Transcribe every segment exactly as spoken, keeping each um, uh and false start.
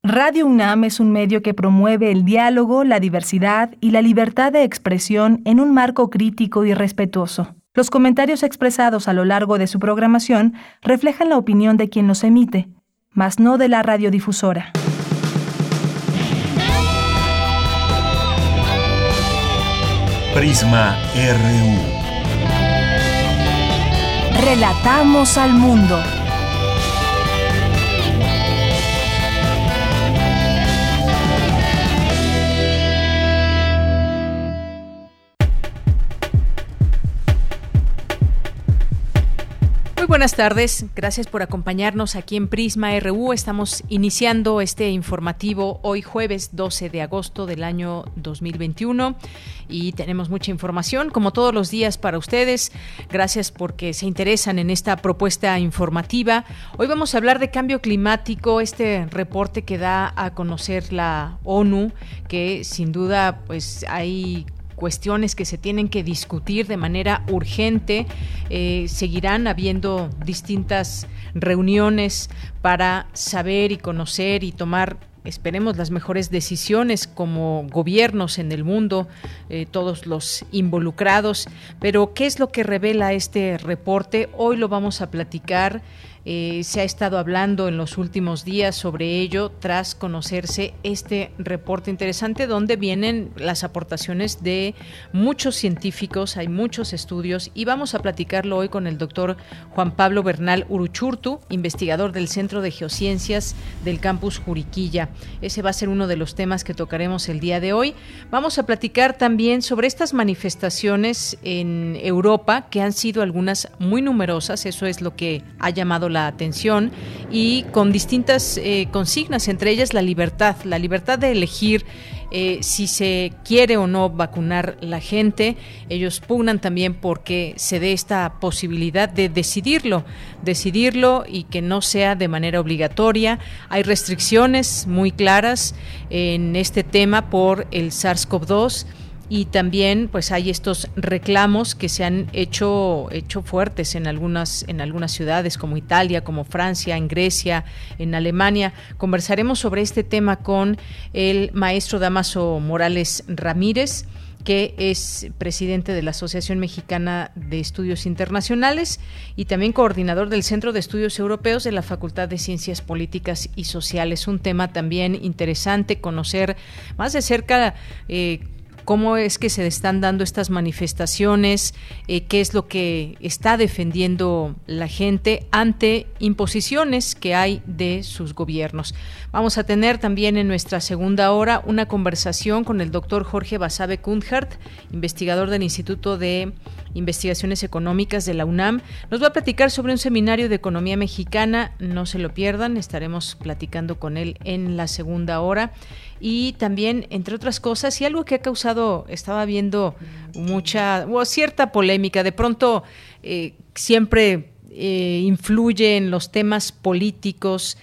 Radio UNAM es un medio que promueve el diálogo, la diversidad y la libertad de expresión en un marco crítico y respetuoso. Los comentarios expresados a lo largo de su programación reflejan la opinión de quien los emite, mas no de la radiodifusora. Prisma R U. Relatamos al mundo. Muy buenas tardes, gracias por acompañarnos aquí en Prisma R U. Estamos iniciando este informativo hoy jueves doce de agosto del año dos mil veintiuno y tenemos mucha información como todos los días para ustedes. Gracias porque se interesan en esta propuesta informativa. Hoy vamos a hablar de cambio climático, este reporte que da a conocer la ONU, que sin duda pues hay cuestiones que se tienen que discutir de manera urgente. Eh, seguirán habiendo distintas reuniones para saber y conocer y tomar, esperemos, las mejores decisiones como gobiernos en el mundo, eh, todos los involucrados. Pero, ¿qué es lo que revela este reporte? Hoy lo vamos a platicar. Eh, se ha estado hablando en los últimos días sobre ello tras conocerse este reporte interesante donde vienen las aportaciones de muchos científicos, hay muchos estudios y vamos a platicarlo hoy con el doctor Juan Pablo Bernal Uruchurtu, investigador del Centro de Geociencias del Campus Juriquilla. Ese va a ser uno de los temas que tocaremos el día de hoy. Vamos a platicar también sobre estas manifestaciones en Europa, que han sido algunas muy numerosas, eso es lo que ha llamado la atención, y con distintas eh, consignas, entre ellas la libertad, la libertad de elegir eh, si se quiere o no vacunar la gente. Ellos pugnan también porque se dé esta posibilidad de decidirlo, decidirlo y que no sea de manera obligatoria. Hay restricciones muy claras en este tema por el SARS-CoV dos. Y también pues hay estos reclamos que se han hecho, hecho fuertes en algunas, en algunas ciudades como Italia, como Francia, en Grecia, en Alemania. Conversaremos sobre este tema con el maestro Dámaso Morales Ramírez, que es presidente de la Asociación Mexicana de Estudios Internacionales y también coordinador del Centro de Estudios Europeos de la Facultad de Ciencias Políticas y Sociales. Un tema también interesante, conocer más de cerca eh, cómo es que se están dando estas manifestaciones, eh, qué es lo que está defendiendo la gente ante imposiciones que hay de sus gobiernos. Vamos a tener también en nuestra segunda hora una conversación con el doctor Jorge Basabe Kundhart, investigador del Instituto de Investigaciones Económicas de la UNAM. Nos va a platicar sobre un seminario de economía mexicana, no se lo pierdan, estaremos platicando con él en la segunda hora. Y también, entre otras cosas, y algo que ha causado, estaba viendo mucha, o cierta polémica, de pronto eh, siempre eh, influye en los temas políticos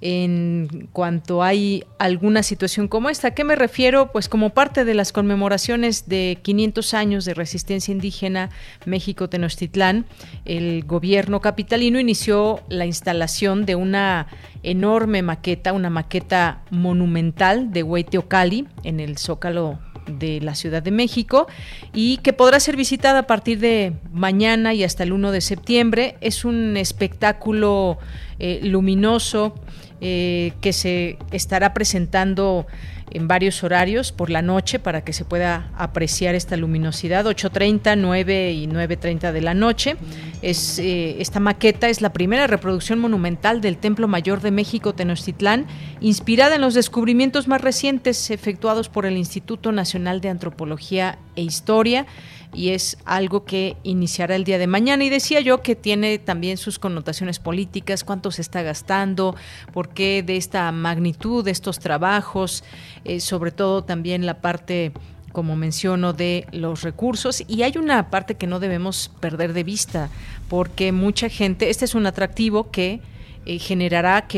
en cuanto hay alguna situación como esta. ¿A qué me refiero? Pues como parte de las conmemoraciones de quinientos años de resistencia indígena México-Tenochtitlán, el gobierno capitalino inició la instalación de una enorme maqueta, una maqueta monumental de Hueyteocalli en el Zócalo de la Ciudad de México y que podrá ser visitada a partir de mañana y hasta el primero de septiembre. Es un espectáculo eh, luminoso eh, que se estará presentando en varios horarios por la noche para que se pueda apreciar esta luminosidad, ocho treinta, nueve y nueve treinta de la noche. Es, eh, esta maqueta es la primera reproducción monumental del Templo Mayor de México Tenochtitlán, inspirada en los descubrimientos más recientes efectuados por el Instituto Nacional de Antropología e Historia, y es algo que iniciará el día de mañana. Y decía yo que tiene también sus connotaciones políticas, cuánto se está gastando, por qué de esta magnitud de estos trabajos, eh, sobre todo también la parte, como menciono, de los recursos. Y hay una parte que no debemos perder de vista, porque mucha gente, este es un atractivo que eh, generará que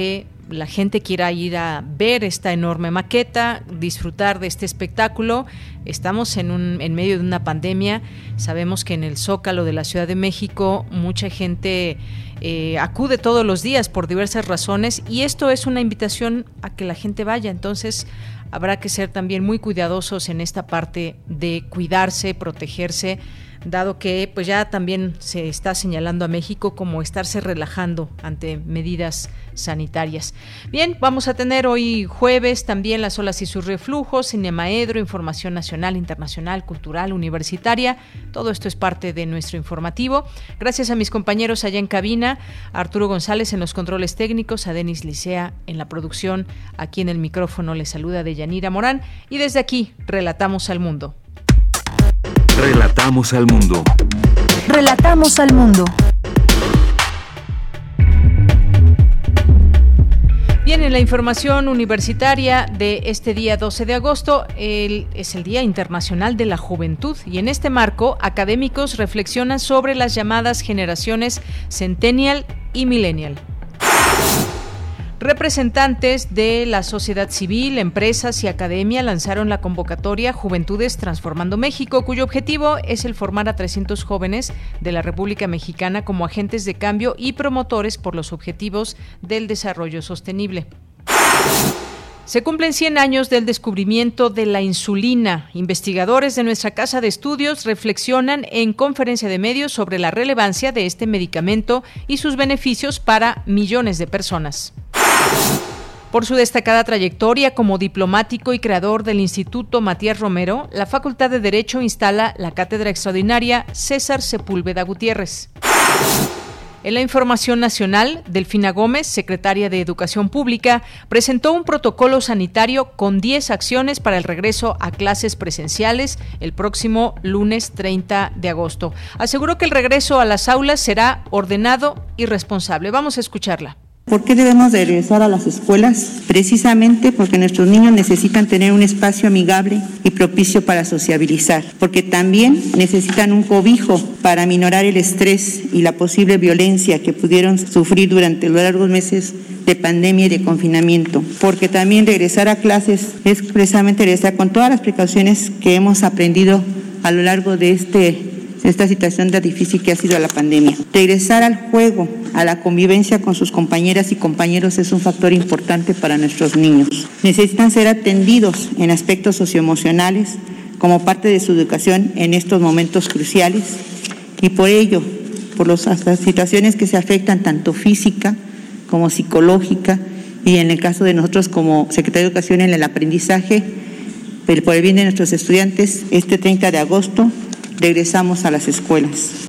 la gente quiera ir a ver esta enorme maqueta, disfrutar de este espectáculo. Estamos en un en medio de una pandemia. Sabemos que en el Zócalo de la Ciudad de México mucha gente eh, acude todos los días por diversas razones, y esto es una invitación a que la gente vaya. Entonces habrá que ser también muy cuidadosos en esta parte de cuidarse, protegerse, dado que pues ya también se está señalando a México como estarse relajando ante medidas sanitarias. Bien, vamos a tener hoy jueves también Las olas y sus reflujos, Cinemaedro, información nacional, internacional, cultural, universitaria. Todo esto es parte de nuestro informativo. Gracias a mis compañeros allá en cabina, a Arturo González en los controles técnicos, a Denis Licea en la producción. Aquí en el micrófono les saluda Deyanira Morán, y desde aquí relatamos al mundo. Relatamos al mundo. Relatamos al mundo. Bien, en la información universitaria de este día doce de agosto, el, es el Día Internacional de la Juventud, y en este marco, académicos reflexionan sobre las llamadas generaciones Centennial y Millennial. Representantes de la sociedad civil, empresas y academia lanzaron la convocatoria Juventudes Transformando México, cuyo objetivo es el formar a trescientos jóvenes de la República Mexicana como agentes de cambio y promotores por los objetivos del desarrollo sostenible. Se cumplen cien años del descubrimiento de la insulina. Investigadores de nuestra casa de estudios reflexionan en conferencia de medios sobre la relevancia de este medicamento y sus beneficios para millones de personas. Por su destacada trayectoria como diplomático y creador del Instituto Matías Romero, la Facultad de Derecho instala la Cátedra Extraordinaria César Sepúlveda Gutiérrez. En la información nacional, Delfina Gómez, secretaria de Educación Pública, presentó un protocolo sanitario con diez acciones para el regreso a clases presenciales el próximo lunes treinta de agosto. Aseguró que el regreso a las aulas será ordenado y responsable. Vamos a escucharla. ¿Por qué debemos de regresar a las escuelas? Precisamente porque nuestros niños necesitan tener un espacio amigable y propicio para sociabilizar, porque también necesitan un cobijo para aminorar el estrés y la posible violencia que pudieron sufrir durante los largos meses de pandemia y de confinamiento, porque también regresar a clases es precisamente regresar con todas las precauciones que hemos aprendido a lo largo de este esta situación tan difícil que ha sido la pandemia. Regresar al juego, a la convivencia con sus compañeras y compañeros es un factor importante para nuestros niños. Necesitan ser atendidos en aspectos socioemocionales como parte de su educación en estos momentos cruciales, y por ello, por las situaciones que se afectan tanto física como psicológica, y en el caso de nosotros como Secretaría de Educación en el aprendizaje, por el bien de nuestros estudiantes, este treinta de agosto regresamos a las escuelas.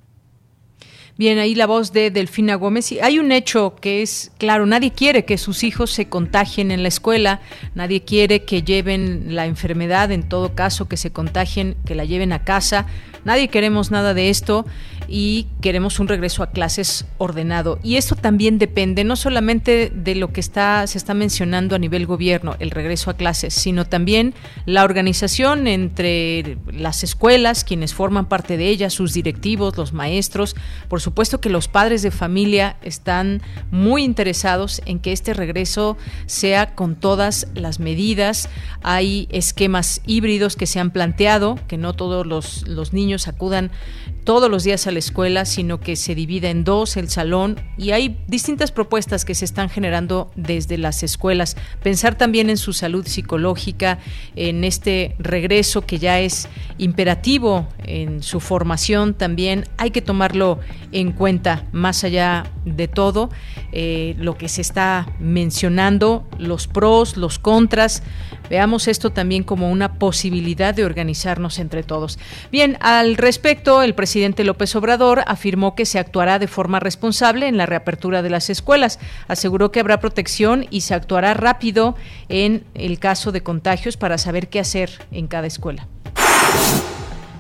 Bien, ahí la voz de Delfina Gómez. Y hay un hecho que es claro: nadie quiere que sus hijos se contagien en la escuela, nadie quiere que lleven la enfermedad, en todo caso que se contagien, que la lleven a casa. Nadie queremos nada de esto y queremos un regreso a clases ordenado. Y esto también depende no solamente de lo que está se está mencionando a nivel gobierno, el regreso a clases, sino también la organización entre las escuelas, quienes forman parte de ellas, sus directivos, los maestros. Por supuesto que los padres de familia están muy interesados en que este regreso sea con todas las medidas. Hay esquemas híbridos que se han planteado, que no todos los, los niños acudan todos los días a la escuela, sino que se divida en dos el salón, y hay distintas propuestas que se están generando desde las escuelas. Pensar también en su salud psicológica, en este regreso que ya es imperativo en su formación, también hay que tomarlo en cuenta, más allá de todo, eh, lo que se está mencionando, los pros, los contras. Veamos esto también como una posibilidad de organizarnos entre todos. Bien, al respecto, el presidente López Obrador afirmó que se actuará de forma responsable en la reapertura de las escuelas. Aseguró que habrá protección y se actuará rápido en el caso de contagios para saber qué hacer en cada escuela.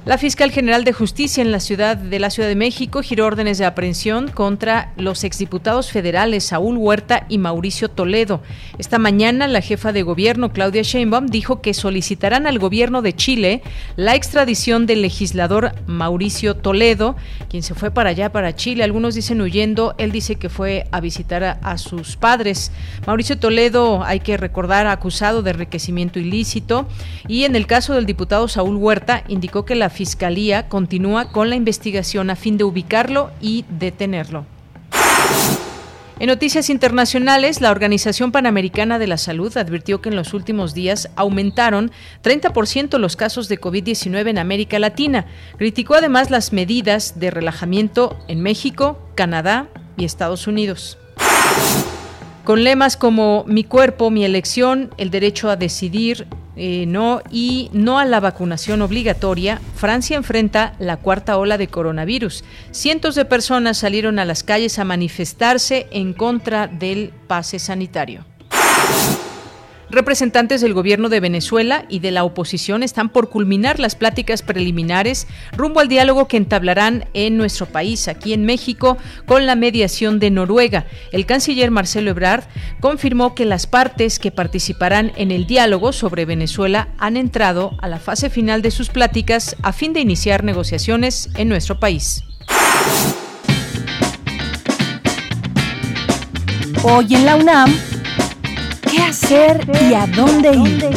La fiscal general de Justicia en la ciudad de la Ciudad de México giró órdenes de aprehensión contra los exdiputados federales Saúl Huerta y Mauricio Toledo. Esta mañana la jefa de gobierno Claudia Sheinbaum dijo que solicitarán al gobierno de Chile la extradición del legislador Mauricio Toledo, quien se fue para allá, para Chile. Algunos dicen huyendo, él dice que fue a visitar a, a sus padres. Mauricio Toledo, hay que recordar, acusado de enriquecimiento ilícito, y en el caso del diputado Saúl Huerta indicó que la Fiscalía continúa con la investigación a fin de ubicarlo y detenerlo. En noticias internacionales, la Organización Panamericana de la Salud advirtió que en los últimos días aumentaron treinta por ciento los casos de covid diecinueve en América Latina. Criticó además las medidas de relajamiento en México, Canadá y Estados Unidos. Con lemas como "Mi cuerpo, mi elección", "El derecho a decidir", eh, no y "no a la vacunación obligatoria", Francia enfrenta la cuarta ola de coronavirus. Cientos de personas salieron a las calles a manifestarse en contra del pase sanitario. Representantes del gobierno de Venezuela y de la oposición están por culminar las pláticas preliminares rumbo al diálogo que entablarán en nuestro país, aquí en México, con la mediación de Noruega. El canciller Marcelo Ebrard confirmó que las partes que participarán en el diálogo sobre Venezuela han entrado a la fase final de sus pláticas a fin de iniciar negociaciones en nuestro país. Hoy en la UNAM, ¿qué hacer y a dónde ir?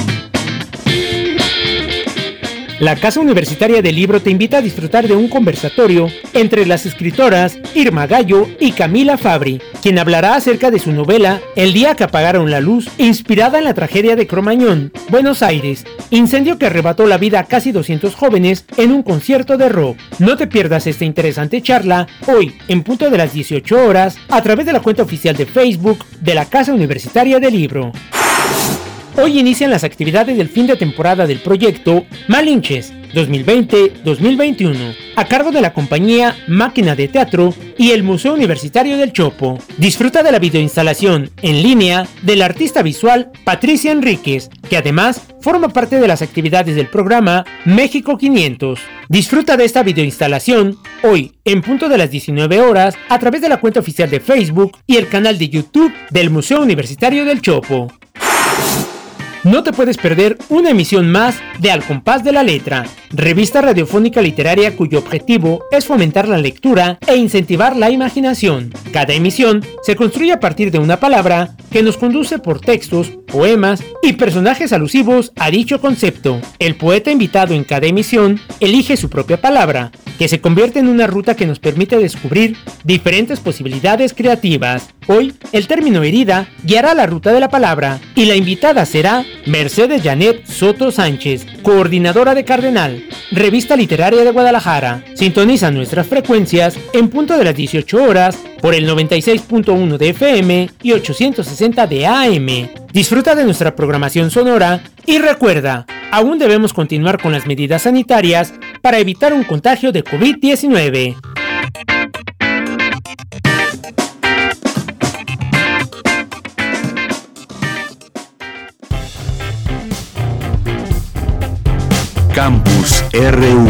La Casa Universitaria del Libro te invita a disfrutar de un conversatorio entre las escritoras Irma Gallo y Camila Fabri, quien hablará acerca de su novela El día que apagaron la luz, inspirada en la tragedia de Cromañón, Buenos Aires, incendio que arrebató la vida a casi doscientos jóvenes en un concierto de rock. No te pierdas esta interesante charla hoy, en punto de las dieciocho horas, a través de la cuenta oficial de Facebook de la Casa Universitaria del Libro. Hoy inician las actividades del fin de temporada del proyecto Malinches dos mil veinte dos mil veintiuno, a cargo de la compañía Máquina de Teatro y el Museo Universitario del Chopo. Disfruta de la videoinstalación en línea del artista visual Patricia Enríquez, que además forma parte de las actividades del programa México quinientos. Disfruta de esta videoinstalación hoy, en punto de las diecinueve horas, a través de la cuenta oficial de Facebook y el canal de YouTube del Museo Universitario del Chopo. No te puedes perder una emisión más de Al Compás de la Letra, revista radiofónica literaria cuyo objetivo es fomentar la lectura e incentivar la imaginación. Cada emisión se construye a partir de una palabra que nos conduce por textos, poemas y personajes alusivos a dicho concepto. El poeta invitado en cada emisión elige su propia palabra, que se convierte en una ruta que nos permite descubrir diferentes posibilidades creativas. Hoy, el término herida guiará la ruta de la palabra y la invitada será Mercedes Janet Soto Sánchez, coordinadora de Cardenal, revista literaria de Guadalajara. Sintoniza nuestras frecuencias en punto de las dieciocho horas por el noventa y seis punto uno de F M y ochocientos sesenta de A M. Disfruta de nuestra programación sonora y recuerda, aún debemos continuar con las medidas sanitarias para evitar un contagio de covid diecinueve. Campus R U.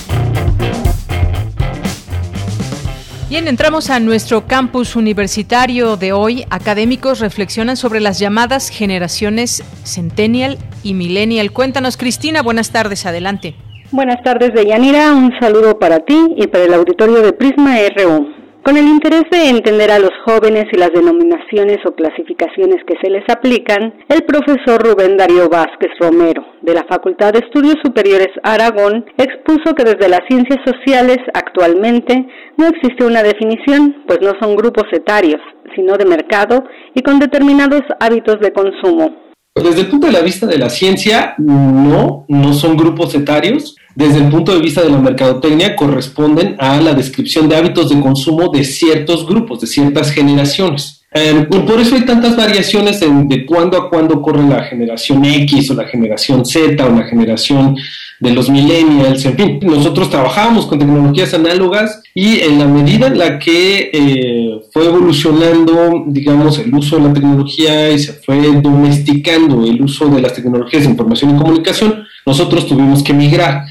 Bien, entramos a nuestro campus universitario de hoy. Académicos reflexionan sobre las llamadas generaciones Centennial y Millennial. Cuéntanos, Cristina, buenas tardes, adelante. Buenas tardes, Deyanira, un saludo para ti y para el auditorio de Prisma R U. Con el interés de entender a los jóvenes y las denominaciones o clasificaciones que se les aplican, el profesor Rubén Darío Vázquez Romero, de la Facultad de Estudios Superiores Aragón, expuso que desde las ciencias sociales actualmente no existe una definición, pues no son grupos etarios, sino de mercado y con determinados hábitos de consumo. Desde el punto de vista de la ciencia, no, no son grupos etarios. Desde el punto de vista de la mercadotecnia, corresponden a la descripción de hábitos de consumo de ciertos grupos, de ciertas generaciones. Eh, por eso hay tantas variaciones en, de cuándo a cuándo corre la generación X o la generación Z o la generación de los millennials, en fin. Nosotros trabajamos con tecnologías análogas y en la medida en la que eh, fue evolucionando, digamos, el uso de la tecnología y se fue domesticando el uso de las tecnologías de información y comunicación, nosotros tuvimos que migrar.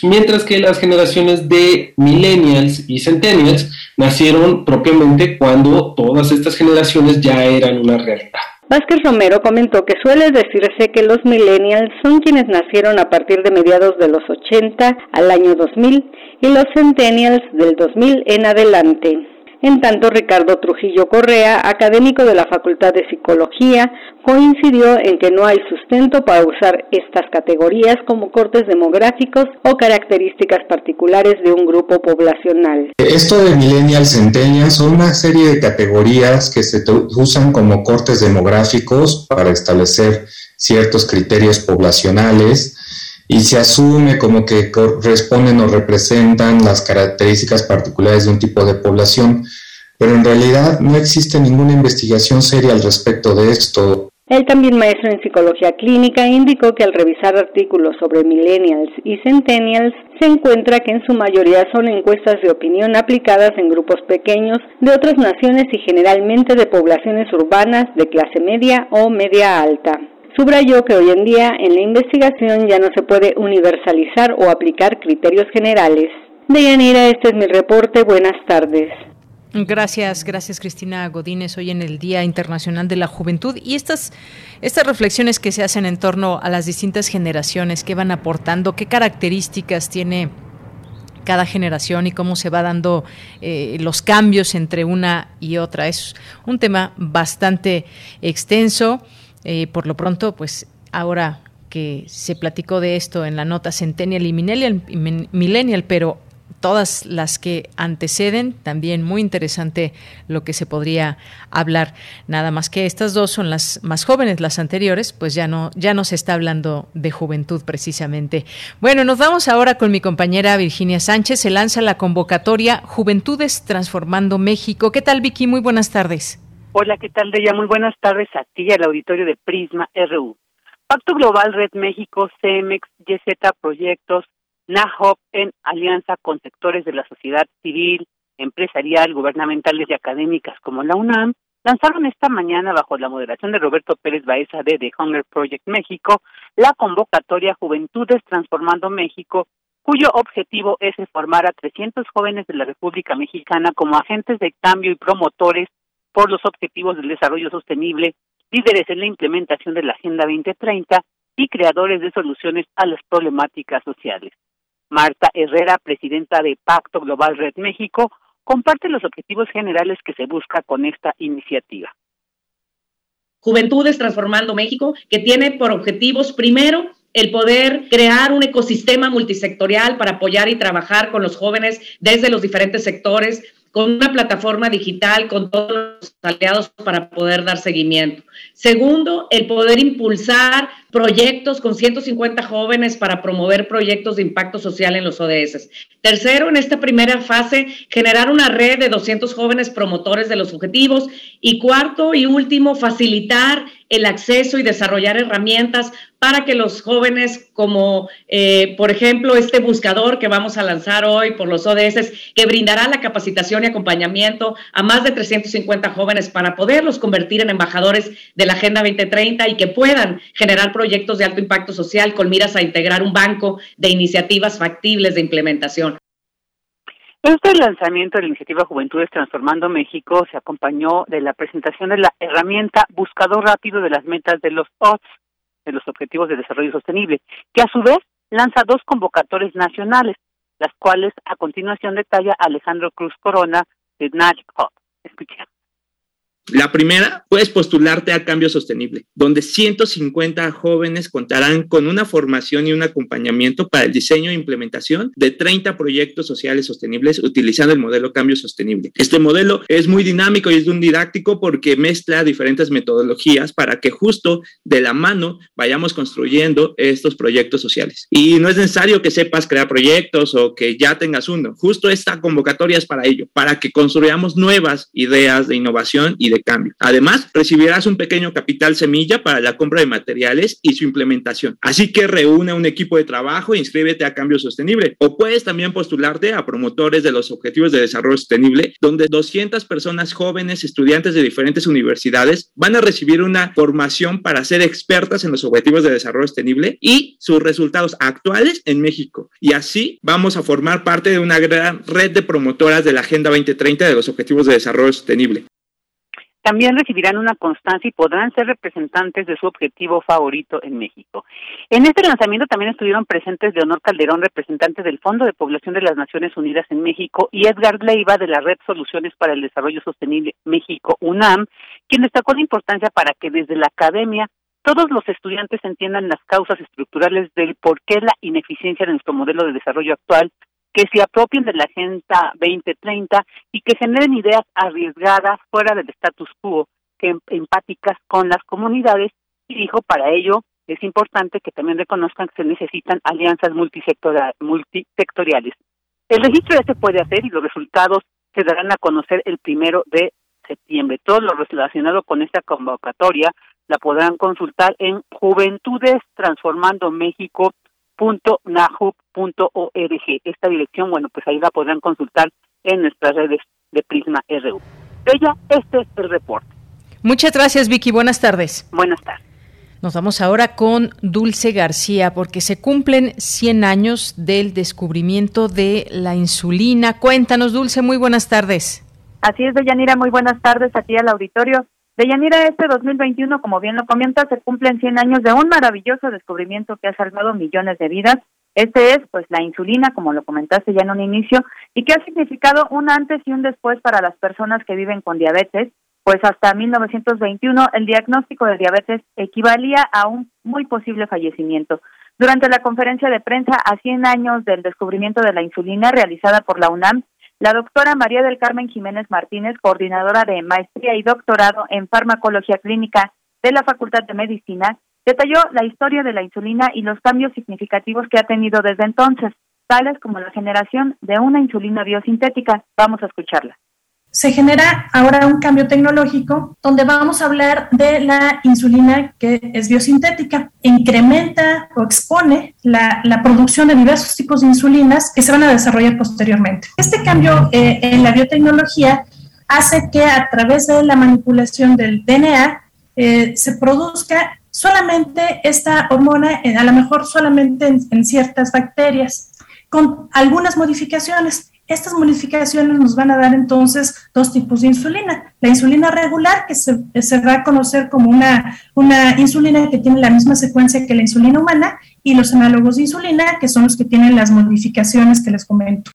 mientras que las generaciones de millennials y centennials nacieron propiamente cuando todas estas generaciones ya eran una realidad. Vázquez Romero comentó que suele decirse que los millennials son quienes nacieron a partir de mediados de los ochenta al año dos mil y los centennials del dos mil en adelante. En tanto, Ricardo Trujillo Correa, académico de la Facultad de Psicología, coincidió en que no hay sustento para usar estas categorías como cortes demográficos o características particulares de un grupo poblacional. Esto de millennials, centennials son una serie de categorías que se usan como cortes demográficos para establecer ciertos criterios poblacionales y se asume como que corresponden o representan las características particulares de un tipo de población, pero en realidad no existe ninguna investigación seria al respecto de esto. Él, también maestro en psicología clínica, indicó que al revisar artículos sobre millennials y centennials se encuentra que en su mayoría son encuestas de opinión aplicadas en grupos pequeños de otras naciones y generalmente de poblaciones urbanas de clase media o media alta. Subrayó que hoy en día en la investigación ya no se puede universalizar o aplicar criterios generales. Deyanira, este es mi reporte. Buenas tardes. Gracias, gracias Cristina Godínez, hoy en el Día Internacional de la Juventud y estas, estas reflexiones que se hacen en torno a las distintas generaciones, qué van aportando, qué características tiene cada generación y cómo se va dando eh, los cambios entre una y otra. Es un tema bastante extenso. Eh, por lo pronto, pues ahora que se platicó de esto en la nota Centennial y Millennial, millennial pero todas las que anteceden, también muy interesante lo que se podría hablar. Nada más que estas dos son las más jóvenes, las anteriores, pues ya no, ya no se está hablando de juventud precisamente. Bueno, nos vamos ahora con mi compañera Virginia Sánchez. Se lanza la convocatoria Juventudes Transformando México. ¿Qué tal, Vicky? Muy buenas tardes. Hola, ¿qué tal, Deya? Muy buenas tardes a ti y al auditorio de Prisma R U. Pacto Global, Red México, CEMEX, Y Z Proyectos, NAHOP, en alianza con sectores de la sociedad civil, empresarial, gubernamentales y académicas como la UNAM, lanzaron esta mañana, bajo la moderación de Roberto Pérez Baeza de The Hunger Project México, la convocatoria Juventudes Transformando México, cuyo objetivo es formar a trescientos jóvenes de la República Mexicana como agentes de cambio y promotores por los objetivos del desarrollo sostenible, líderes en la implementación de la Agenda veinte treinta y creadores de soluciones a las problemáticas sociales. Marta Herrera, presidenta de Pacto Global Red México, comparte los objetivos generales que se busca con esta iniciativa. Juventudes Transformando México, que tiene por objetivos, primero, el poder crear un ecosistema multisectorial para apoyar y trabajar con los jóvenes desde los diferentes sectores, con una plataforma digital, con todos los aliados para poder dar seguimiento. Segundo, el poder impulsar proyectos con ciento cincuenta jóvenes para promover proyectos de impacto social en los O D S. Tercero, en esta primera fase, generar una red de doscientos jóvenes promotores de los objetivos. Y cuarto y último, facilitar el acceso y desarrollar herramientas para que los jóvenes, como eh, por ejemplo este buscador que vamos a lanzar hoy por los O D S, que brindará la capacitación y acompañamiento a más de trescientos cincuenta jóvenes para poderlos convertir en embajadores de la Agenda veinte treinta y que puedan generar proyectos de alto impacto social con miras a integrar un banco de iniciativas factibles de implementación. Este lanzamiento de la iniciativa Juventudes Transformando México se acompañó de la presentación de la herramienta Buscador Rápido de las Metas de los O D S, de los Objetivos de Desarrollo Sostenible, que a su vez lanza dos convocatorias nacionales, las cuales a continuación detalla Alejandro Cruz Corona de NAHOP. Escuchemos. La primera, puedes postularte a Cambio Sostenible, donde ciento cincuenta jóvenes contarán con una formación y un acompañamiento para el diseño e implementación de treinta proyectos sociales sostenibles utilizando el modelo Cambio Sostenible. Este modelo es muy dinámico y es un didáctico porque mezcla diferentes metodologías para que justo de la mano vayamos construyendo estos proyectos sociales. Y no es necesario que sepas crear proyectos o que ya tengas uno. Justo esta convocatoria es para ello, para que construyamos nuevas ideas de innovación y de cambio. Además, recibirás un pequeño capital semilla para la compra de materiales y su implementación. Así que reúne un equipo de trabajo e inscríbete a Cambio Sostenible. O puedes también postularte a promotores de los Objetivos de Desarrollo Sostenible, donde doscientas personas jóvenes, estudiantes de diferentes universidades, van a recibir una formación para ser expertas en los Objetivos de Desarrollo Sostenible y sus resultados actuales en México. Y así vamos a formar parte de una gran red de promotoras de la Agenda veinte treinta de los Objetivos de Desarrollo Sostenible. También recibirán una constancia y podrán ser representantes de su objetivo favorito en México. En este lanzamiento también estuvieron presentes Leonor Calderón, representante del Fondo de Población de las Naciones Unidas en México, y Edgar Leiva, de la Red Soluciones para el Desarrollo Sostenible México, UNAM, quien destacó la importancia para que desde la academia todos los estudiantes entiendan las causas estructurales del por qué la ineficiencia de nuestro modelo de desarrollo actual, que se apropien de la Agenda veinte treinta y que generen ideas arriesgadas fuera del status quo, que empáticas con las comunidades, y dijo, para ello es importante que también reconozcan que se necesitan alianzas multisectora- multisectoriales. El registro ya se puede hacer y los resultados se darán a conocer el primero de septiembre. Todo lo relacionado con esta convocatoria la podrán consultar en Juventudes Transformando México punto nahup punto org. Esta dirección, bueno, pues ahí la podrán consultar en nuestras redes de Prisma R U. Bella, este es el reporte. Muchas gracias, Vicky. Buenas tardes. Buenas tardes. Nos vamos ahora con Dulce García, porque se cumplen cien años del descubrimiento de la insulina. Cuéntanos, Dulce, muy buenas tardes. Así es, Deyanira, muy buenas tardes a ti al auditorio. Deyanira, este dos mil veintiuno, como bien lo comentas, se cumplen cien años de un maravilloso descubrimiento que ha salvado millones de vidas. Este es, pues, la insulina, como lo comentaste ya en un inicio, y que ha significado un antes y un después para las personas que viven con diabetes, pues hasta mil novecientos veintiuno el diagnóstico de diabetes equivalía a un muy posible fallecimiento. Durante la conferencia de prensa a cien años del descubrimiento de la insulina realizada por la UNAM, la doctora María del Carmen Jiménez Martínez, coordinadora de maestría y doctorado en farmacología clínica de la Facultad de Medicina, detalló la historia de la insulina y los cambios significativos que ha tenido desde entonces, tales como la generación de una insulina biosintética. Vamos a escucharla. Se genera ahora un cambio tecnológico donde vamos a hablar de la insulina que es biosintética. Incrementa o expone la, la producción de diversos tipos de insulinas que se van a desarrollar posteriormente. Este cambio eh, en la biotecnología hace que a través de la manipulación del D N A eh, se produzca solamente esta hormona, eh, a lo mejor solamente en, en ciertas bacterias, con algunas modificaciones. Estas modificaciones nos van a dar entonces dos tipos de insulina. La insulina regular, que se, se va a conocer como una, una insulina que tiene la misma secuencia que la insulina humana, y los análogos de insulina, que son los que tienen las modificaciones que les comento.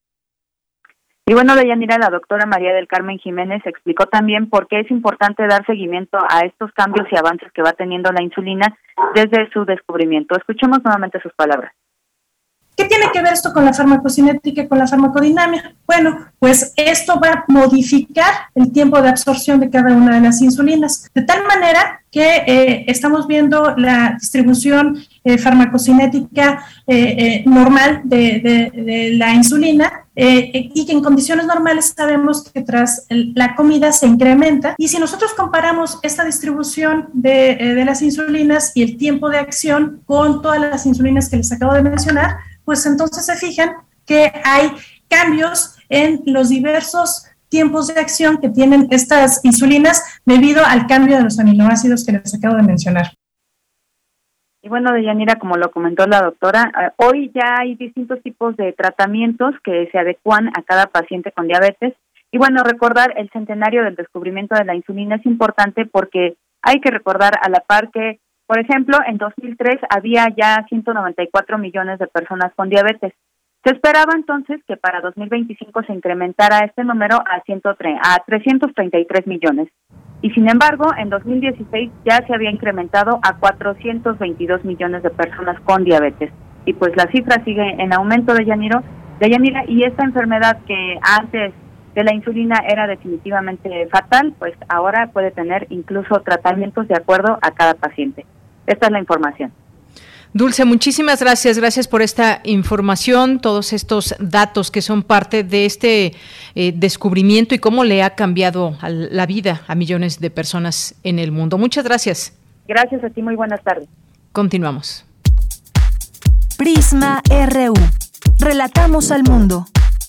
Y bueno, Deyanira, la doctora María del Carmen Jiménez explicó también por qué es importante dar seguimiento a estos cambios y avances que va teniendo la insulina desde su descubrimiento. Escuchemos nuevamente sus palabras. ¿Qué tiene que ver esto con la farmacocinética y con la farmacodinamia? Bueno, pues esto va a modificar el tiempo de absorción de cada una de las insulinas, de tal manera que eh, estamos viendo la distribución eh, farmacocinética eh, eh, normal de, de, de la insulina, eh, y que en condiciones normales sabemos que tras el, la comida se incrementa, y si nosotros comparamos esta distribución de, eh, de las insulinas y el tiempo de acción con todas las insulinas que les acabo de mencionar, pues entonces se fijan que hay cambios en los diversos tiempos de acción que tienen estas insulinas debido al cambio de los aminoácidos que les acabo de mencionar. Y bueno, Deyanira, como lo comentó la doctora, eh, hoy ya hay distintos tipos de tratamientos que se adecuan a cada paciente con diabetes. Y bueno, recordar el centenario del descubrimiento de la insulina es importante porque hay que recordar a la par que, por ejemplo, en dos mil tres había ya ciento noventa y cuatro millones de personas con diabetes. Se esperaba entonces que para dos mil veinticinco se incrementara este número a, ciento tre- a trescientos treinta y tres millones. Y sin embargo, en dos mil dieciséis ya se había incrementado a cuatrocientos veintidós millones de personas con diabetes. Y pues la cifra sigue en aumento, de Yaniro, de Yanira, y esta enfermedad que antes de la insulina era definitivamente fatal, pues ahora puede tener incluso tratamientos de acuerdo a cada paciente. Esta es la información. Dulce, muchísimas gracias, gracias por esta información, todos estos datos que son parte de este eh, descubrimiento y cómo le ha cambiado a la vida a millones de personas en el mundo. Muchas gracias. Gracias a ti, muy buenas tardes. Continuamos. Prisma R U. Relatamos al mundo.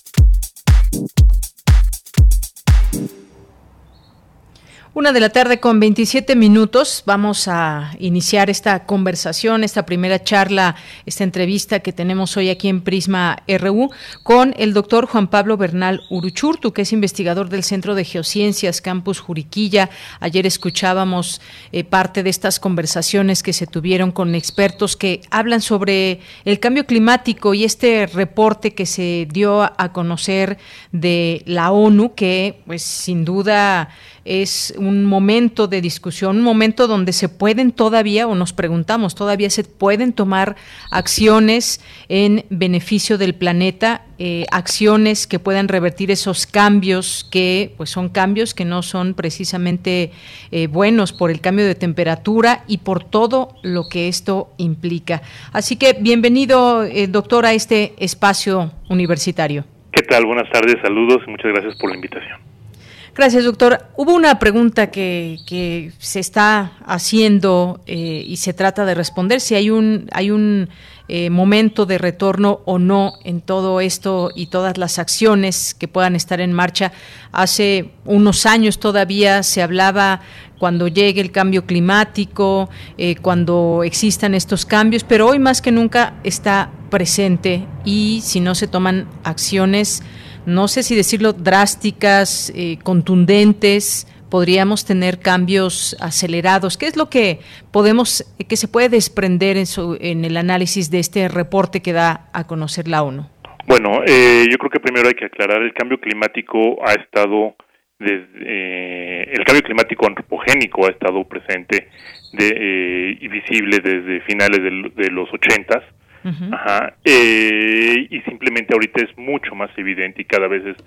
Una de la tarde con veintisiete minutos. Vamos a iniciar esta conversación, esta primera charla, esta entrevista que tenemos hoy aquí en Prisma R U con el doctor Juan Pablo Bernal Uruchurtu, que es investigador del Centro de Geociencias Campus Juriquilla. Ayer escuchábamos eh, parte de estas conversaciones que se tuvieron con expertos que hablan sobre el cambio climático y este reporte que se dio a conocer de la ONU, que pues sin duda es un momento de discusión, un momento donde se pueden todavía, o nos preguntamos, todavía se pueden tomar acciones en beneficio del planeta, eh, acciones que puedan revertir esos cambios que pues son cambios que no son precisamente eh, buenos por el cambio de temperatura y por todo lo que esto implica. Así que bienvenido, eh, doctor, a este espacio universitario. ¿Qué tal? Buenas tardes, saludos y muchas gracias por la invitación. Gracias, doctor. Hubo una pregunta que, que se está haciendo eh, y se trata de responder si hay un hay un eh, momento de retorno o no en todo esto y todas las acciones que puedan estar en marcha. Hace unos años todavía se hablaba cuando llegue el cambio climático, eh, cuando existan estos cambios, pero hoy más que nunca está presente y si no se toman acciones, no sé si decirlo, drásticas, eh, contundentes, podríamos tener cambios acelerados. ¿Qué es lo que podemos, que se puede desprender en, su, en el análisis de este reporte que da a conocer la ONU? Bueno, eh, yo creo que primero hay que aclarar, el cambio climático ha estado, desde, eh, el cambio climático antropogénico ha estado presente de, eh, y visible desde finales de, de los ochentas. Uh-huh. Ajá, eh, y simplemente ahorita es mucho más evidente y cada vez es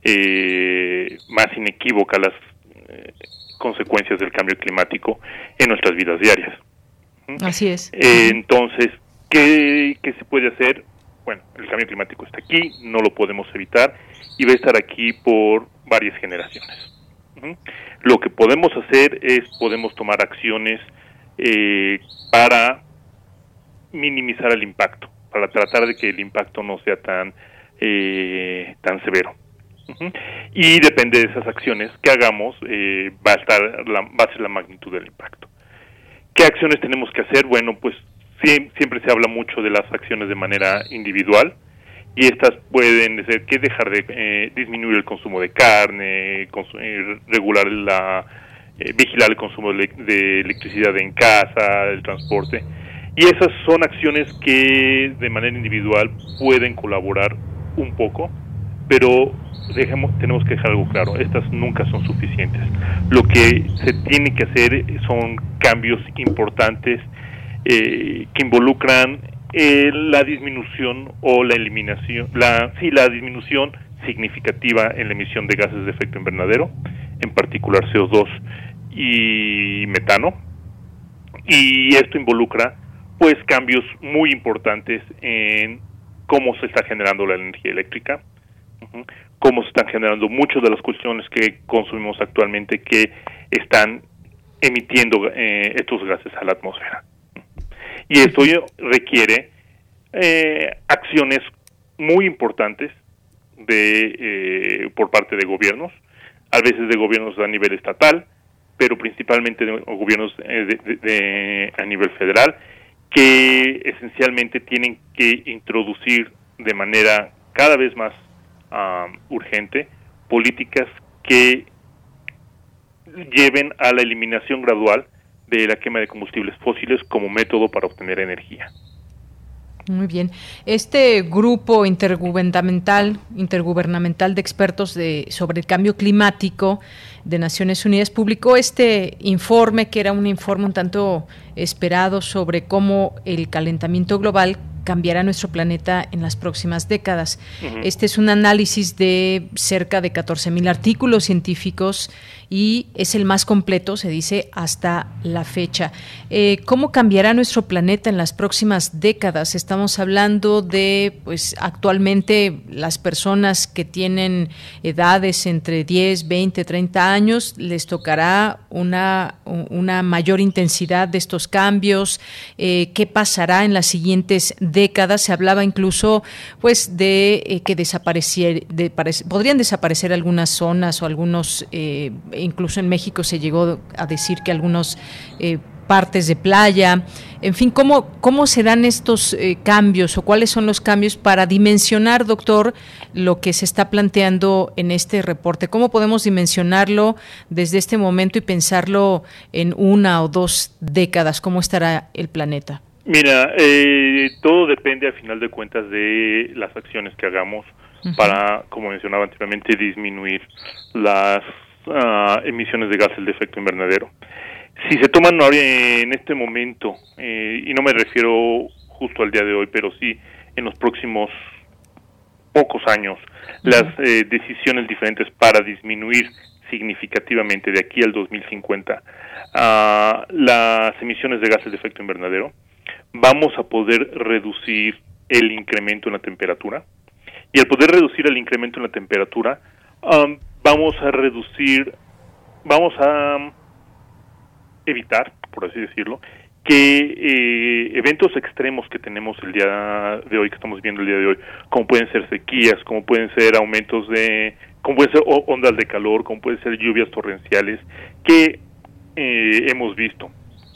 eh, más inequívoca las eh, consecuencias del cambio climático en nuestras vidas diarias. Uh-huh. Así es. Eh, uh-huh. Entonces, ¿qué, ¿qué se puede hacer? Bueno, el cambio climático está aquí, no lo podemos evitar y va a estar aquí por varias generaciones. Uh-huh. Lo que podemos hacer es, podemos tomar acciones eh, para minimizar el impacto, para tratar de que el impacto no sea tan eh, tan severo. Uh-huh. Y depende de esas acciones que hagamos, eh, va a estar la, va a ser la magnitud del impacto. ¿Qué acciones tenemos que hacer? Bueno, pues sí, siempre se habla mucho de las acciones de manera individual y estas pueden ser que dejar de eh, disminuir el consumo de carne, consu- eh, regular la eh, vigilar el consumo de, de electricidad en casa, el transporte. Y esas son acciones que de manera individual pueden colaborar un poco, pero dejemos, tenemos que dejar algo claro, estas nunca son suficientes. Lo que se tiene que hacer son cambios importantes eh, que involucran eh, la disminución o la eliminación, la sí, la disminución significativa en la emisión de gases de efecto invernadero, en particular C O dos y metano, y esto involucra pues cambios muy importantes en cómo se está generando la energía eléctrica, uh-huh, cómo se están generando muchas de las cuestiones que consumimos actualmente que están emitiendo eh, estos gases a la atmósfera. Y esto requiere eh, acciones muy importantes de eh, por parte de gobiernos, a veces de gobiernos a nivel estatal, pero principalmente de gobiernos eh, de, de, de, a nivel federal, que esencialmente tienen que introducir de manera cada vez más um, urgente políticas que lleven a la eliminación gradual de la quema de combustibles fósiles como método para obtener energía. Muy bien. Este grupo intergubernamental, intergubernamental de expertos de, sobre el cambio climático de Naciones Unidas publicó este informe, que era un informe un tanto esperado sobre cómo el calentamiento global cambiará nuestro planeta en las próximas décadas. Uh-huh. Este es un análisis de cerca de catorce mil artículos científicos y es el más completo, se dice, hasta la fecha. Eh, ¿Cómo cambiará nuestro planeta en las próximas décadas? Estamos hablando de, pues, actualmente las personas que tienen edades entre diez, veinte, treinta años, les tocará una, una mayor intensidad de estos cambios. Eh, ¿Qué pasará en las siguientes décadas? Se hablaba incluso, pues, de eh, que desaparecer, de, parece, podrían desaparecer algunas zonas o algunos... Eh, incluso en México se llegó a decir que algunos eh, partes de playa, en fin, ¿cómo, cómo se dan estos eh, cambios o cuáles son los cambios para dimensionar, doctor, lo que se está planteando en este reporte? ¿Cómo podemos dimensionarlo desde este momento y pensarlo en una o dos décadas? ¿Cómo estará el planeta? Mira, eh, todo depende al final de cuentas de las acciones que hagamos uh-huh. para, como mencionaba anteriormente, disminuir las Uh, emisiones de gases de efecto invernadero. Si se toman ahora en este momento, eh, y no me refiero justo al día de hoy, pero sí en los próximos pocos años, uh-huh. las eh, decisiones diferentes para disminuir significativamente de aquí al dos mil cincuenta uh, las emisiones de gases de efecto invernadero, vamos a poder reducir el incremento en la temperatura, y al poder reducir el incremento en la temperatura, um, vamos a reducir, vamos a um, evitar, por así decirlo, que eh, eventos extremos que tenemos el día de hoy, que estamos viendo el día de hoy, como pueden ser sequías, como pueden ser aumentos de, como pueden ser ondas de calor, como pueden ser lluvias torrenciales, que eh, hemos visto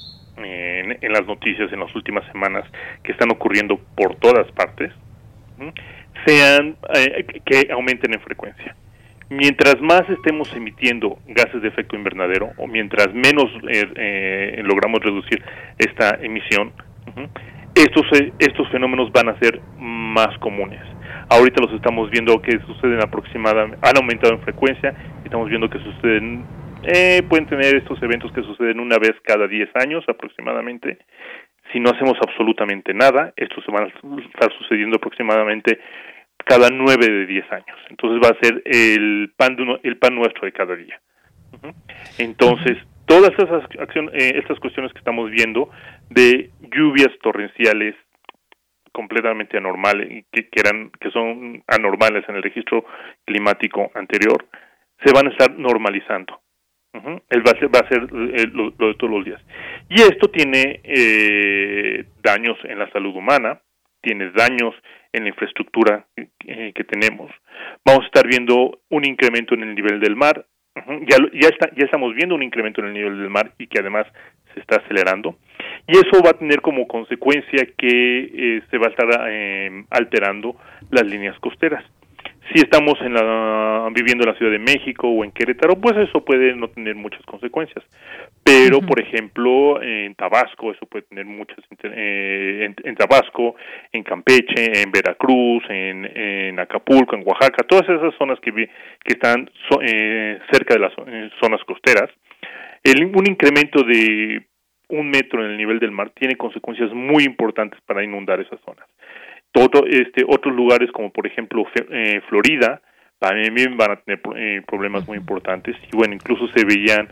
en, en las noticias en las últimas semanas, que están ocurriendo por todas partes, ¿sí? sean eh, que aumenten en frecuencia. Mientras más estemos emitiendo gases de efecto invernadero, o mientras menos eh, eh, logramos reducir esta emisión, uh-huh, estos eh, estos fenómenos van a ser más comunes. Ahorita los estamos viendo que suceden aproximadamente, han aumentado en frecuencia, estamos viendo que suceden, eh, pueden tener estos eventos que suceden una vez cada diez años aproximadamente. Si no hacemos absolutamente nada, estos se van a estar sucediendo aproximadamente cada nueve de diez años. Entonces va a ser el pan de uno, el pan nuestro de cada día. Uh-huh. Entonces, todas esas acciones, eh, estas cuestiones que estamos viendo de lluvias torrenciales completamente anormales, que, que eran, que son anormales en el registro climático anterior, se van a estar normalizando. Uh-huh. El va a ser, va a ser eh, lo, lo de todos los días. Y esto tiene eh, daños en la salud humana, tiene daños en la infraestructura eh, que tenemos. Vamos a estar viendo un incremento en el nivel del mar. Uh-huh. Ya ya está ya estamos viendo un incremento en el nivel del mar y que además se está acelerando. Y eso va a tener como consecuencia que eh, se va a estar eh, alterando las líneas costeras. Si estamos en la, viviendo en la Ciudad de México o en Querétaro, pues eso puede no tener muchas consecuencias. Pero, uh-huh. por ejemplo, en Tabasco, eso puede tener muchas, eh, en, en Tabasco, en Campeche, en Veracruz, en, en Acapulco, en Oaxaca, todas esas zonas que, que están so, eh, cerca de las eh, zonas costeras, el, un incremento de un metro en el nivel del mar tiene consecuencias muy importantes para inundar esas zonas. Todo, este, otros lugares como por ejemplo eh, Florida también van a tener eh, problemas muy importantes y bueno, incluso se veían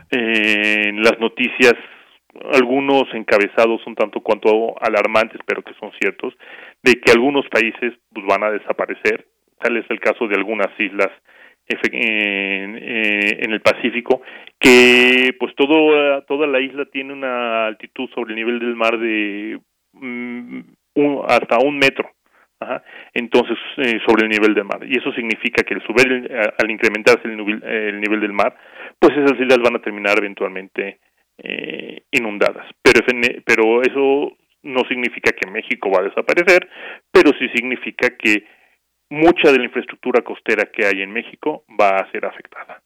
eh, en las noticias algunos encabezados un tanto cuanto alarmantes, pero que son ciertos, de que algunos países pues, van a desaparecer. Tal es el caso de algunas islas en, en el Pacífico, que pues todo, toda la isla tiene una altitud sobre el nivel del mar de mm, un, hasta un metro, ajá, entonces eh, sobre el nivel del mar, y eso significa que al subir, al incrementarse el nivel, el nivel del mar, pues esas islas van a terminar eventualmente eh, inundadas, pero, pero eso no significa que México va a desaparecer, pero sí significa que mucha de la infraestructura costera que hay en México va a ser afectada.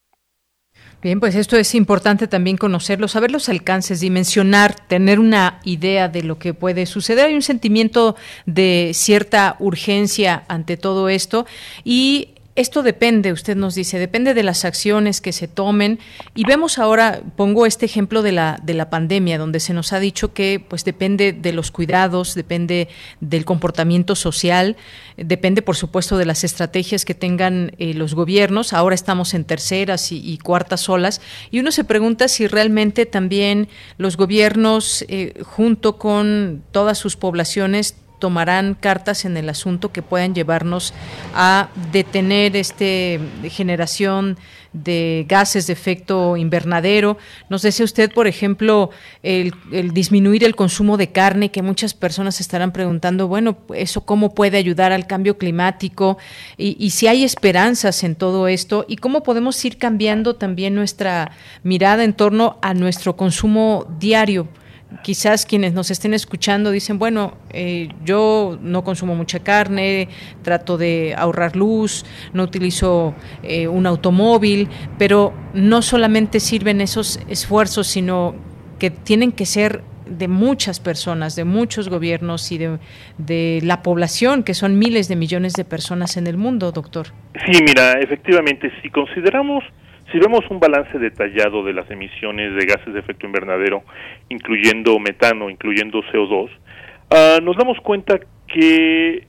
Bien, pues esto es importante también conocerlo, saber los alcances, dimensionar, tener una idea de lo que puede suceder. Hay un sentimiento de cierta urgencia ante todo esto y esto depende, usted nos dice, depende de las acciones que se tomen, y vemos ahora, pongo este ejemplo de la de la pandemia, donde se nos ha dicho que pues depende de los cuidados, depende del comportamiento social, depende por supuesto de las estrategias que tengan eh, los gobiernos. Ahora estamos en terceras y, y cuartas olas, y uno se pregunta si realmente también los gobiernos eh, junto con todas sus poblaciones tomarán cartas en el asunto que puedan llevarnos a detener esta generación de gases de efecto invernadero. Nos decía usted, por ejemplo, el, el disminuir el consumo de carne, que muchas personas estarán preguntando, bueno, ¿eso cómo puede ayudar al cambio climático? Y, y si hay esperanzas en todo esto, y cómo podemos ir cambiando también nuestra mirada en torno a nuestro consumo diario. Quizás quienes nos estén escuchando dicen, bueno, eh, yo no consumo mucha carne, trato de ahorrar luz, no utilizo eh, un automóvil, pero no solamente sirven esos esfuerzos, sino que tienen que ser de muchas personas, de muchos gobiernos y de, de la población, que son miles de millones de personas en el mundo, doctor. Sí, mira, efectivamente, si consideramos Si vemos un balance detallado de las emisiones de gases de efecto invernadero, incluyendo metano, incluyendo C O dos, uh, nos damos cuenta que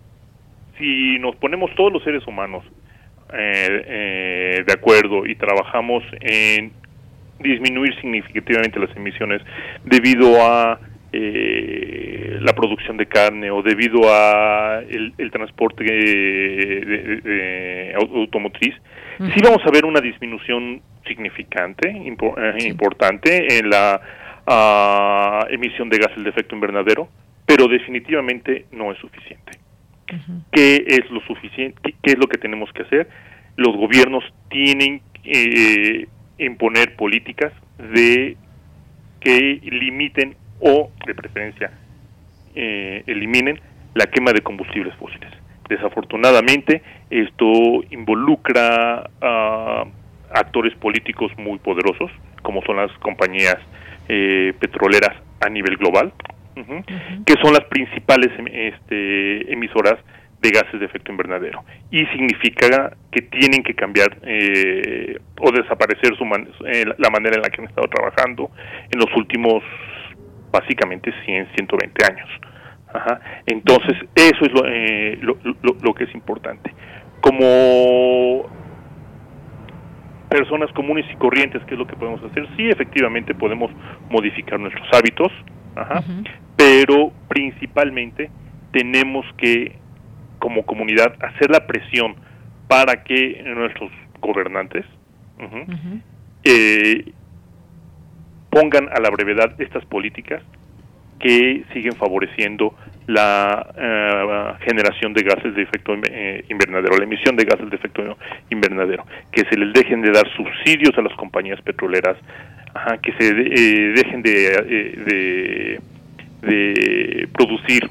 si nos ponemos todos los seres humanos eh, eh, de acuerdo y trabajamos en disminuir significativamente las emisiones debido a eh, la producción de carne o debido a el, el transporte de, de, de automotriz, uh-huh. sí vamos a ver una disminución significante, impo- eh, sí. importante en la uh, emisión de gases de efecto invernadero, pero definitivamente no es suficiente. Uh-huh. ¿Qué es lo suficiente? ¿Qué, qué es lo que tenemos que hacer? Los gobiernos tienen que eh, imponer políticas de que limiten o, de preferencia, eh, eliminen la quema de combustibles fósiles. Desafortunadamente, esto involucra a actores políticos muy poderosos, como son las compañías eh, petroleras a nivel global, uh-huh, uh-huh. que son las principales este, emisoras de gases de efecto invernadero, y significa que tienen que cambiar eh, o desaparecer su man- eh, la manera en la que han estado trabajando en los últimos básicamente cien, ciento veinte años. Ajá. Entonces, eso es lo, eh, lo, lo, lo que es importante. Como personas comunes y corrientes, ¿qué es lo que podemos hacer? Sí, efectivamente podemos modificar nuestros hábitos, ajá, uh-huh. pero principalmente tenemos que, como comunidad, hacer la presión para que nuestros gobernantes uh-huh, uh-huh. Eh, pongan a la brevedad estas políticas que siguen favoreciendo la uh, generación de gases de efecto eh, invernadero, la emisión de gases de efecto invernadero, que se les dejen de dar subsidios a las compañías petroleras, ajá, que se de, eh, dejen de, eh, de, de producir,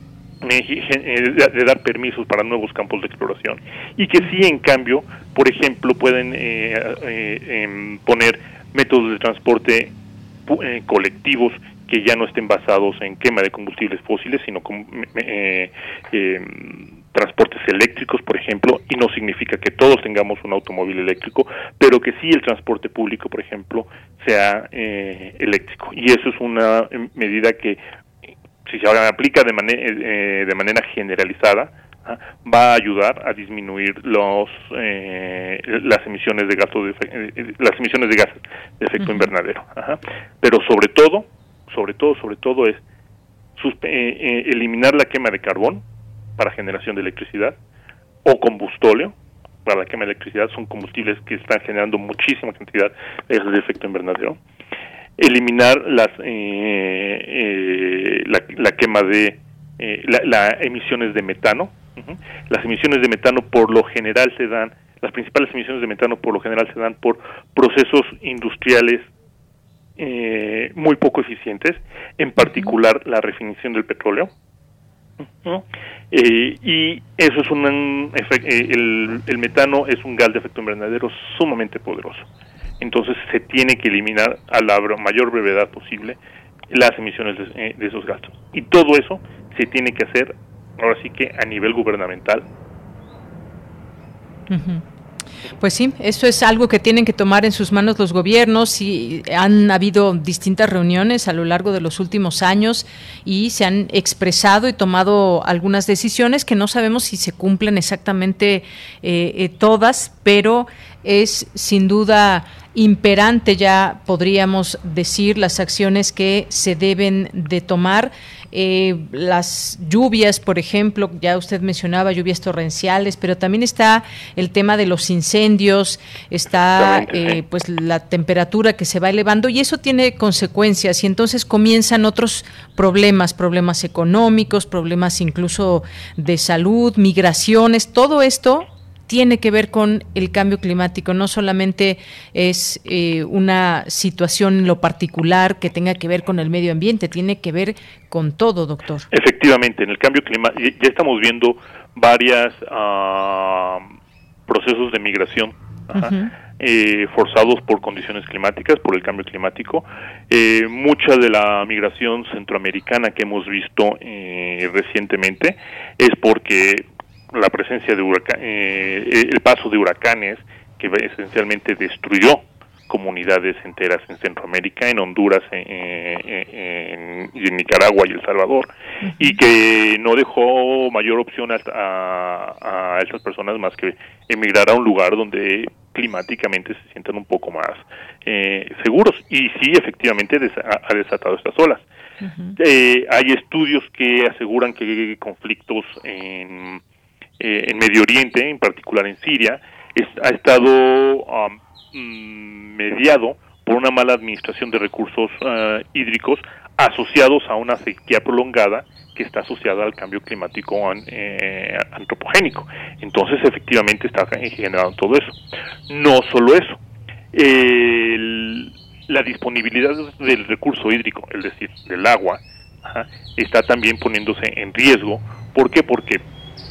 eh, de, de dar permisos para nuevos campos de exploración, y que sí, en cambio, por ejemplo, pueden eh, eh, eh, poner métodos de transporte eh, colectivos que ya no estén basados en quema de combustibles fósiles, sino con eh, eh, transportes eléctricos, por ejemplo, y no significa que todos tengamos un automóvil eléctrico, pero que sí el transporte público, por ejemplo, sea eh, eléctrico. Y eso es una medida que, si se aplica de, manera eh, de manera generalizada, ¿ah? va a ayudar a disminuir los eh, las emisiones de gases de efe- las emisiones de gases de efecto uh-huh. invernadero. Ajá. Pero sobre todo sobre todo, sobre todo es suspe- eh, eliminar la quema de carbón para generación de electricidad, o combustóleo para la quema de electricidad. Son combustibles que están generando muchísima cantidad de gases de efecto invernadero. Eliminar las eh, eh, la, la quema de eh, la, la emisiones de metano. Uh-huh. Las emisiones de metano por lo general se dan, las principales emisiones de metano por lo general se dan por procesos industriales Eh, muy poco eficientes, en particular uh-huh. la refinación del petróleo, uh-huh. eh, y eso es un, un efe- eh, el, el metano es un gas de efecto invernadero sumamente poderoso. Entonces se tiene que eliminar a la mayor brevedad posible las emisiones de, eh, de esos gases, y todo eso se tiene que hacer ahora sí que a nivel gubernamental. Uh-huh. Pues sí, eso es algo que tienen que tomar en sus manos los gobiernos, y han habido distintas reuniones a lo largo de los últimos años y se han expresado y tomado algunas decisiones que no sabemos si se cumplen exactamente eh, eh, todas, pero es sin duda imperante, ya podríamos decir, las acciones que se deben de tomar. Eh, las lluvias, por ejemplo, ya usted mencionaba lluvias torrenciales, pero también está el tema de los incendios, está eh, pues la temperatura que se va elevando y eso tiene consecuencias, y entonces comienzan otros problemas, problemas económicos, problemas incluso de salud, migraciones, todo esto tiene que ver con el cambio climático, no solamente es eh, una situación en lo particular que tenga que ver con el medio ambiente, tiene que ver con todo, doctor. Efectivamente, en el cambio climático ya estamos viendo varias uh, procesos de migración ajá, uh-huh. eh, forzados por condiciones climáticas, por el cambio climático. Eh, mucha de la migración centroamericana que hemos visto eh, recientemente es porque la presencia de huracanes, eh, el paso de huracanes que esencialmente destruyó comunidades enteras en Centroamérica, en Honduras, en, en, en Nicaragua y El Salvador, uh-huh. y que no dejó mayor opción a, a, a esas personas más que emigrar a un lugar donde climáticamente se sientan un poco más eh, seguros, y sí, efectivamente des- ha desatado estas olas. Uh-huh. Eh, hay estudios que aseguran que conflictos en Eh, en Medio Oriente, en particular en Siria, es, ha estado um, mediado por una mala administración de recursos uh, hídricos asociados a una sequía prolongada que está asociada al cambio climático an, eh, antropogénico. Entonces, efectivamente, está generando todo eso. No solo eso, el, la disponibilidad del recurso hídrico, es decir, del agua, ajá, está también poniéndose en riesgo. ¿Por qué? Porque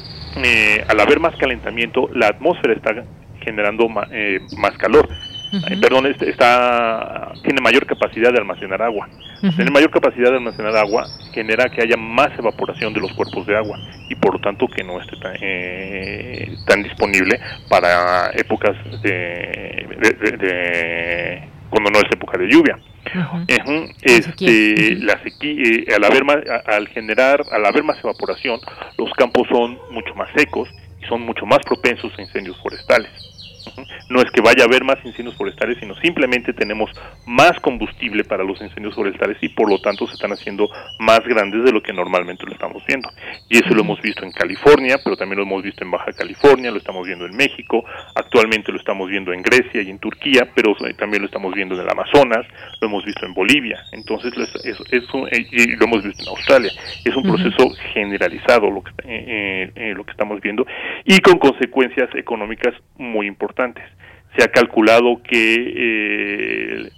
Eh, al haber más calentamiento, la atmósfera está generando ma, eh, más calor. Uh-huh. Eh, perdón, está tiene mayor capacidad de almacenar agua. Uh-huh. Tener mayor capacidad de almacenar agua genera que haya más evaporación de los cuerpos de agua y por lo tanto que no esté tan, eh, tan disponible para épocas de, de, de, de cuando no es época de lluvia. Uh-huh. Uh-huh. Este, uh-huh. La sequía, eh, al haber más, a, al generar, al haber más evaporación, los campos son mucho más secos y son mucho más propensos a incendios forestales. Uh-huh. No es que vaya a haber más incendios forestales, sino simplemente tenemos más combustible para los incendios forestales y por lo tanto se están haciendo más grandes de lo que normalmente lo estamos viendo. Y eso uh-huh. lo hemos visto en California, pero también lo hemos visto en Baja California, lo estamos viendo en México, actualmente lo estamos viendo en Grecia y en Turquía, pero también lo estamos viendo en el Amazonas, lo hemos visto en Bolivia. Entonces es, es un, y lo hemos visto en Australia. Es un uh-huh. proceso generalizado lo que, eh, eh, lo que estamos viendo y con consecuencias económicas muy importantes. Se ha calculado que eh,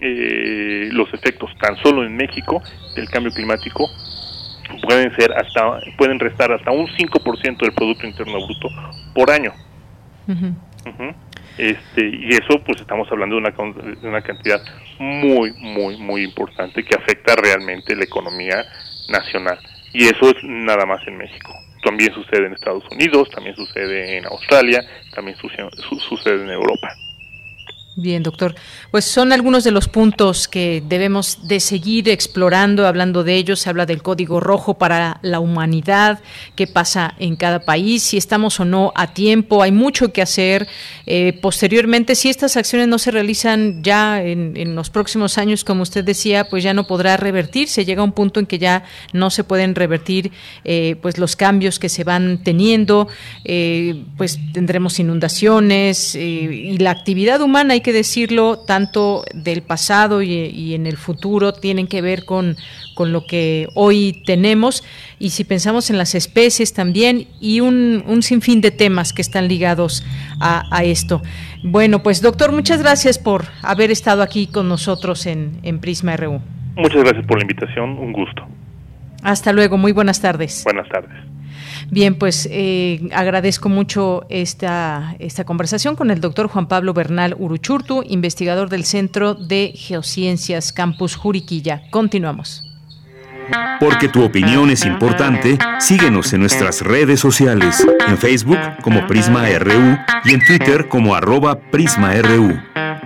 eh, los efectos tan solo en México del cambio climático pueden ser hasta pueden restar hasta un cinco por ciento del Producto Interno Bruto por año. Uh-huh. Uh-huh. Este y eso pues estamos hablando de una, de una cantidad muy muy muy importante que afecta realmente la economía nacional, y eso es nada más en México. También sucede en Estados Unidos, también sucede en Australia, también sucede, su, sucede en Europa. Bien, doctor. Pues son algunos de los puntos que debemos de seguir explorando, hablando de ellos. Se habla del código rojo para la humanidad, qué pasa en cada país, si estamos o no a tiempo. Hay mucho que hacer. Eh, posteriormente, si estas acciones no se realizan ya en, en los próximos años, como usted decía, pues ya no podrá revertirse. Llega un punto en que ya no se pueden revertir eh, pues los cambios que se van teniendo. Eh, pues tendremos inundaciones eh, y la actividad humana, hay que decirlo, tanto del pasado y, y en el futuro, tienen que ver con, con lo que hoy tenemos, y si pensamos en las especies también, y un, un sinfín de temas que están ligados a, a esto. Bueno, pues doctor, muchas gracias por haber estado aquí con nosotros en, en Prisma R U. Muchas gracias por la invitación, un gusto. Hasta luego, muy buenas tardes. Buenas tardes. Bien, pues eh, agradezco mucho esta, esta conversación con el doctor Juan Pablo Bernal Uruchurtu, investigador del Centro de Geociencias Campus Juriquilla. Continuamos. Porque tu opinión es importante, síguenos en nuestras redes sociales, en Facebook como Prisma R U y en Twitter como arroba PrismaRU.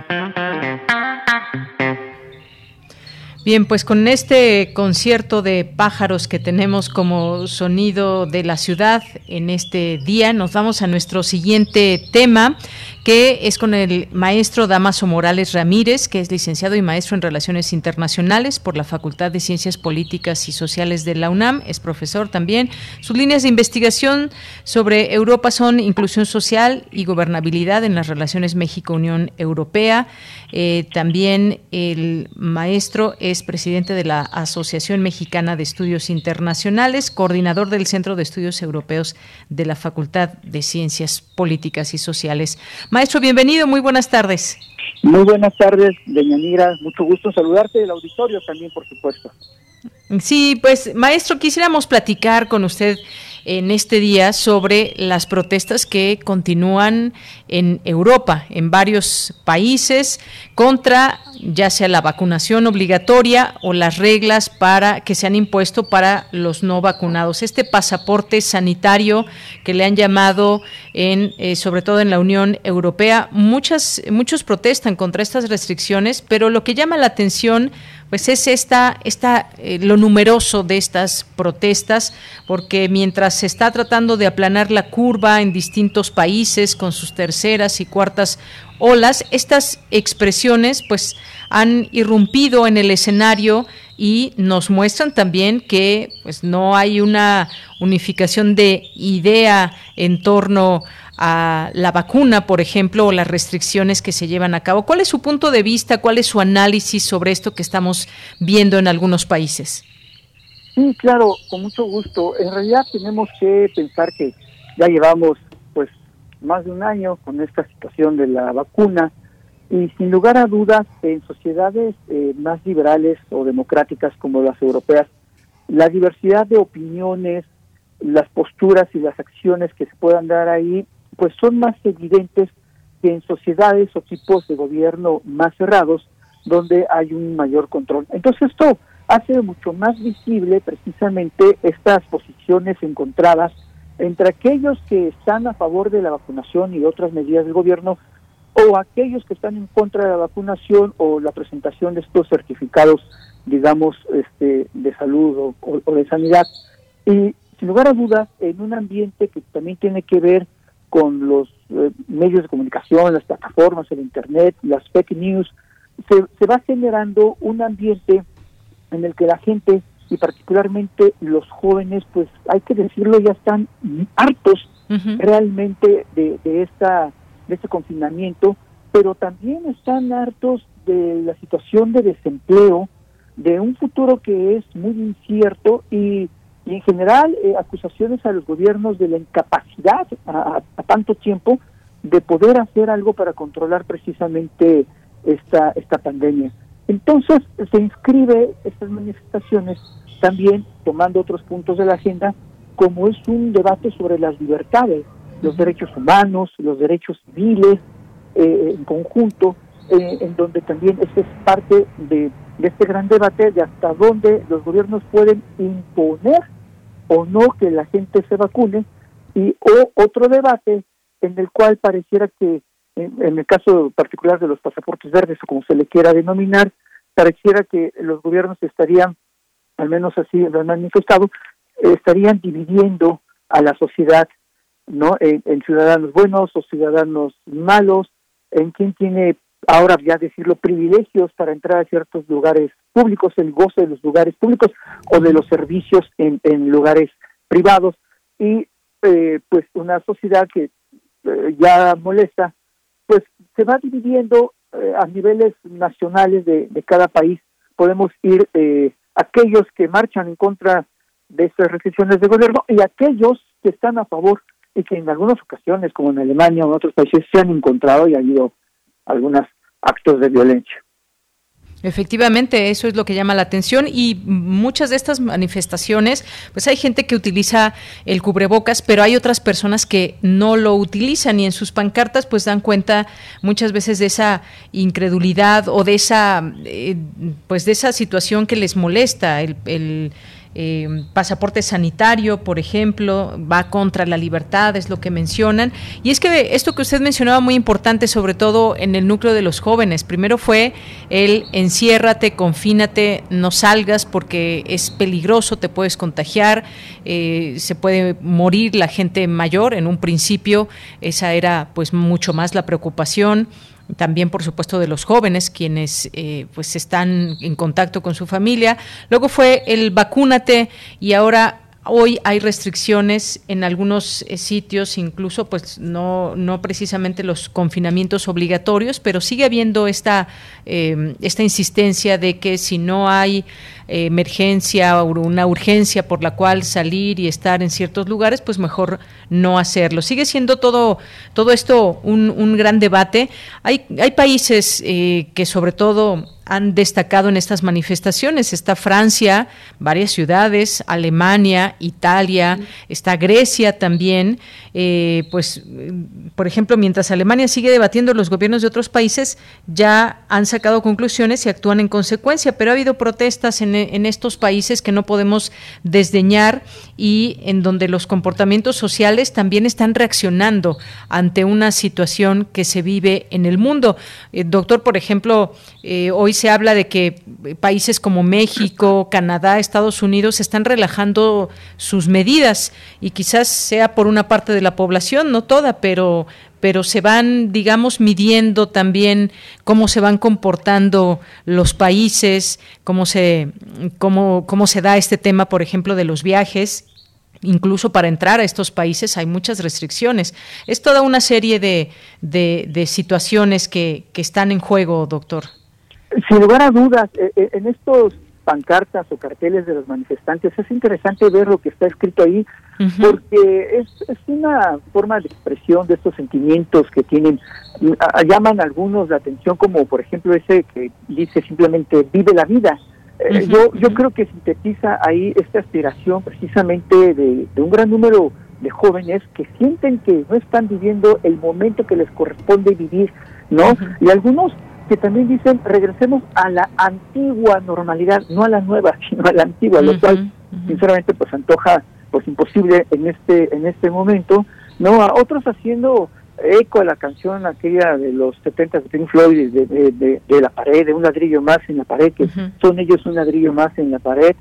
Bien, pues con este concierto de pájaros que tenemos como sonido de la ciudad en este día, nos vamos a nuestro siguiente tema, que es con el maestro Dámaso Morales Ramírez, que es licenciado y maestro en Relaciones Internacionales por la Facultad de Ciencias Políticas y Sociales de la UNAM, es profesor también. Sus líneas de investigación sobre Europa son inclusión social y gobernabilidad en las relaciones México-Unión Europea. Eh, también el maestro es presidente de la Asociación Mexicana de Estudios Internacionales, coordinador del Centro de Estudios Europeos de la Facultad de Ciencias Políticas y Sociales. Maestro, bienvenido, muy buenas tardes. Muy buenas tardes, Deyanira, mucho gusto saludarte, del auditorio también, por supuesto. Sí, pues, maestro, quisiéramos platicar con usted en este día sobre las protestas que continúan en Europa, en varios países, contra ya sea la vacunación obligatoria o las reglas para que se han impuesto para los no vacunados. Este pasaporte sanitario que le han llamado, en eh, sobre todo en la Unión Europea, muchas muchos protestan contra estas restricciones, pero lo que llama la atención pues es esta, esta eh, lo numeroso de estas protestas, porque mientras se está tratando de aplanar la curva en distintos países con sus terceras y cuartas olas, estas expresiones pues han irrumpido en el escenario y nos muestran también que pues no hay una unificación de idea en torno a la vacuna, por ejemplo, o las restricciones que se llevan a cabo. ¿Cuál es su punto de vista? ¿Cuál es su análisis sobre esto que estamos viendo en algunos países? Sí, claro, con mucho gusto. En realidad tenemos que pensar que ya llevamos pues más de un año con esta situación de la vacuna y sin lugar a dudas en sociedades eh, más liberales o democráticas como las europeas, la diversidad de opiniones, las posturas y las acciones que se puedan dar ahí pues son más evidentes que en sociedades o tipos de gobierno más cerrados donde hay un mayor control. Entonces esto hace mucho más visible precisamente estas posiciones encontradas entre aquellos que están a favor de la vacunación y otras medidas del gobierno o aquellos que están en contra de la vacunación o la presentación de estos certificados, digamos, este, de salud o, o, o de sanidad. Y sin lugar a dudas, en un ambiente que también tiene que ver con los eh, medios de comunicación, las plataformas, el internet, las fake news, se, se va generando un ambiente en el que la gente, y particularmente los jóvenes, pues hay que decirlo, ya están hartos uh-huh. realmente de, de, esta, de este confinamiento, pero también están hartos de la situación de desempleo, de un futuro que es muy incierto y y en general eh, acusaciones a los gobiernos de la incapacidad a, a, a tanto tiempo de poder hacer algo para controlar precisamente esta esta pandemia. Entonces se inscribe estas manifestaciones también tomando otros puntos de la agenda, como es un debate sobre las libertades, los derechos humanos, los derechos civiles eh, en conjunto, eh, en donde también esta es parte de de este gran debate de hasta dónde los gobiernos pueden imponer o no que la gente se vacune, y o otro debate en el cual pareciera que, en, en el caso particular de los pasaportes verdes, o como se le quiera denominar, pareciera que los gobiernos estarían, al menos así lo han manifestado, estarían dividiendo a la sociedad, ¿no? En, en ciudadanos buenos o ciudadanos malos, en quién tiene ahora ya decirlo, privilegios para entrar a ciertos lugares públicos, el goce de los lugares públicos o de los servicios en, en lugares privados, y eh, pues una sociedad que eh, ya molesta, pues se va dividiendo eh, a niveles nacionales de, de cada país. Podemos ir eh, aquellos que marchan en contra de estas restricciones de gobierno y aquellos que están a favor y que en algunas ocasiones, como en Alemania o en otros países, se han encontrado y ha habido algunos actos de violencia. Efectivamente, eso es lo que llama la atención y muchas de estas manifestaciones, pues hay gente que utiliza el cubrebocas, pero hay otras personas que no lo utilizan y en sus pancartas pues dan cuenta muchas veces de esa incredulidad o de esa eh, pues de esa situación que les molesta. El, el Eh, pasaporte sanitario, por ejemplo, va contra la libertad, es lo que mencionan. Y es que esto que usted mencionaba muy importante, sobre todo en el núcleo de los jóvenes. Primero fue el enciérrate, confínate, no salgas porque es peligroso, te puedes contagiar, eh, se puede morir la gente mayor. En un principio esa era pues mucho más la preocupación. También, por supuesto, de los jóvenes, quienes eh, pues están en contacto con su familia. Luego fue el vacúnate y ahora hoy hay restricciones en algunos eh, sitios, incluso pues no no precisamente los confinamientos obligatorios, pero sigue habiendo esta eh, esta insistencia de que si no hay eh, emergencia o una urgencia por la cual salir y estar en ciertos lugares, pues mejor no hacerlo. Sigue siendo todo todo esto un, un gran debate. Hay hay países eh, que sobre todo han destacado en estas manifestaciones. Está Francia, varias ciudades, Alemania, Italia, está Grecia también. Eh, pues, por ejemplo, mientras Alemania sigue debatiendo, los gobiernos de otros países ya han sacado conclusiones y actúan en consecuencia, pero ha habido protestas en, en estos países que no podemos desdeñar y en donde los comportamientos sociales también están reaccionando ante una situación que se vive en el mundo. Eh, doctor, por ejemplo, eh, hoy se habla de que países como México, Canadá, Estados Unidos están relajando sus medidas y quizás sea por una parte de la población, no toda, pero pero se van, digamos, midiendo también cómo se van comportando los países, cómo se cómo cómo se da este tema, por ejemplo, de los viajes. Incluso para entrar a estos países hay muchas restricciones. Es toda una serie de de, de situaciones que, que están en juego, doctor. Sin lugar a dudas, eh, en estos pancartas o carteles de los manifestantes es interesante ver lo que está escrito ahí, uh-huh. porque es, es una forma de expresión de estos sentimientos que tienen, a, a, llaman algunos la atención, como por ejemplo ese que dice simplemente vive la vida. Uh-huh. Eh, yo, yo creo que sintetiza ahí esta aspiración precisamente de, de un gran número de jóvenes que sienten que no están viviendo el momento que les corresponde vivir, ¿no? Uh-huh. Y algunos que también dicen regresemos a la antigua normalidad, no a la nueva, sino a la antigua, uh-huh, lo cual uh-huh. sinceramente pues antoja pues imposible en este en este momento, no, a otros haciendo eco a la canción aquella de los setenta de Pink Floyd, de, de, de, de la pared, de un ladrillo más en la pared, que uh-huh. son ellos un ladrillo más en la pared,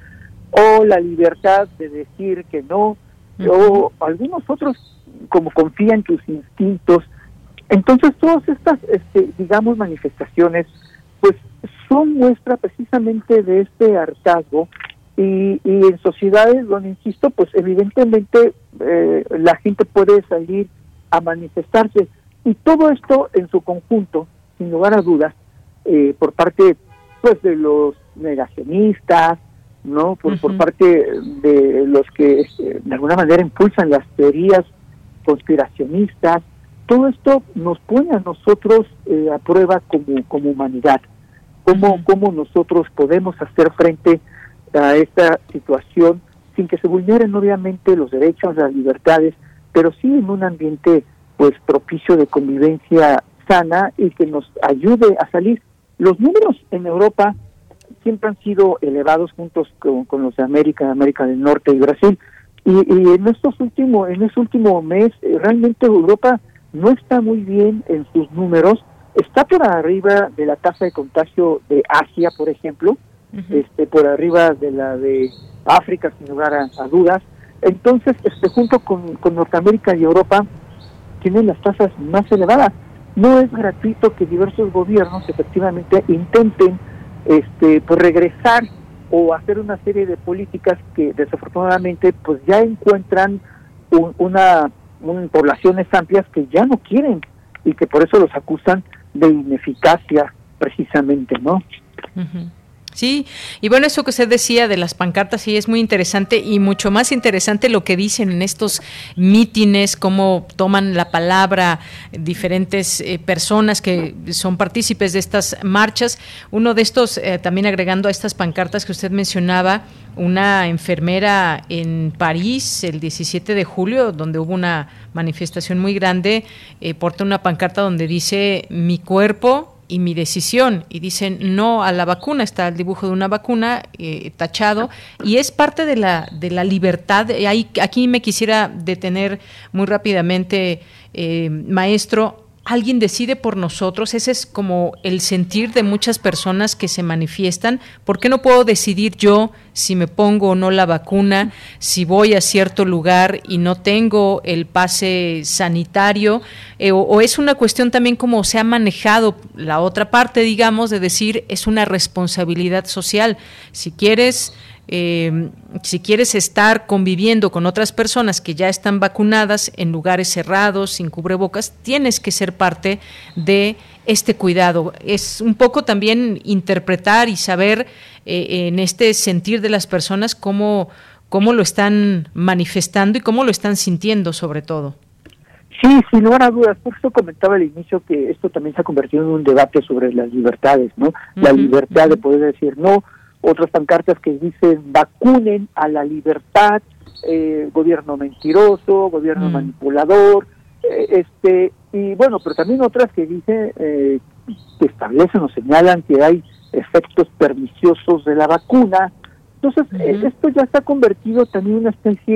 o la libertad de decir que no, uh-huh. o algunos otros como confía en tus instintos. Entonces todas estas, este, digamos, manifestaciones, pues son muestra precisamente de este hartazgo y, y en sociedades donde, insisto, pues evidentemente eh, la gente puede salir a manifestarse y todo esto en su conjunto, sin lugar a dudas, eh, por parte pues de los negacionistas, no, por, uh-huh. por parte de los que eh, de alguna manera impulsan las teorías conspiracionistas. Todo esto nos pone a nosotros eh, a prueba como, como humanidad, cómo, uh-huh. cómo nosotros podemos hacer frente a esta situación sin que se vulneren obviamente los derechos, las libertades, pero sí en un ambiente pues propicio de convivencia sana y que nos ayude a salir. Los números en Europa siempre han sido elevados juntos con, con los de América, América del Norte y Brasil, y, y en estos últimos, en este último mes eh, realmente Europa no está muy bien en sus números, está por arriba de la tasa de contagio de Asia, por ejemplo, uh-huh. este por arriba de la de África, sin lugar a, a dudas. Entonces, este junto con, con Norteamérica y Europa, tienen las tasas más elevadas. No es gratuito que diversos gobiernos efectivamente intenten este pues regresar o hacer una serie de políticas que desafortunadamente pues ya encuentran un, una un, poblaciones amplias que ya no quieren y que por eso los acusan de ineficacia precisamente, ¿no? Uh-huh. Sí, y bueno, eso que usted decía de las pancartas sí es muy interesante y mucho más interesante lo que dicen en estos mítines, cómo toman la palabra diferentes eh, personas que son partícipes de estas marchas. Uno de estos, eh, también agregando a estas pancartas que usted mencionaba, una enfermera en París el diecisiete de julio, donde hubo una manifestación muy grande, eh, porta una pancarta donde dice mi cuerpo y mi decisión, y dicen no a la vacuna, está el dibujo de una vacuna eh, tachado, y es parte de la de la libertad. Ahí, aquí me quisiera detener muy rápidamente, eh, maestro. Alguien decide por nosotros, ese es como el sentir de muchas personas que se manifiestan. ¿Por qué no puedo decidir yo si me pongo o no la vacuna, si voy a cierto lugar y no tengo el pase sanitario? Eh, o, o es una cuestión también como se ha manejado la otra parte, digamos, de decir es una responsabilidad social. Si quieres... Eh, si quieres estar conviviendo con otras personas que ya están vacunadas en lugares cerrados, sin cubrebocas, tienes que ser parte de este cuidado. Es un poco también interpretar y saber eh, en este sentir de las personas cómo, cómo lo están manifestando y cómo lo están sintiendo sobre todo. Sí, sin lugar a dudas. Por eso comentaba al inicio que esto también se ha convertido en un debate sobre las libertades, ¿no? La uh-huh. libertad de poder decir no. Otras pancartas que dicen vacunen a la libertad, eh, gobierno mentiroso, gobierno mm. manipulador, eh, este y bueno, pero también otras que dicen, eh, que establecen o señalan que hay efectos perniciosos de la vacuna. Entonces, uh-huh. eh, esto ya se ha convertido también en una especie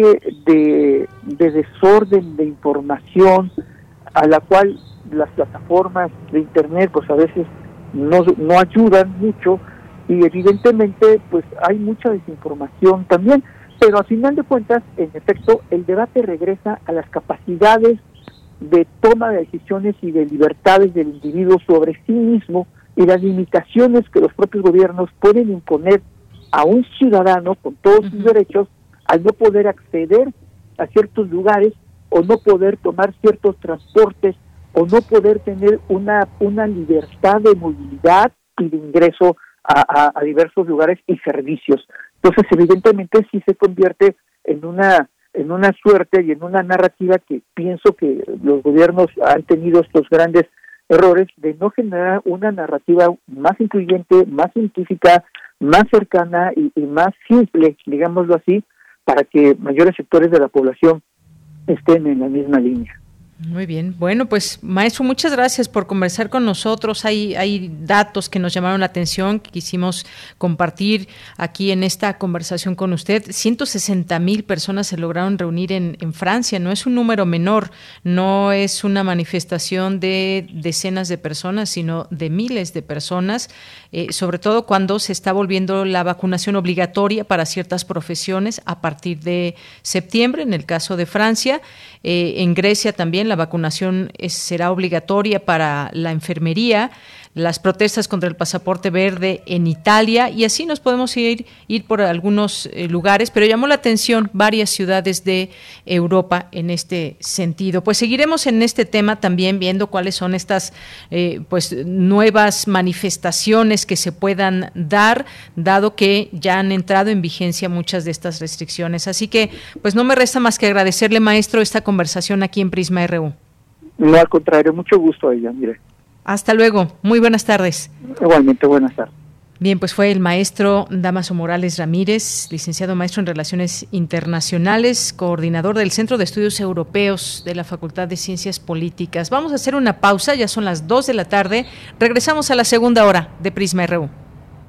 de, de desorden de información a la cual las plataformas de Internet pues a veces no, no ayudan mucho. Y evidentemente pues hay mucha desinformación también, pero al final de cuentas, en efecto, el debate regresa a las capacidades de toma de decisiones y de libertades del individuo sobre sí mismo y las limitaciones que los propios gobiernos pueden imponer a un ciudadano con todos uh-huh. sus derechos al no poder acceder a ciertos lugares o no poder tomar ciertos transportes o no poder tener una, una libertad de movilidad y de ingreso A, a, a diversos lugares y servicios. Entonces, evidentemente, sí se convierte en una en una suerte y en una narrativa que pienso que los gobiernos han tenido estos grandes errores de no generar una narrativa más incluyente, más científica, más cercana y, y más simple, digámoslo así, para que mayores sectores de la población estén en la misma línea. Muy bien. Bueno, pues maestro, muchas gracias por conversar con nosotros. Hay, hay datos que nos llamaron la atención, que quisimos compartir aquí en esta conversación con usted. ciento sesenta mil personas se lograron reunir en, en Francia. No es un número menor, no es una manifestación de decenas de personas, sino de miles de personas, eh, sobre todo cuando se está volviendo la vacunación obligatoria para ciertas profesiones a partir de septiembre, en el caso de Francia. Eh, en Grecia también la vacunación es, será obligatoria para la enfermería, las protestas contra el pasaporte verde en Italia, y así nos podemos ir, ir por algunos eh, lugares, pero llamó la atención varias ciudades de Europa en este sentido. Pues seguiremos en este tema también viendo cuáles son estas eh, pues nuevas manifestaciones que se puedan dar, dado que ya han entrado en vigencia muchas de estas restricciones. Así que pues no me resta más que agradecerle, maestro, esta conversación aquí en Prisma R U. No, al contrario, mucho gusto a ella, mire. Hasta luego, muy buenas tardes. Igualmente, buenas tardes. Bien, pues fue el maestro Dámaso Morales Ramírez, licenciado maestro en Relaciones Internacionales, coordinador del Centro de Estudios Europeos de la Facultad de Ciencias Políticas. Vamos a hacer una pausa, ya son las dos de la tarde. Regresamos a la segunda hora de Prisma R U.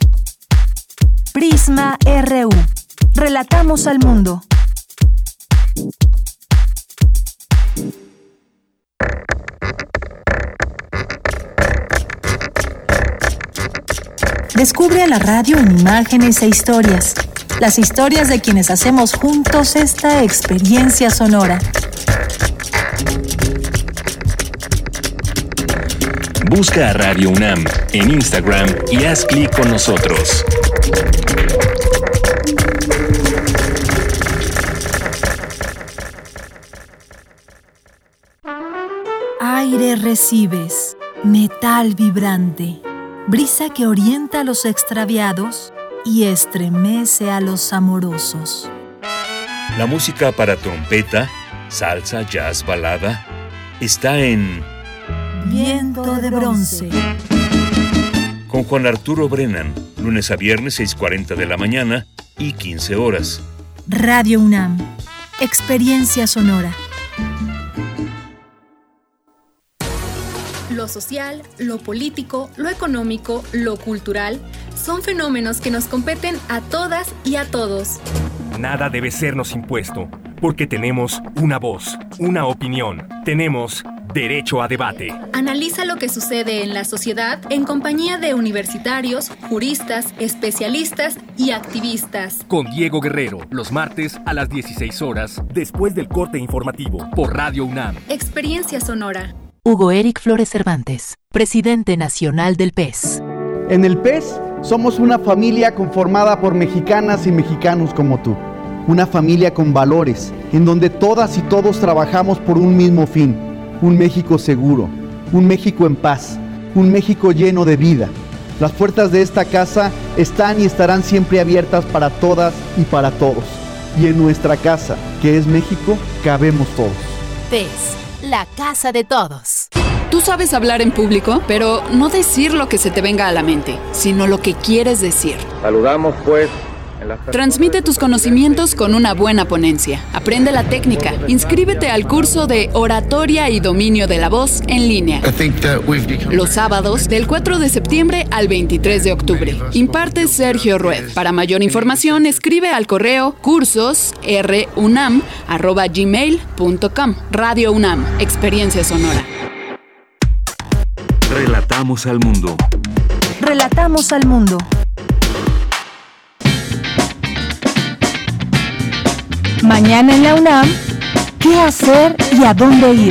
Prisma R U. Relatamos al mundo. Descubre a la radio en imágenes e historias. Las historias de quienes hacemos juntos esta experiencia sonora. Busca a Radio UNAM en Instagram y haz clic con nosotros. Aire recibes, metal vibrante, brisa que orienta a los extraviados, y estremece a los amorosos. La música para trompeta, salsa, jazz, balada, está en Viento de Bronce. Con Juan Arturo Brennan, lunes a viernes seis cuarenta de la mañana y quince horas. Radio UNAM, experiencia sonora. Lo social, lo político, lo económico, lo cultural, son fenómenos que nos competen a todas y a todos. Nada debe sernos impuesto, porque tenemos una voz, una opinión, tenemos derecho a debate. Analiza lo que sucede en la sociedad en compañía de universitarios, juristas, especialistas y activistas. Con Diego Guerrero, los martes a las dieciséis horas, después del corte informativo, por Radio UNAM. Experiencia sonora. Hugo Eric Flores Cervantes, presidente nacional del P E S. En el P E S somos una familia conformada por mexicanas y mexicanos como tú. Una familia con valores, en donde todas y todos trabajamos por un mismo fin. Un México seguro, un México en paz, un México lleno de vida. Las puertas de esta casa están y estarán siempre abiertas para todas y para todos. Y en nuestra casa, que es México, cabemos todos. P E S, la casa de todos. Tú sabes hablar en público, pero no decir lo que se te venga a la mente, sino lo que quieres decir. Saludamos, pues. Transmite tus conocimientos con una buena ponencia. Aprende la técnica. Inscríbete al curso de Oratoria y Dominio de la Voz en línea. Los sábados, del cuatro de septiembre al veintitrés de octubre. Imparte Sergio Rued. Para mayor información, escribe al correo cursos r unam arroba gmail punto com. Radio UNAM, experiencia sonora. Relatamos al mundo. Relatamos al mundo. Mañana en la UNAM, ¿qué hacer y a dónde ir?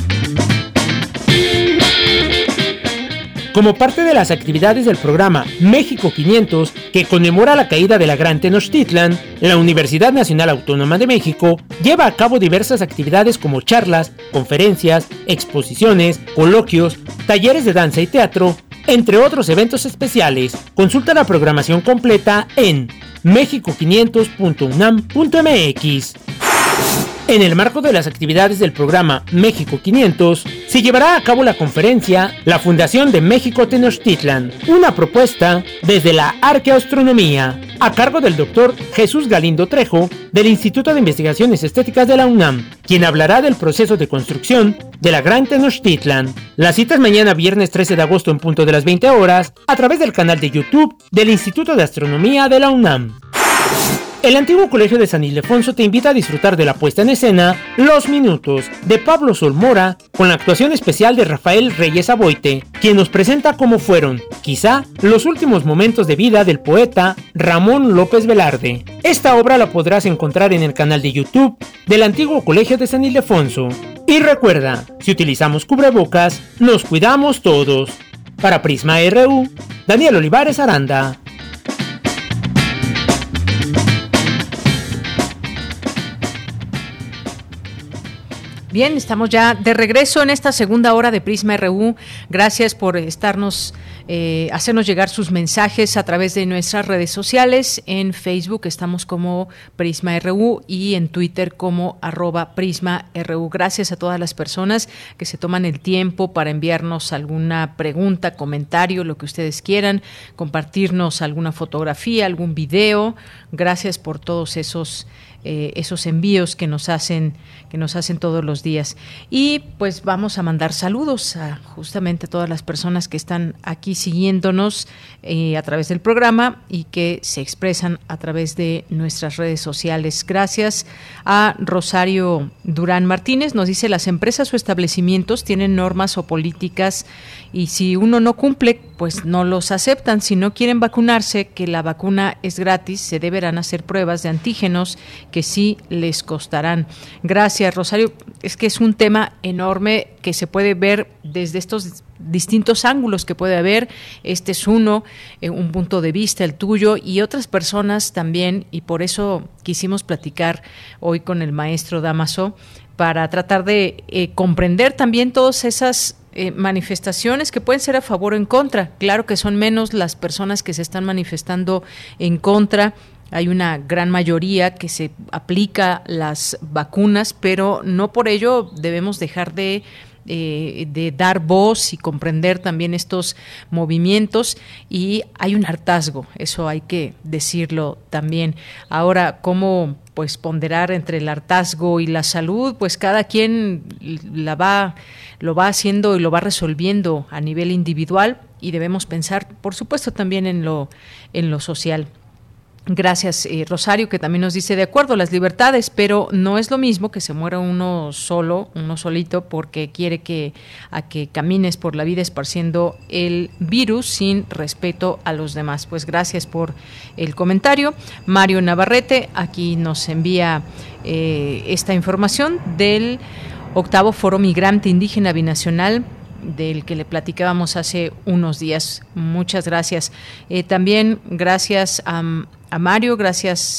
Como parte de las actividades del programa México quinientos, que conmemora la caída de la Gran Tenochtitlan, la Universidad Nacional Autónoma de México lleva a cabo diversas actividades como charlas, conferencias, exposiciones, coloquios, talleres de danza y teatro, entre otros eventos especiales. Consulta la programación completa en mexico quinientos punto unam punto m x. En el marco de las actividades del programa México quinientos, se llevará a cabo la conferencia La Fundación de México Tenochtitlan, una propuesta desde la arqueoastronomía, a cargo del doctor Jesús Galindo Trejo, del Instituto de Investigaciones Estéticas de la UNAM, quien hablará del proceso de construcción de la Gran Tenochtitlan. La cita es mañana viernes trece de agosto en punto de las veinte horas, a través del canal de YouTube del Instituto de Astronomía de la UNAM. El antiguo Colegio de San Ildefonso te invita a disfrutar de la puesta en escena Los Minutos, de Pablo Solmora, con la actuación especial de Rafael Reyes Aboite, quien nos presenta cómo fueron, quizá, los últimos momentos de vida del poeta Ramón López Velarde. Esta obra la podrás encontrar en el canal de YouTube del antiguo Colegio de San Ildefonso. Y recuerda, si utilizamos cubrebocas, nos cuidamos todos. Para Prisma R U, Daniel Olivares Aranda. Bien, estamos ya de regreso en esta segunda hora de Prisma R U. Gracias por estarnos, eh, hacernos llegar sus mensajes a través de nuestras redes sociales. En Facebook estamos como Prisma R U y en Twitter como arroba Prisma R U. Gracias a todas las personas que se toman el tiempo para enviarnos alguna pregunta, comentario, lo que ustedes quieran, compartirnos alguna fotografía, algún video. Gracias por todos esos Eh, esos envíos que nos hacen que nos hacen todos los días. Y pues vamos a mandar saludos a justamente todas las personas que están aquí siguiéndonos eh, a través del programa y que se expresan a través de nuestras redes sociales. Gracias a Rosario Durán Martínez, nos dice: las empresas o establecimientos tienen normas o políticas y si uno no cumple, pues no los aceptan. Si no quieren vacunarse, que la vacuna es gratis, se deberán hacer pruebas de antígenos que sí les costarán. Gracias, Rosario. Es que es un tema enorme que se puede ver desde estos distintos ángulos que puede haber. Este es uno, eh, un punto de vista, el tuyo, y otras personas también, y por eso quisimos platicar hoy con el maestro Dámaso, para tratar de eh, comprender también todas esas eh, manifestaciones que pueden ser a favor o en contra. Claro que son menos las personas que se están manifestando en contra. Hay una gran mayoría que se aplica las vacunas, pero no por ello debemos dejar de Eh, de dar voz y comprender también estos movimientos, y hay un hartazgo, eso hay que decirlo también. Ahora, ¿cómo pues ponderar entre el hartazgo y la salud? Pues cada quien la va, lo va haciendo y lo va resolviendo a nivel individual, y debemos pensar, por supuesto, también en lo, en lo social. Gracias, eh, Rosario, que también nos dice, de acuerdo, las libertades, pero no es lo mismo que se muera uno solo, uno solito, porque quiere que a que camines por la vida esparciendo el virus sin respeto a los demás. Pues gracias por el comentario. Mario Navarrete aquí nos envía eh, esta información del octavo Foro Migrante Indígena Binacional, del que le platicábamos hace unos días. Muchas gracias. Eh, también gracias a, a Mario, gracias.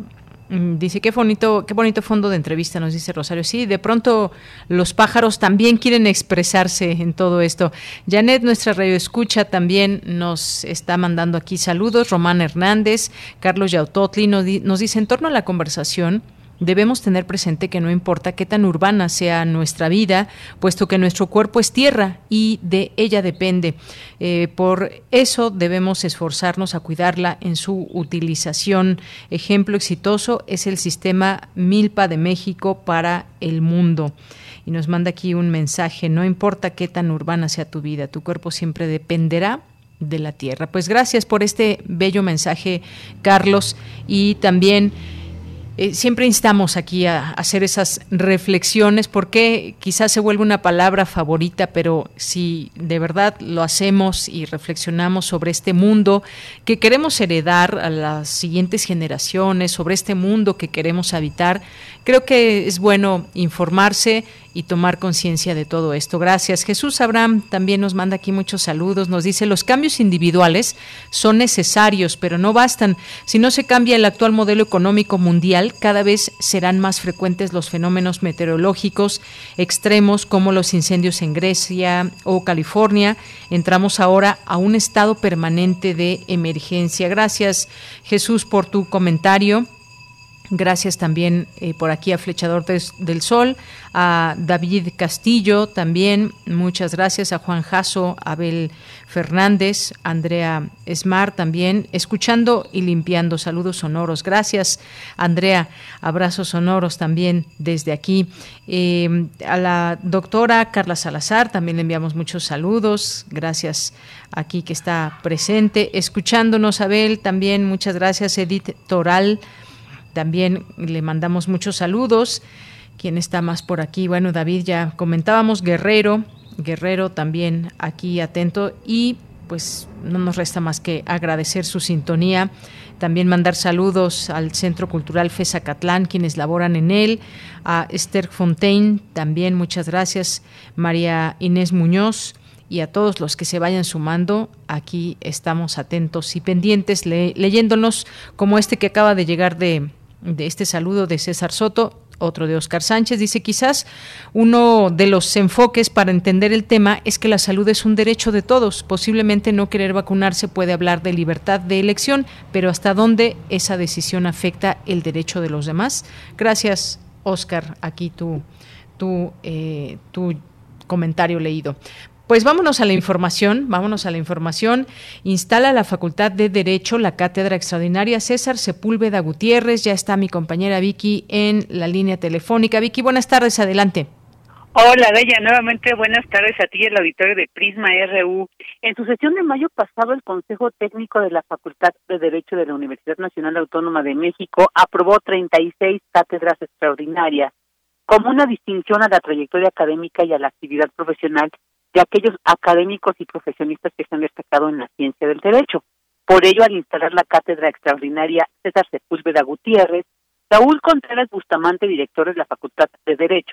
Dice, qué bonito, qué bonito fondo de entrevista, nos dice Rosario. Sí, de pronto los pájaros también quieren expresarse en todo esto. Janet, nuestra radioescucha, también nos está mandando aquí saludos. Román Hernández, Carlos Yautotli nos, di, nos dice, en torno a la conversación, debemos tener presente que no importa qué tan urbana sea nuestra vida, puesto que nuestro cuerpo es tierra y de ella depende. Eh, por eso debemos esforzarnos a cuidarla en su utilización. Ejemplo exitoso es el sistema Milpa de México para el mundo. Y nos manda aquí un mensaje, no importa qué tan urbana sea tu vida, tu cuerpo siempre dependerá de la tierra. Pues gracias por este bello mensaje, Carlos, y también Eh, siempre instamos aquí a, a hacer esas reflexiones, porque quizás se vuelve una palabra favorita, pero si de verdad lo hacemos y reflexionamos sobre este mundo que queremos heredar a las siguientes generaciones, sobre este mundo que queremos habitar, creo que es bueno informarse y tomar conciencia de todo esto. Gracias. Jesús Abraham también nos manda aquí muchos saludos, nos dice, los cambios individuales son necesarios, pero no bastan. Si no se cambia el actual modelo económico mundial, cada vez serán más frecuentes los fenómenos meteorológicos extremos como los incendios en Grecia o California. Entramos ahora a un estado permanente de emergencia. Gracias, Jesús, por tu comentario. Gracias también eh, por aquí a Flechador de, del Sol, a David Castillo también, muchas gracias, a Juan Jasso, Abel Fernández, Andrea Esmar también, escuchando y limpiando, saludos sonoros. Gracias, Andrea, abrazos sonoros también desde aquí. Eh, a la doctora Carla Salazar también le enviamos muchos saludos, gracias aquí que está presente, escuchándonos. Abel también, muchas gracias. Edith Toral, también le mandamos muchos saludos. ¿Quién está más por aquí? Bueno, David, ya comentábamos. Guerrero, Guerrero también aquí atento, y pues no nos resta más que agradecer su sintonía. También mandar saludos al Centro Cultural Fezacatlán, quienes laboran en él, a Esther Fontaine, también muchas gracias, María Inés Muñoz, y a todos los que se vayan sumando. Aquí estamos atentos y pendientes, le, leyéndonos, como este que acaba de llegar de, de este saludo de César Soto, otro de Oscar Sánchez. Dice, quizás uno de los enfoques para entender el tema es que la salud es un derecho de todos. Posiblemente no querer vacunarse puede hablar de libertad de elección, pero ¿hasta dónde esa decisión afecta el derecho de los demás? Gracias, Oscar, aquí tu, tu, eh, tu comentario leído. Pues vámonos a la información, vámonos a la información. Instala la Facultad de Derecho la Cátedra Extraordinaria César Sepúlveda Gutiérrez. Ya está mi compañera Vicky en la línea telefónica. Vicky, buenas tardes, adelante. Hola, Bella, nuevamente buenas tardes a ti y el auditorio de Prisma R U. En su sesión de mayo pasado, el Consejo Técnico de la Facultad de Derecho de la Universidad Nacional Autónoma de México aprobó treinta y seis cátedras extraordinarias como una distinción a la trayectoria académica y a la actividad profesional de aquellos académicos y profesionistas que se han destacado en la ciencia del derecho. Por ello, al instalar la cátedra extraordinaria César Sepúlveda Gutiérrez, Saúl Contreras Bustamante, director de la Facultad de Derecho,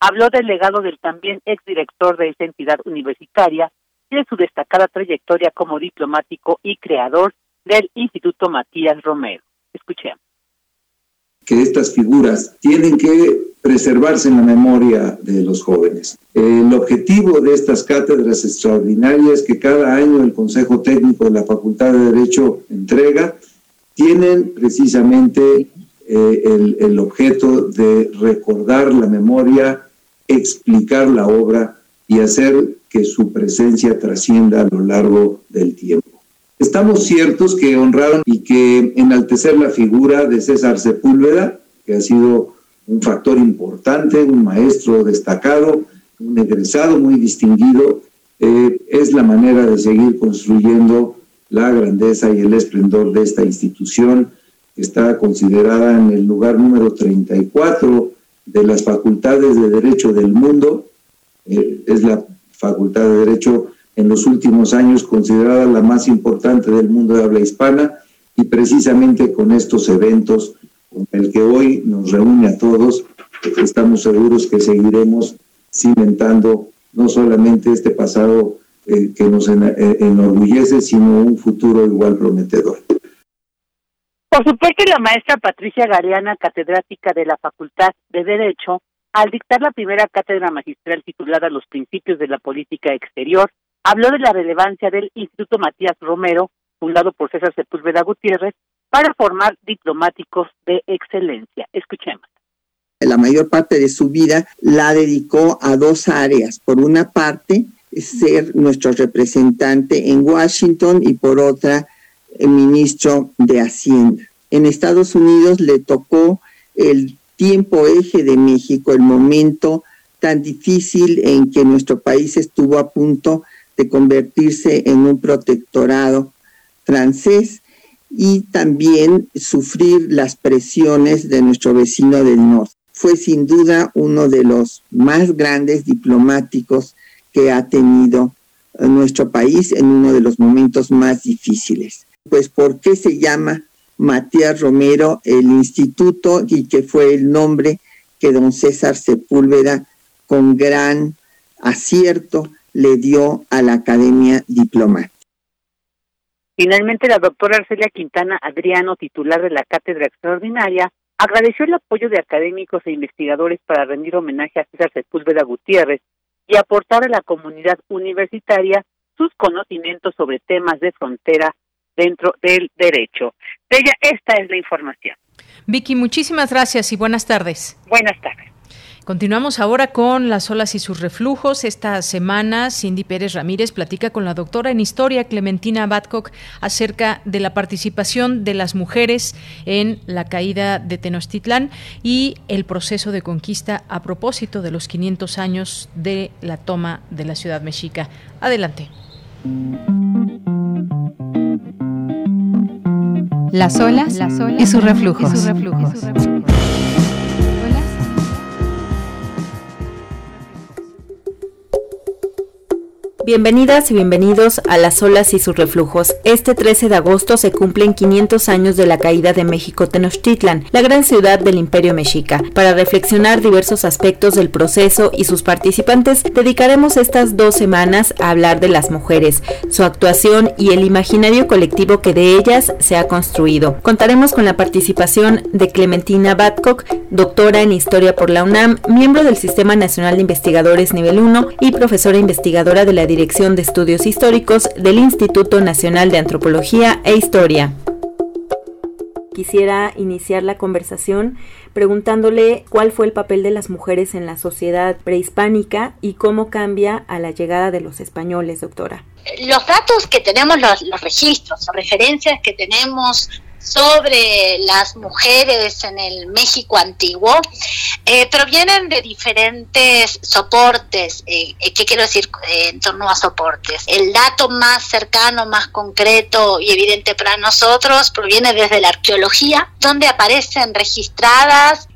habló del legado del también exdirector de esa entidad universitaria y de su destacada trayectoria como diplomático y creador del Instituto Matías Romero. Escuchemos. Que estas figuras tienen que preservarse en la memoria de los jóvenes. El objetivo de estas cátedras extraordinarias que cada año el Consejo Técnico de la Facultad de Derecho entrega, tienen precisamente eh, el, el objeto de recordar la memoria, explicar la obra y hacer que su presencia trascienda a lo largo del tiempo. Estamos ciertos que honraron y que enaltecer la figura de César Sepúlveda, que ha sido un factor importante, un maestro destacado, un egresado muy distinguido, eh, es la manera de seguir construyendo la grandeza y el esplendor de esta institución, que está considerada en el lugar número treinta y cuatro de las facultades de Derecho del mundo. Eh, es la Facultad de Derecho en los últimos años considerada la más importante del mundo de habla hispana, y precisamente con estos eventos, con el que hoy nos reúne a todos, estamos seguros que seguiremos cimentando no solamente este pasado eh, que nos en, eh, enorgullece, sino un futuro igual prometedor. Por su parte, la maestra Patricia Galeana, catedrática de la Facultad de Derecho, al dictar la primera cátedra magistral titulada Los principios de la política exterior, habló de la relevancia del Instituto Matías Romero, fundado por César Sepúlveda Gutiérrez, para formar diplomáticos de excelencia. Escuchemos. La mayor parte de su vida la dedicó a dos áreas. Por una parte, ser nuestro representante en Washington y por otra, el ministro de Hacienda. En Estados Unidos le tocó el tiempo eje de México, el momento tan difícil en que nuestro país estuvo a punto de convertirse en un protectorado francés, y también sufrir las presiones de nuestro vecino del norte. Fue sin duda uno de los más grandes diplomáticos que ha tenido nuestro país en uno de los momentos más difíciles. Pues, ¿por qué se llama Matías Romero el instituto? Y que fue el nombre que don César Sepúlveda, con gran acierto, le dio a la Academia Diplomática. Finalmente, la doctora Arcelia Quintana Adriano, titular de la Cátedra Extraordinaria, agradeció el apoyo de académicos e investigadores para rendir homenaje a César Sepúlveda Gutiérrez y aportar a la comunidad universitaria sus conocimientos sobre temas de frontera dentro del derecho. De ella, esta es la información. Vicky, muchísimas gracias y buenas tardes. Buenas tardes. Continuamos ahora con las olas y sus reflujos. Esta semana, Cindy Pérez Ramírez platica con la doctora en Historia, Clementina Babcock, acerca de la participación de las mujeres en la caída de Tenochtitlán y el proceso de conquista a propósito de los quinientos años de la toma de la ciudad mexica. Adelante. Las olas, las olas y sus reflujos. Y sus reflujos. Bienvenidas y bienvenidos a Las olas y sus reflujos. Este trece de agosto se cumplen quinientos años de la caída de México Tenochtitlan, la gran ciudad del Imperio Mexica. Para reflexionar diversos aspectos del proceso y sus participantes, dedicaremos estas dos semanas a hablar de las mujeres, su actuación y el imaginario colectivo que de ellas se ha construido. Contaremos con la participación de Clementina Babcock, doctora en Historia por la UNAM, miembro del Sistema Nacional de Investigadores Nivel uno y profesora investigadora de la Dirección de Estudios Históricos del Instituto Nacional de Antropología e Historia. Quisiera iniciar la conversación preguntándole cuál fue el papel de las mujeres en la sociedad prehispánica y cómo cambia a la llegada de los españoles, doctora. Los datos que tenemos, los, los registros o referencias que tenemos sobre las mujeres en el México antiguo eh, provienen de diferentes soportes. Eh, ¿Qué quiero decir eh, en torno a soportes? El dato más cercano, más concreto y evidente para nosotros proviene desde la arqueología, donde aparecen registradas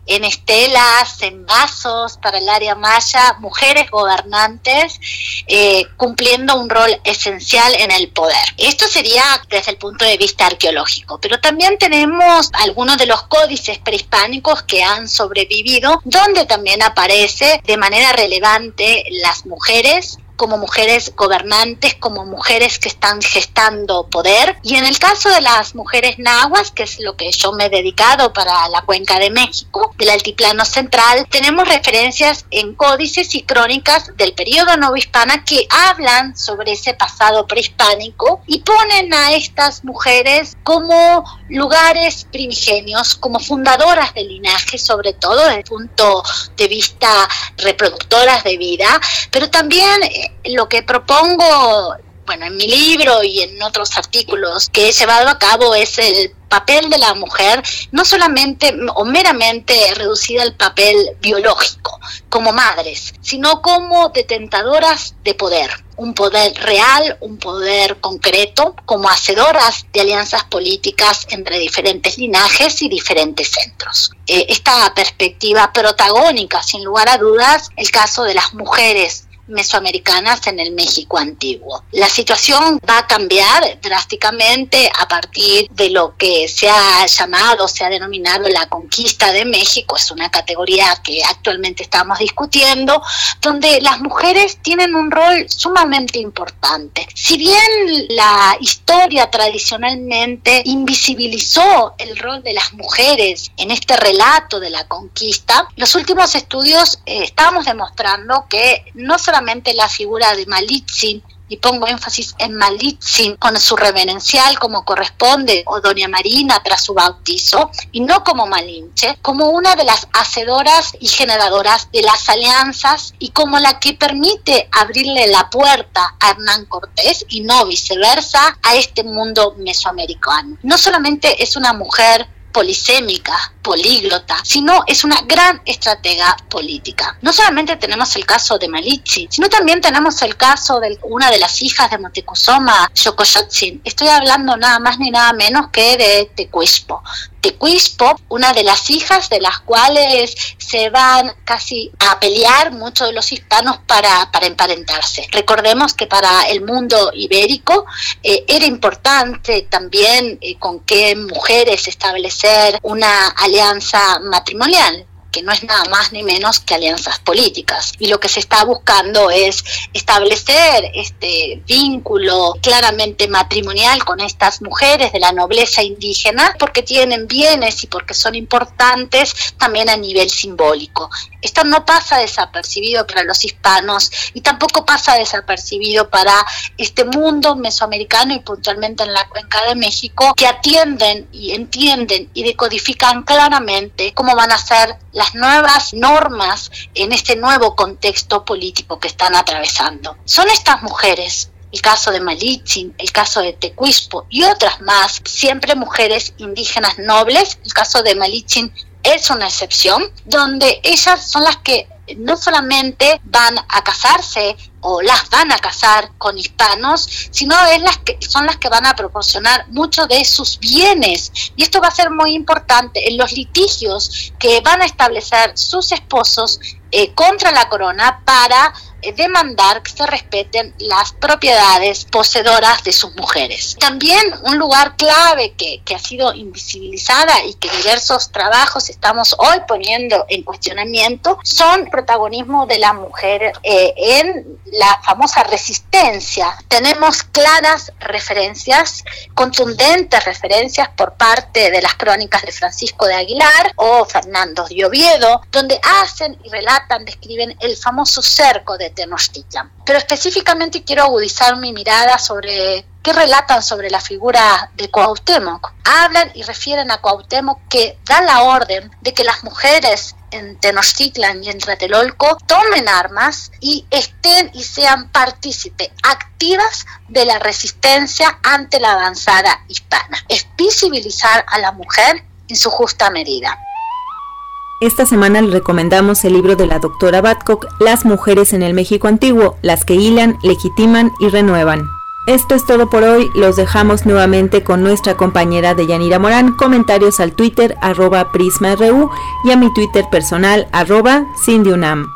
en estelas, en vasos para el área maya, mujeres gobernantes eh, cumpliendo un rol esencial en el poder. Esto sería desde el punto de vista arqueológico, pero también tenemos algunos de los códices prehispánicos que han sobrevivido, donde también aparece de manera relevante las mujeres como mujeres gobernantes, como mujeres que están gestando poder. Y en el caso de las mujeres nahuas, que es lo que yo me he dedicado para la Cuenca de México, del Altiplano Central, tenemos referencias en códices y crónicas del periodo novohispana que hablan sobre ese pasado prehispánico y ponen a estas mujeres como lugares primigenios, como fundadoras de linaje, sobre todo desde el punto de vista reproductoras de vida, pero también lo que propongo, bueno, en mi libro y en otros artículos que he llevado a cabo es el papel de la mujer, no solamente o meramente reducida al papel biológico, como madres, sino como detentadoras de poder. Un poder real, un poder concreto, como hacedoras de alianzas políticas entre diferentes linajes y diferentes centros. Eh, esta perspectiva protagónica, sin lugar a dudas, el caso de las mujeres mesoamericanas en el México antiguo. La situación va a cambiar drásticamente a partir de lo que se ha llamado, se ha denominado la conquista de México. Es una categoría que actualmente estamos discutiendo, donde las mujeres tienen un rol sumamente importante. Si bien la historia tradicionalmente invisibilizó el rol de las mujeres en este relato de la conquista, los últimos estudios eh, estamos demostrando que no solamente la figura de Malitzin, y pongo énfasis en Malitzin con su reverencial como corresponde, o Doña Marina tras su bautizo, y no como Malinche, como una de las hacedoras y generadoras de las alianzas y como la que permite abrirle la puerta a Hernán Cortés y no viceversa a este mundo mesoamericano. No solamente es una mujer polisémica, políglota, sino es una gran estratega política. No solamente tenemos el caso de Malitzin, sino también tenemos el caso de una de las hijas de Moctezuma, Xocoyotzin. Estoy hablando nada más ni nada menos que de Tecuispo. Tecuispo, una de las hijas de las cuales se van casi a pelear muchos de los hispanos para, para emparentarse. Recordemos que para el mundo ibérico eh, era importante también eh, con qué mujeres establecer una alianza matrimonial, que no es nada más ni menos que alianzas políticas. Y lo que se está buscando es establecer este vínculo claramente matrimonial con estas mujeres de la nobleza indígena, porque tienen bienes y porque son importantes también a nivel simbólico. Esto no pasa desapercibido para los hispanos y tampoco pasa desapercibido para este mundo mesoamericano y puntualmente en la Cuenca de México, que atienden y entienden y decodifican claramente cómo van a ser las nuevas normas en este nuevo contexto político que están atravesando. Son estas mujeres, el caso de Malitzin, el caso de Tecuispo y otras más, siempre mujeres indígenas nobles. El caso de Malitzin es una excepción, donde ellas son las que no solamente van a casarse o las van a casar con hispanos, sino es las que, son las que van a proporcionar muchos de sus bienes. Y esto va a ser muy importante en los litigios que van a establecer sus esposos eh, contra la corona para eh, demandar que se respeten las propiedades poseedoras de sus mujeres. También un lugar clave que, que ha sido invisibilizada y que diversos trabajos estamos hoy poniendo en cuestionamiento son el protagonismo de la mujer eh, en la famosa resistencia. Tenemos claras referencias, contundentes referencias por parte de las crónicas de Francisco de Aguilar o Fernando de Oviedo, donde hacen y relatan, describen el famoso cerco de Tenochtitlan. Pero específicamente quiero agudizar mi mirada sobre qué relatan sobre la figura de Cuauhtémoc. Hablan y refieren a Cuauhtémoc, que da la orden de que las mujeres en Tenochtitlan y en Tlatelolco tomen armas y estén y sean partícipes activas de la resistencia ante la avanzada hispana. Es visibilizar a la mujer en su justa medida. Esta semana le recomendamos el libro de la doctora Babcock, Las mujeres en el México antiguo, las que hilan, legitiman y renuevan. Esto es todo por hoy. Los dejamos nuevamente con nuestra compañera Deyanira Morán. Comentarios al Twitter arroba PrismaRU y a mi Twitter personal arroba CindyUNAM.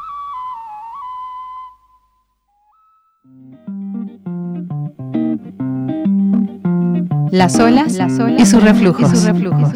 Las olas, Las olas y sus reflujos. Y sus reflujos.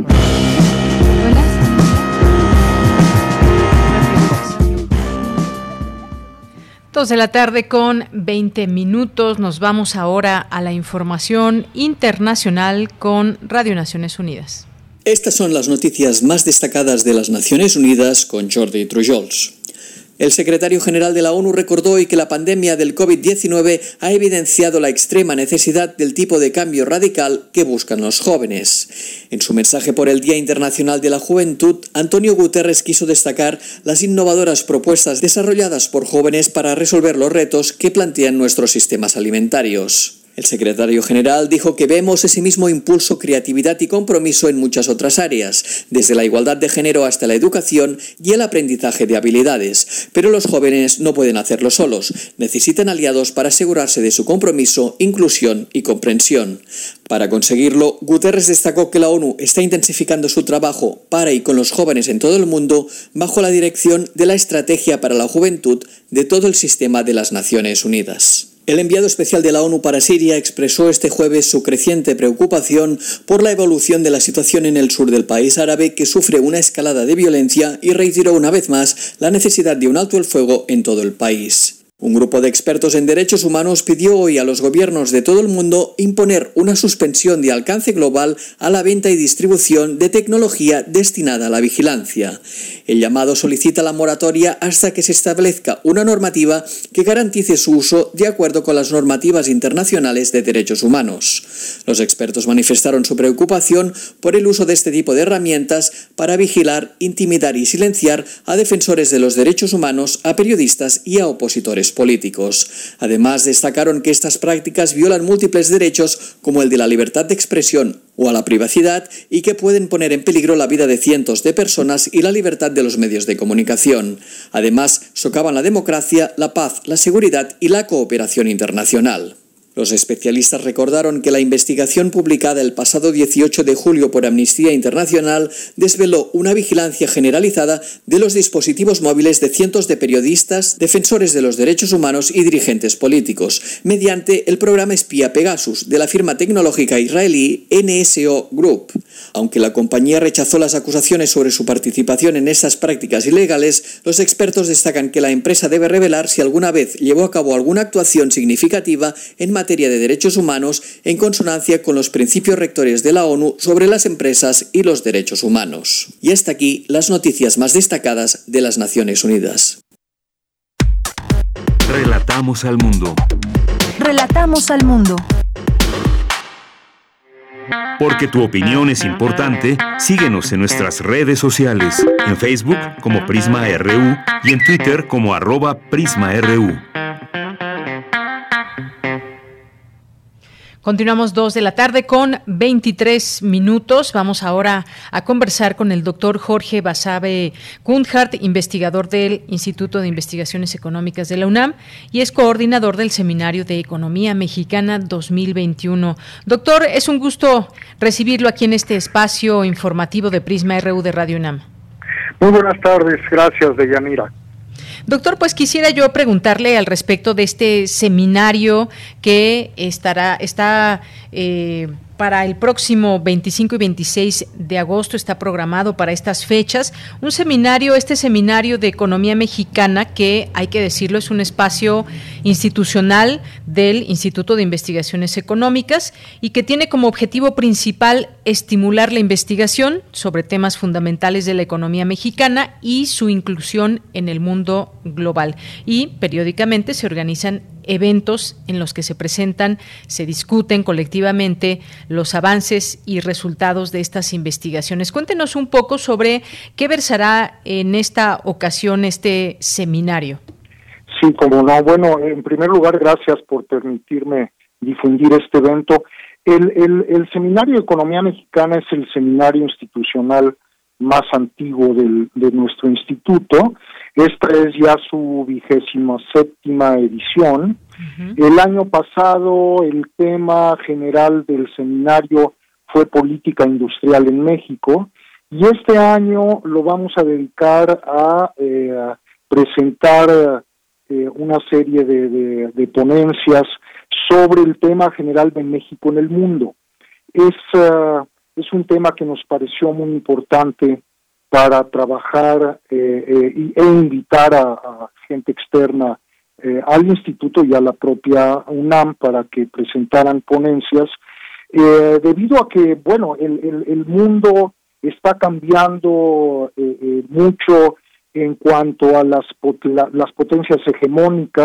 Dos de la tarde con veinte minutos. Nos vamos ahora a la información internacional con Radio Naciones Unidas. Estas son las noticias más destacadas de las Naciones Unidas con Jordi Trujols. El secretario general de la ONU recordó hoy que la pandemia del COVID diecinueve ha evidenciado la extrema necesidad del tipo de cambio radical que buscan los jóvenes. En su mensaje por el Día Internacional de la Juventud, Antonio Guterres quiso destacar las innovadoras propuestas desarrolladas por jóvenes para resolver los retos que plantean nuestros sistemas alimentarios. El secretario general dijo que vemos ese mismo impulso, creatividad y compromiso en muchas otras áreas, desde la igualdad de género hasta la educación y el aprendizaje de habilidades. Pero los jóvenes no pueden hacerlo solos, necesitan aliados para asegurarse de su compromiso, inclusión y comprensión. Para conseguirlo, Guterres destacó que la ONU está intensificando su trabajo para y con los jóvenes en todo el mundo bajo la dirección de la Estrategia para la Juventud de todo el sistema de las Naciones Unidas. El enviado especial de la ONU para Siria expresó este jueves su creciente preocupación por la evolución de la situación en el sur del país árabe, que sufre una escalada de violencia, y reiteró una vez más la necesidad de un alto el fuego en todo el país. Un grupo de expertos en derechos humanos pidió hoy a los gobiernos de todo el mundo imponer una suspensión de alcance global a la venta y distribución de tecnología destinada a la vigilancia. El llamado solicita la moratoria hasta que se establezca una normativa que garantice su uso de acuerdo con las normativas internacionales de derechos humanos. Los expertos manifestaron su preocupación por el uso de este tipo de herramientas para vigilar, intimidar y silenciar a defensores de los derechos humanos, a periodistas y a opositores políticos. Además, destacaron que estas prácticas violan múltiples derechos como el de la libertad de expresión o a la privacidad, y que pueden poner en peligro la vida de cientos de personas y la libertad de los medios de comunicación. Además, socavan la democracia, la paz, la seguridad y la cooperación internacional. Los especialistas recordaron que la investigación publicada el pasado dieciocho de julio por Amnistía Internacional desveló una vigilancia generalizada de los dispositivos móviles de cientos de periodistas, defensores de los derechos humanos y dirigentes políticos, mediante el programa espía Pegasus de la firma tecnológica israelí N S O Group. Aunque la compañía rechazó las acusaciones sobre su participación en esas prácticas ilegales, los expertos destacan que la empresa debe revelar si alguna vez llevó a cabo alguna actuación significativa en materia de derechos humanos en consonancia con los principios rectores de la ONU sobre las empresas y los derechos humanos. Y hasta aquí las noticias más destacadas de las Naciones Unidas. Relatamos al mundo. Relatamos al mundo. Porque tu opinión es importante, síguenos en nuestras redes sociales, en Facebook como Prisma R U y en Twitter como arroba PrismaRU. Continuamos dos de la tarde con veintitrés minutos. Vamos ahora a conversar con el doctor Jorge Basabe Cunhart, investigador del Instituto de Investigaciones Económicas de la UNAM y es coordinador del Seminario de Economía Mexicana dos mil veintiuno. Doctor, es un gusto recibirlo aquí en este espacio informativo de Prisma R U de Radio UNAM. Muy buenas tardes, gracias Deyanira. Doctor, pues quisiera yo preguntarle al respecto de este seminario que estará está eh, para el próximo veinticinco y veintiséis de agosto, está programado para estas fechas, un seminario, este seminario de economía mexicana que, hay que decirlo, es un espacio institucional del Instituto de Investigaciones Económicas y que tiene como objetivo principal estimular la investigación sobre temas fundamentales de la economía mexicana y su inclusión en el mundo global. Y periódicamente se organizan eventos en los que se presentan, se discuten colectivamente los avances y resultados de estas investigaciones. Cuéntenos un poco sobre qué versará en esta ocasión este seminario. Sí, como no. Bueno, en primer lugar, gracias por permitirme difundir este evento. El, el, el Seminario de Economía Mexicana es el seminario institucional más antiguo del, de nuestro instituto. Esta es ya su vigésima séptima edición. Uh-huh. El año pasado el tema general del seminario fue política industrial en México, y este año lo vamos a dedicar a, eh, a presentar eh, una serie de, de, de ponencias sobre el tema general de México en el mundo. Es, uh, es un tema que nos pareció muy importante para trabajar eh, eh, e invitar a, a gente externa eh, al instituto y a la propia UNAM para que presentaran ponencias, eh, debido a que, bueno, el, el, el mundo está cambiando eh, eh, mucho en cuanto a las, pot- la, las potencias hegemónicas.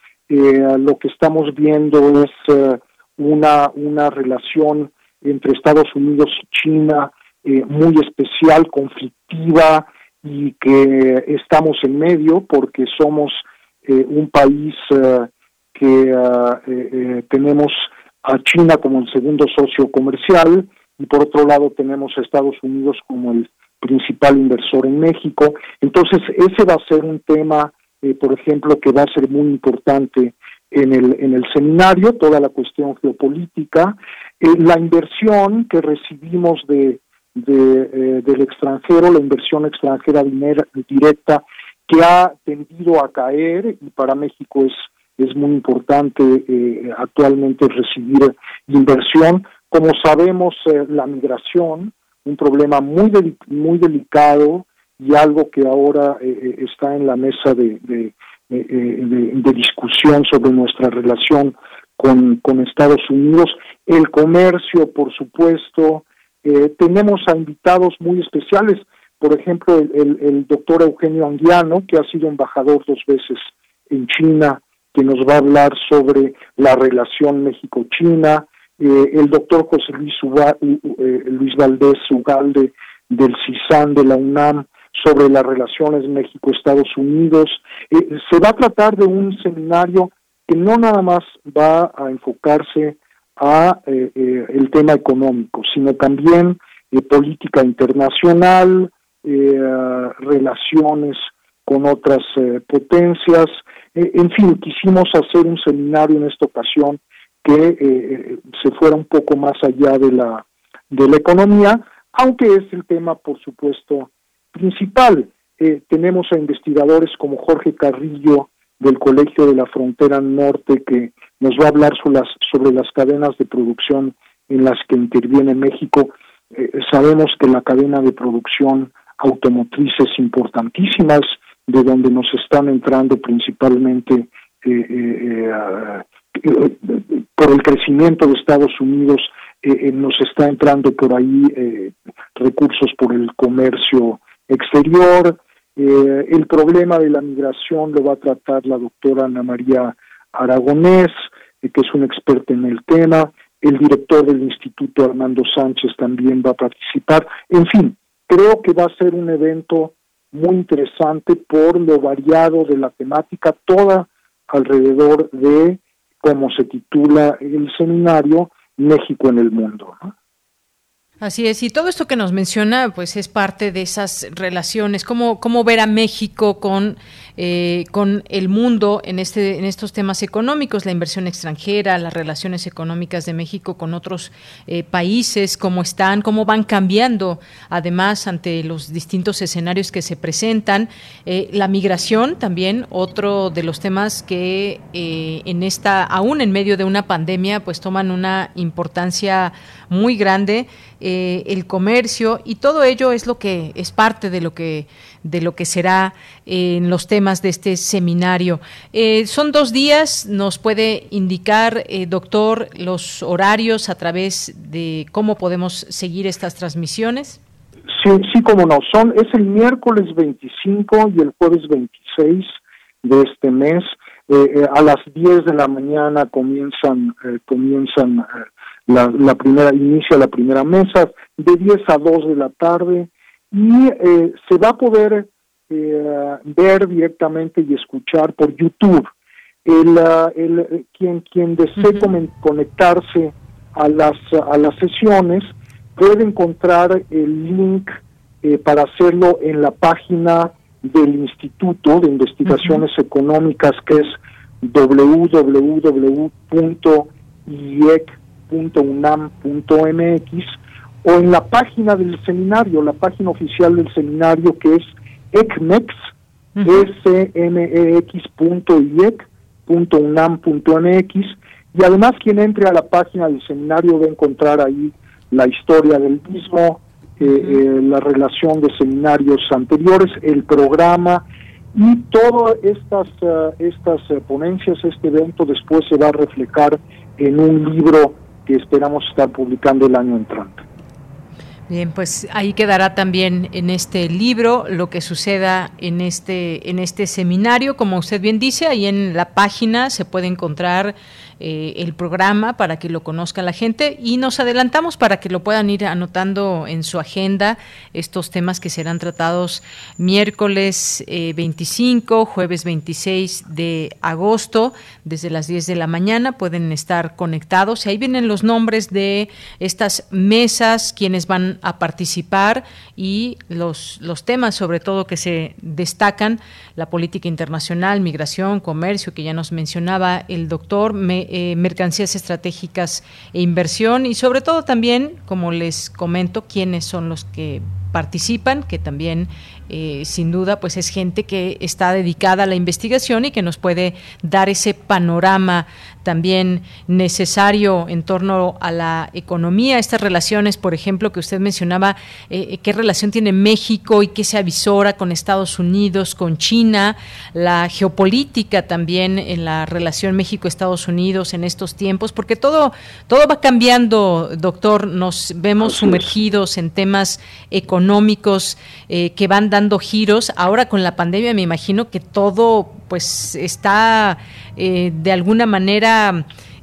Eh, lo que estamos viendo es eh, una, una relación entre Estados Unidos y China eh, muy especial, conflictiva, y que estamos en medio porque somos eh, un país eh, que uh, eh, eh, tenemos a China como el segundo socio comercial, y por otro lado tenemos a Estados Unidos como el principal inversor en México. Entonces ese va a ser un tema, eh, por ejemplo, que va a ser muy importante en el en el seminario, toda la cuestión geopolítica, eh, la inversión que recibimos de, de eh, del extranjero, la inversión extranjera dinera, directa, que ha tendido a caer, y para México es es muy importante eh, actualmente recibir inversión. Como sabemos, eh, la migración, un problema muy deli- muy delicado, y algo que ahora eh, está en la mesa de, de, de, de, de discusión sobre nuestra relación con, con Estados Unidos. El comercio, por supuesto. Eh, tenemos a invitados muy especiales, por ejemplo, el, el, el doctor Eugenio Anguiano, que ha sido embajador dos veces en China, que nos va a hablar sobre la relación México-China. Eh, el doctor José Luis, Uga, eh, Luis Valdés Ugalde, del CISAN de la UNAM, sobre las relaciones México-Estados Unidos. Eh, se va a tratar de un seminario que no nada más va a enfocarse a eh, eh, el tema económico, sino también eh, política internacional, eh, relaciones con otras eh, potencias. Eh, en fin, quisimos hacer un seminario en esta ocasión que eh, se fuera un poco más allá de la de la economía, aunque es el tema, por supuesto, principal. Eh, tenemos a investigadores como Jorge Carrillo, del Colegio de la Frontera Norte, que nos va a hablar sobre las, sobre las cadenas de producción en las que interviene México. Eh, sabemos que la cadena de producción automotriz es importantísima, es de donde nos están entrando principalmente eh, eh, eh, por el crecimiento de Estados Unidos, eh, nos está entrando por ahí eh, recursos por el comercio exterior. Eh, el problema de la migración lo va a tratar la doctora Ana María Aragonés, eh, que es una experta en el tema. El director del instituto, Armando Sánchez, también va a participar. En fin, creo que va a ser un evento muy interesante por lo variado de la temática, toda alrededor de, como se titula el seminario, México en el mundo, ¿no? Así es, y todo esto que nos menciona, pues es parte de esas relaciones, cómo, cómo ver a México con, eh, con el mundo en este, en estos temas económicos, la inversión extranjera, las relaciones económicas de México con otros eh, países, cómo están, cómo van cambiando, además, ante los distintos escenarios que se presentan. Eh, la migración también, otro de los temas que eh, en esta, aún en medio de una pandemia, pues toman una importancia muy grande. Eh, el comercio, y todo ello es lo que es parte de lo que de lo que será eh, en los temas de este seminario. Eh, son dos días, ¿nos puede indicar, eh, doctor, los horarios a través de cómo podemos seguir estas transmisiones? Sí, sí, cómo no. Son, es el miércoles veinticinco y el jueves veintiséis de este mes. Eh, eh, a las diez de la mañana comienzan, eh, comienzan eh, La, la primera, inicia la primera mesa, de diez a dos de la tarde, y eh, se va a poder eh, ver directamente y escuchar por YouTube. El, el, quien, quien desee uh-huh. conectarse a las, a las sesiones puede encontrar el link eh, para hacerlo en la página del Instituto de Investigaciones uh-huh. Económicas, que es doble u doble u doble u punto i e c punto u n a m punto m x, o en la página del seminario, la página oficial del seminario, que es ecmex, uh-huh. s m e x punto i e c punto u n a m punto m x, y además quien entre a la página del seminario va a encontrar ahí la historia del mismo, eh, uh-huh. eh, la relación de seminarios anteriores, el programa, y todas estas, uh, estas uh, ponencias, este evento después se va a reflejar en un libro que esperamos estar publicando el año entrante. Bien, pues ahí quedará también en este libro lo que suceda en este en este seminario, como usted bien dice, ahí en la página se puede encontrar eh, el programa para que lo conozca la gente, y nos adelantamos para que lo puedan ir anotando en su agenda, estos temas que serán tratados miércoles eh, veinticinco, jueves veintiséis de agosto, desde las diez de la mañana pueden estar conectados, y ahí vienen los nombres de estas mesas, quienes van a participar, y los los temas sobre todo que se destacan: la política internacional, migración, comercio, que ya nos mencionaba el doctor, me, eh, mercancías estratégicas e inversión, y sobre todo también, como les comento, quiénes son los que participan, que también eh, sin duda pues es gente que está dedicada a la investigación y que nos puede dar ese panorama también necesario en torno a la economía, estas relaciones, por ejemplo, que usted mencionaba, eh, qué relación tiene México y qué se avisora con Estados Unidos, con China, la geopolítica también en la relación México-Estados Unidos en estos tiempos, porque todo, todo va cambiando, doctor, nos vemos Así sumergidos es. en temas económicos eh, que van dando giros. Ahora con la pandemia me imagino que todo pues está eh, de alguna manera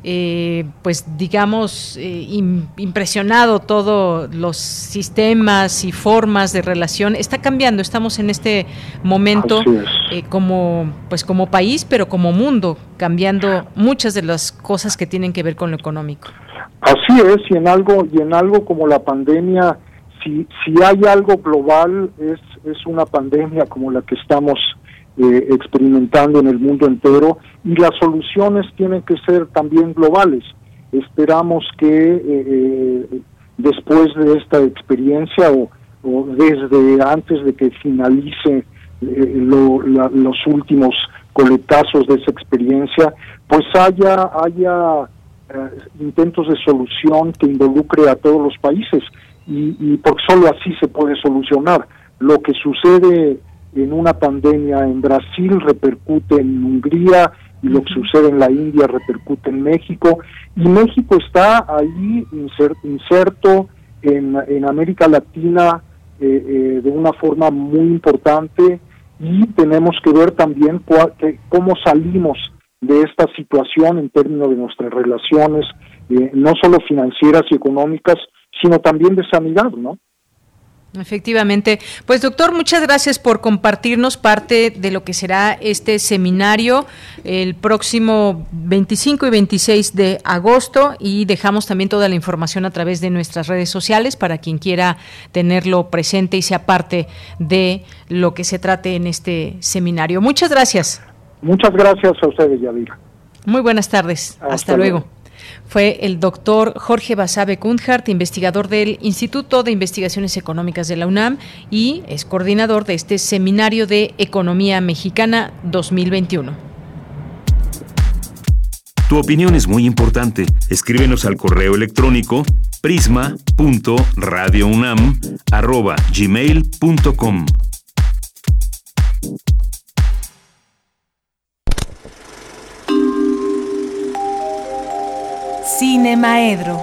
eh, pues digamos eh, im, impresionado, todos los sistemas y formas de relación está cambiando. Estamos en este momento eh, como pues como país, pero como mundo, cambiando muchas de las cosas que tienen que ver con lo económico. Así es, y en algo y en algo como la pandemia, si si hay algo global, es es una pandemia como la que estamos eh, experimentando en el mundo entero, y las soluciones tienen que ser también globales. Esperamos que eh, eh, después de esta experiencia, o, o desde antes de que finalice eh, lo, la, los últimos coletazos de esa experiencia, pues haya haya eh, intentos de solución que involucre a todos los países, y, y porque solo así se puede solucionar. Lo que sucede en una pandemia en Brasil repercute en Hungría, y lo que sucede en la India repercute en México, y México está ahí inserto en, en América Latina eh, eh, de una forma muy importante, y tenemos que ver también cuál, que, cómo salimos de esta situación en términos de nuestras relaciones, eh, no solo financieras y económicas, sino también de sanidad, ¿no? Efectivamente. Pues doctor, muchas gracias por compartirnos parte de lo que será este seminario el próximo veinticinco y veintiséis de agosto, y dejamos también toda la información a través de nuestras redes sociales para quien quiera tenerlo presente y sea parte de lo que se trate en este seminario. Muchas gracias. Muchas gracias a ustedes, Yadira. Muy buenas tardes. Hasta, Hasta luego. luego. Fue el doctor Jorge Basabe Kundhart, investigador del Instituto de Investigaciones Económicas de la UNAM y es coordinador de este Seminario de Economía Mexicana dos mil veintiuno. Tu opinión es muy importante. Escríbenos al correo electrónico prisma punto radio unam arroba gmail punto com. Cinemaedro.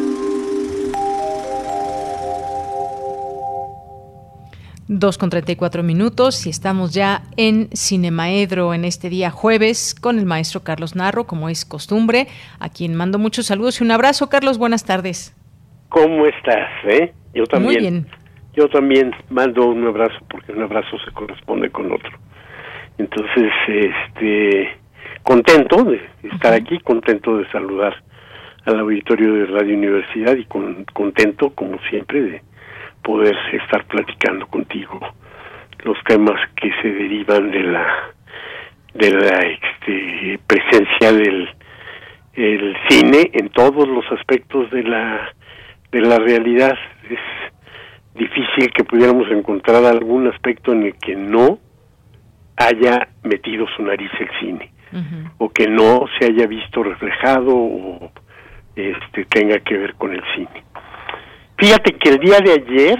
Dos con treinta y cuatro minutos y estamos ya en Cinemaedro en este día jueves con el maestro Carlos Narro, como es costumbre, a quien mando muchos saludos y un abrazo. Carlos, buenas tardes. ¿Cómo estás? Eh? Yo también. Muy bien. Yo también mando un abrazo porque un abrazo se corresponde con otro. Entonces, este, contento de estar aquí, contento de saludar al auditorio de Radio Universidad y con, contento, como siempre, de poder estar platicando contigo los temas que se derivan de la de la este, presencia del el cine en todos los aspectos de la de la realidad. Es difícil que pudiéramos encontrar algún aspecto en el que no haya metido su nariz el cine, uh-huh. o que no se haya visto reflejado o este tenga que ver con el cine. Fíjate que el día de ayer,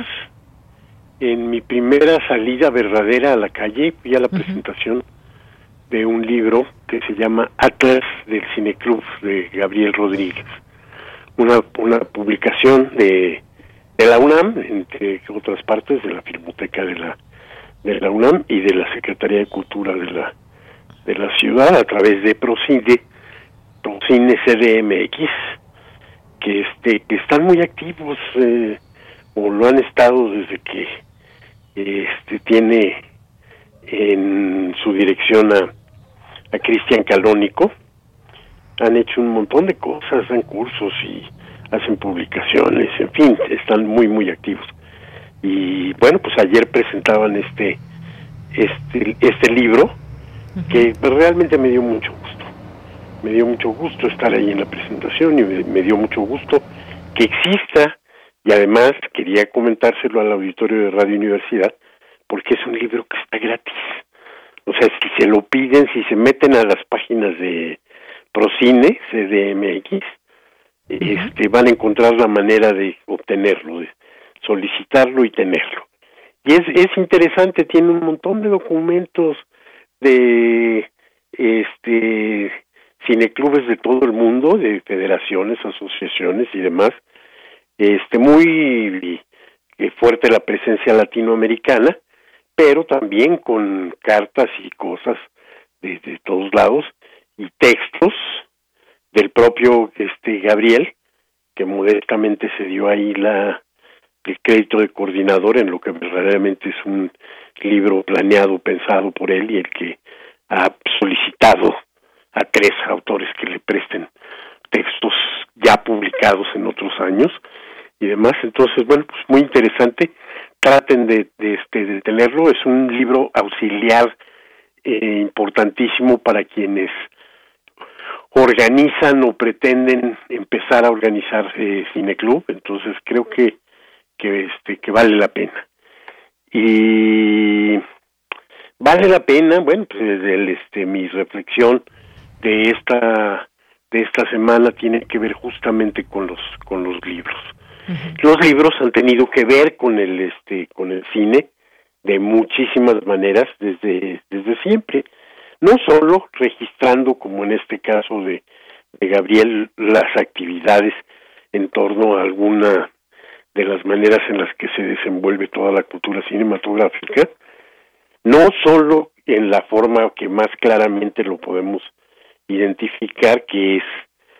en mi primera salida verdadera a la calle, fui a la uh-huh. presentación de un libro que se llama Atlas del Cineclub de Gabriel Rodríguez, una una publicación de de la UNAM, entre otras partes de la Filmoteca de la de la UNAM y de la Secretaría de Cultura de la de la ciudad, a través de Procine, Procine C D M X, que este que están muy activos, eh, o lo han estado desde que este tiene en su dirección a a Cristian Calónico. Han hecho un montón de cosas, dan cursos y hacen publicaciones, en fin, están muy muy activos. Y bueno, pues ayer presentaban este este este libro, uh-huh. que realmente me dio mucho gusto. Me dio mucho gusto estar ahí en la presentación y me, me dio mucho gusto que exista, y además quería comentárselo al auditorio de Radio Universidad, porque es un libro que está gratis. O sea, si se lo piden, si se meten a las páginas de Procine, C D M X, uh-huh. este, van a encontrar la manera de obtenerlo, de solicitarlo y tenerlo. Y es, es interesante, tiene un montón de documentos de este cineclubes de todo el mundo, de federaciones, asociaciones y demás. Este, muy fuerte la presencia latinoamericana, pero también con cartas y cosas de, de todos lados, y textos del propio este Gabriel, que modestamente se dio ahí la el crédito de coordinador en lo que verdaderamente es un libro planeado, pensado por él, y el que ha solicitado a tres autores que le presten textos ya publicados en otros años y demás. Entonces, bueno, pues muy interesante. Traten de, de, este, de tenerlo. Es un libro auxiliar eh, importantísimo para quienes organizan o pretenden empezar a organizar eh, cineclub. Entonces creo que que este que vale la pena. Y vale la pena, bueno, pues el, este mi reflexión de esta de esta semana tiene que ver justamente con los con los libros. Uh-huh. Los libros han tenido que ver con el este con el cine de muchísimas maneras desde desde siempre, no solo registrando, como en este caso de, de Gabriel, las actividades en torno a alguna de las maneras en las que se desenvuelve toda la cultura cinematográfica, no solo en la forma que más claramente lo podemos identificar, que es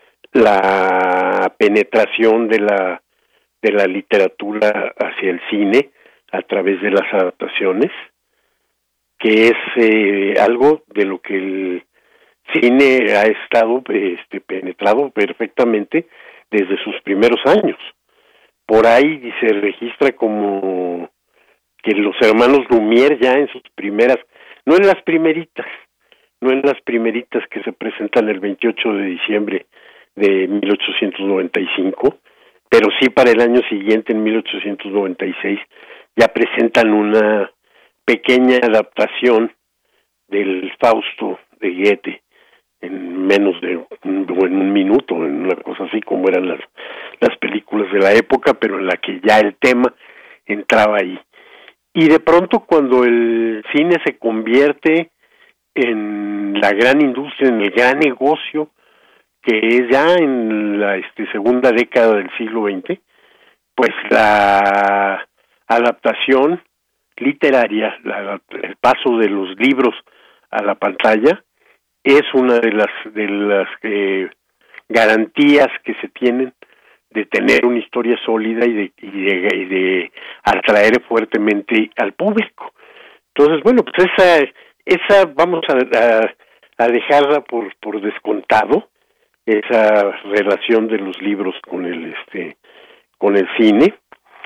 la penetración de la de la literatura hacia el cine a través de las adaptaciones, que es eh, algo de lo que el cine ha estado este, penetrado perfectamente desde sus primeros años. Por ahí se registra como que los hermanos Lumière ya en sus primeras, no en las primeritas, no en las primeritas que se presentan el veintiocho de diciembre de mil ochocientos noventa y cinco, pero sí para el año siguiente, en mil ochocientos noventa y seis, ya presentan una pequeña adaptación del Fausto de Goethe en menos de un, o en un minuto, en una cosa así como eran las las películas de la época, pero en la que ya el tema entraba ahí. Y de pronto, cuando el cine se convierte en la gran industria, en el gran negocio, que es ya en la este, segunda década del siglo veinte, pues la adaptación literaria, la, el paso de los libros a la pantalla, es una de las de las eh, garantías que se tienen de tener una historia sólida y de, y de, y de atraer fuertemente al público. Entonces, bueno, pues esa esa vamos a, a, a dejarla por por descontado, esa relación de los libros con el este con el cine.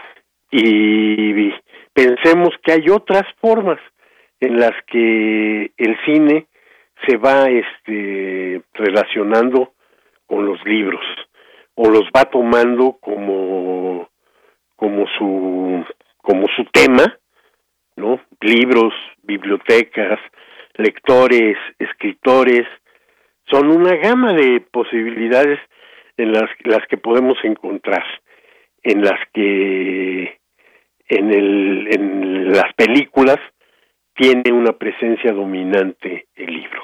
y pensemos que hay otras formas en las que el cine se va este relacionando con los libros o los va tomando como como su como su tema, ¿no? Libros, bibliotecas, lectores, escritores, son una gama de posibilidades en las las que podemos encontrar, en las que en el en las películas tiene una presencia dominante el libro.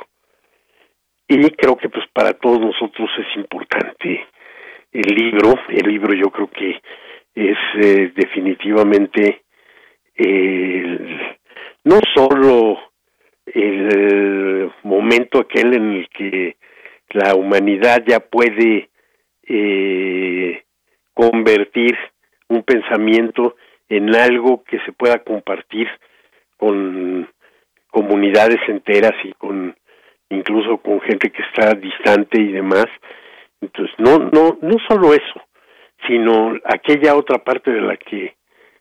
Y creo que pues para todos nosotros es importante el libro. El libro yo creo que es eh, definitivamente el, no solo el momento aquel en el que la humanidad ya puede eh, convertir un pensamiento en algo que se pueda compartir con comunidades enteras y con incluso con gente que está distante y demás. Entonces no no no solo eso, sino aquella otra parte de la que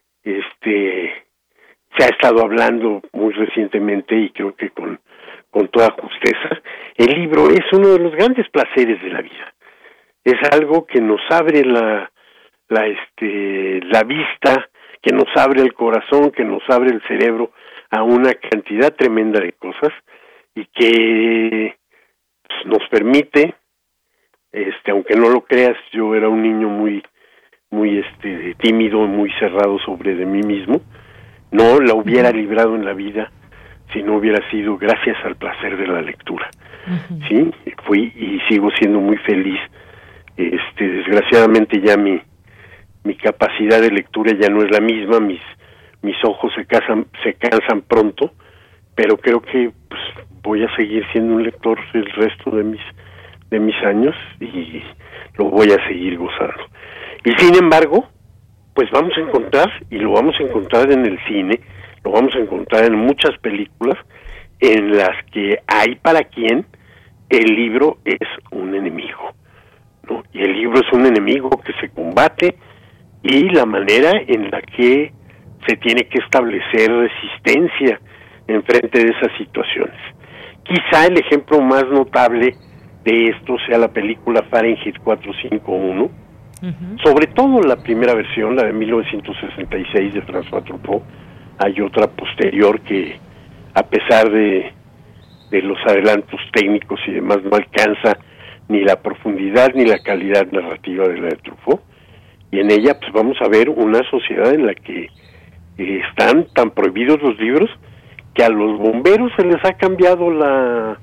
este se ha estado hablando muy recientemente y creo que con con toda justeza. El libro es uno de los grandes placeres de la vida. Es algo que nos abre la la este la vista, que nos abre el corazón, que nos abre el cerebro a una cantidad tremenda de cosas y que pues, nos permite, este, aunque no lo creas, yo era un niño muy, muy este, tímido, muy cerrado sobre de mí mismo, no la hubiera librado en la vida si no hubiera sido gracias al placer de la lectura. Uh-huh. Sí, fui y sigo siendo muy feliz. Este, desgraciadamente ya mi mi capacidad de lectura ya no es la misma, mis mis ojos se cansan se cansan pronto, pero creo que pues, voy a seguir siendo un lector el resto de mis de mis años y lo voy a seguir gozando. Y sin embargo, pues vamos a encontrar, y lo vamos a encontrar en el cine, lo vamos a encontrar en muchas películas en las que hay para quien el libro es un enemigo, ¿no? Y el libro es un enemigo que se combate, y la manera en la que se tiene que establecer resistencia en frente de esas situaciones. Quizá el ejemplo más notable de esto sea la película Fahrenheit cuatrocientos cincuenta y uno, uh-huh. Sobre todo la primera versión, la de mil novecientos sesenta y seis de François Truffaut. Hay otra posterior que, a pesar de, de los adelantos técnicos y demás, no alcanza ni la profundidad ni la calidad narrativa de la de Truffaut. Y en ella pues vamos a ver una sociedad en la que eh, están tan prohibidos los libros que a los bomberos se les ha cambiado la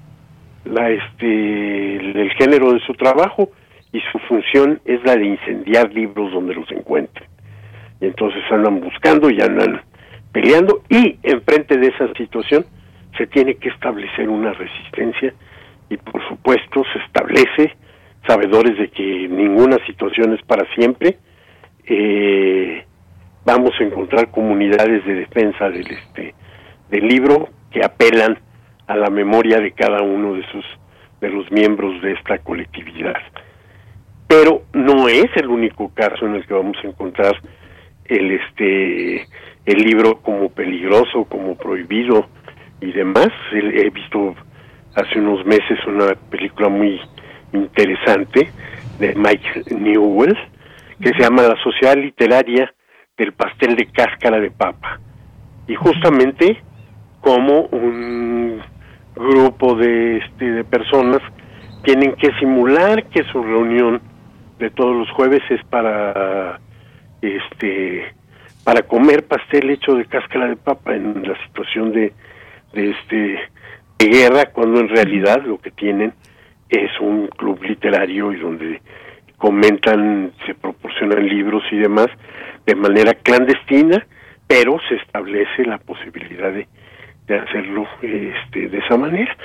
la este el, el género de su trabajo y su función es la de incendiar libros donde los encuentren. Y entonces andan buscando y andan peleando, y enfrente de esa situación se tiene que establecer una resistencia, y por supuesto se establece, sabedores de que ninguna situación es para siempre. Eh, vamos a encontrar comunidades de defensa del este del libro que apelan a la memoria de cada uno de sus de los miembros de esta colectividad. Pero no es el único caso en el que vamos a encontrar el este el libro como peligroso, como prohibido y demás. He visto hace unos meses una película muy interesante de Mike Newell que se llama La Sociedad Literaria del Pastel de Cáscara de Papa, y justamente como un grupo de este de personas tienen que simular que su reunión de todos los jueves es para este para comer pastel hecho de cáscara de papa en la situación de de este de guerra, cuando en realidad lo que tienen es un club literario y donde comentan, se proporcionan libros y demás de manera clandestina, pero se establece la posibilidad de, de hacerlo este de esa manera.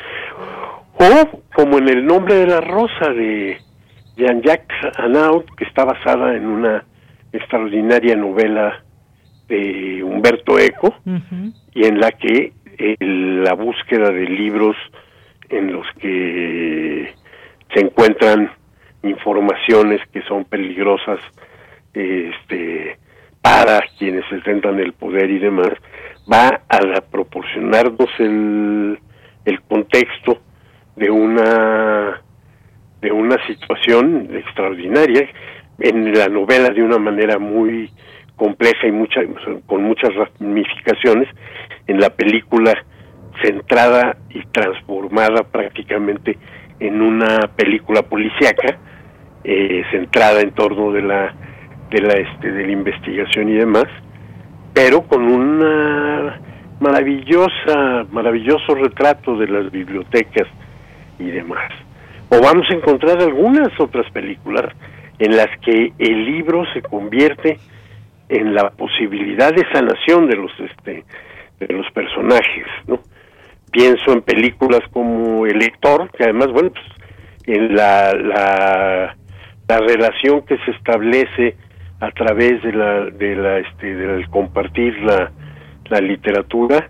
O como en El nombre de la rosa de Jean-Jacques Annaud, que está basada en una extraordinaria novela de Humberto Eco, uh-huh. y en la que el, la búsqueda de libros en los que se encuentran informaciones que son peligrosas este para quienes ostentan el poder y demás, va a la, proporcionarnos el, el contexto de una de una situación extraordinaria en la novela, de una manera muy compleja y mucha, con muchas ramificaciones, en la película centrada y transformada prácticamente en una película policíaca, eh, centrada en torno de la de la este de la investigación y demás, pero con una maravillosa maravilloso retrato de las bibliotecas y demás. O vamos a encontrar algunas otras películas en las que el libro se convierte en la posibilidad de sanación de los este de los personajes, ¿no? Pienso en películas como El lector, que además, bueno, pues en la la la relación que se establece a través de la de la este del compartir la la literatura,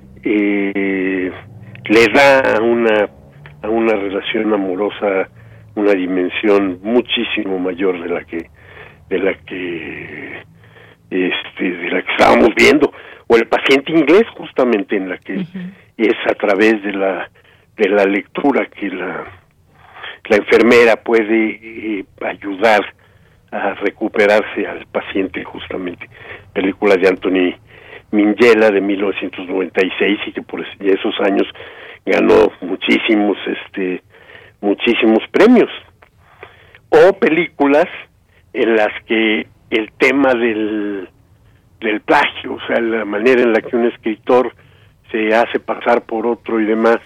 eh, le da a una a una relación amorosa una dimensión muchísimo mayor de la que de la que este de la que estábamos viendo. O El paciente inglés, justamente, en la que uh-huh. es a través de la de la lectura que la la enfermera puede eh, ayudar a recuperarse al paciente, justamente. Película de Anthony Minghella de mil novecientos noventa y seis, y que por esos años ganó muchísimos este muchísimos premios. O películas en las que el tema del del plagio, o sea, la manera en la que un escritor se hace pasar por otro y demás,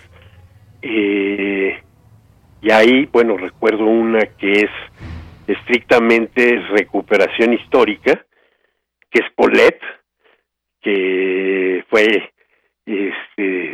eh, y ahí, bueno, recuerdo una que es estrictamente recuperación histórica, que es Colette, que fue este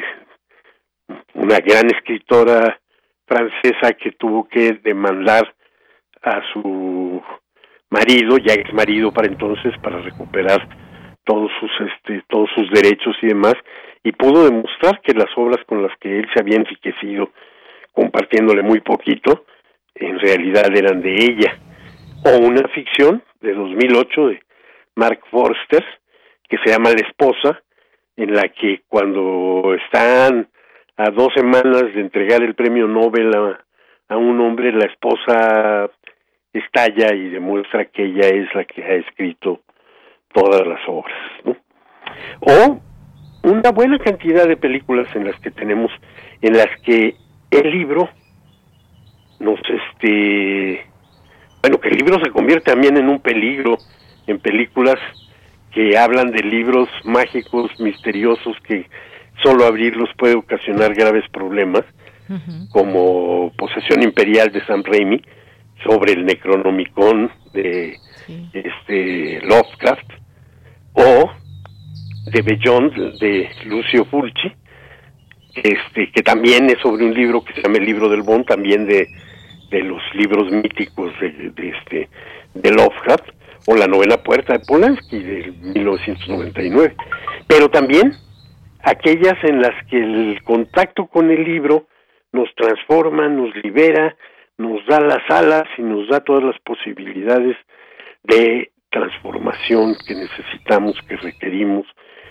una gran escritora francesa que tuvo que demandar a su marido, ya ex marido para entonces, para recuperar todos sus este todos sus derechos y demás, y pudo demostrar que las obras con las que él se había enriquecido compartiéndole muy poquito, en realidad eran de ella. O una ficción de dos mil ocho de Mark Forster, que se llama La esposa, en la que cuando están a dos semanas de entregar el premio Nobel a, a un hombre, la esposa estalla y demuestra que ella es la que ha escrito todas las obras, ¿no? O una buena cantidad de películas en las que tenemos, en las que el libro nos este bueno, que el libro se convierte también en un peligro, en películas que hablan de libros mágicos, misteriosos, que solo abrirlos puede ocasionar graves problemas, uh-huh. como Posesión Imperial de Sam Raimi, sobre el Necronomicon de sí. este Lovecraft, o The Beyond de Lucio Fulci, este que también es sobre un libro que se llama El libro del Bond, también de de los libros míticos de, de este de Lovecraft, o La novena puerta de Polanski de mil novecientos noventa y nueve. Pero también aquellas en las que el contacto con el libro nos transforma, nos libera, nos da las alas y nos da todas las posibilidades de transformación que necesitamos, que requerimos,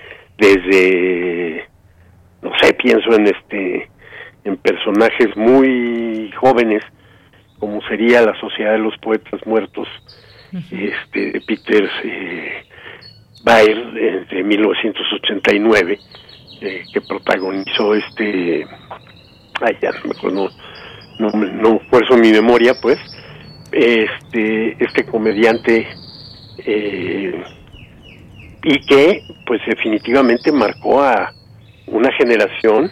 desde, no sé, pienso en este en personajes muy jóvenes, como sería La Sociedad de los Poetas Muertos, uh-huh. este de Peter eh, Weir, de, de mil novecientos ochenta y nueve, eh, que protagonizó este, ay ya no me acuerdo, no, no, no fuerzo mi memoria, pues, este este comediante, eh, y que pues definitivamente marcó a una generación,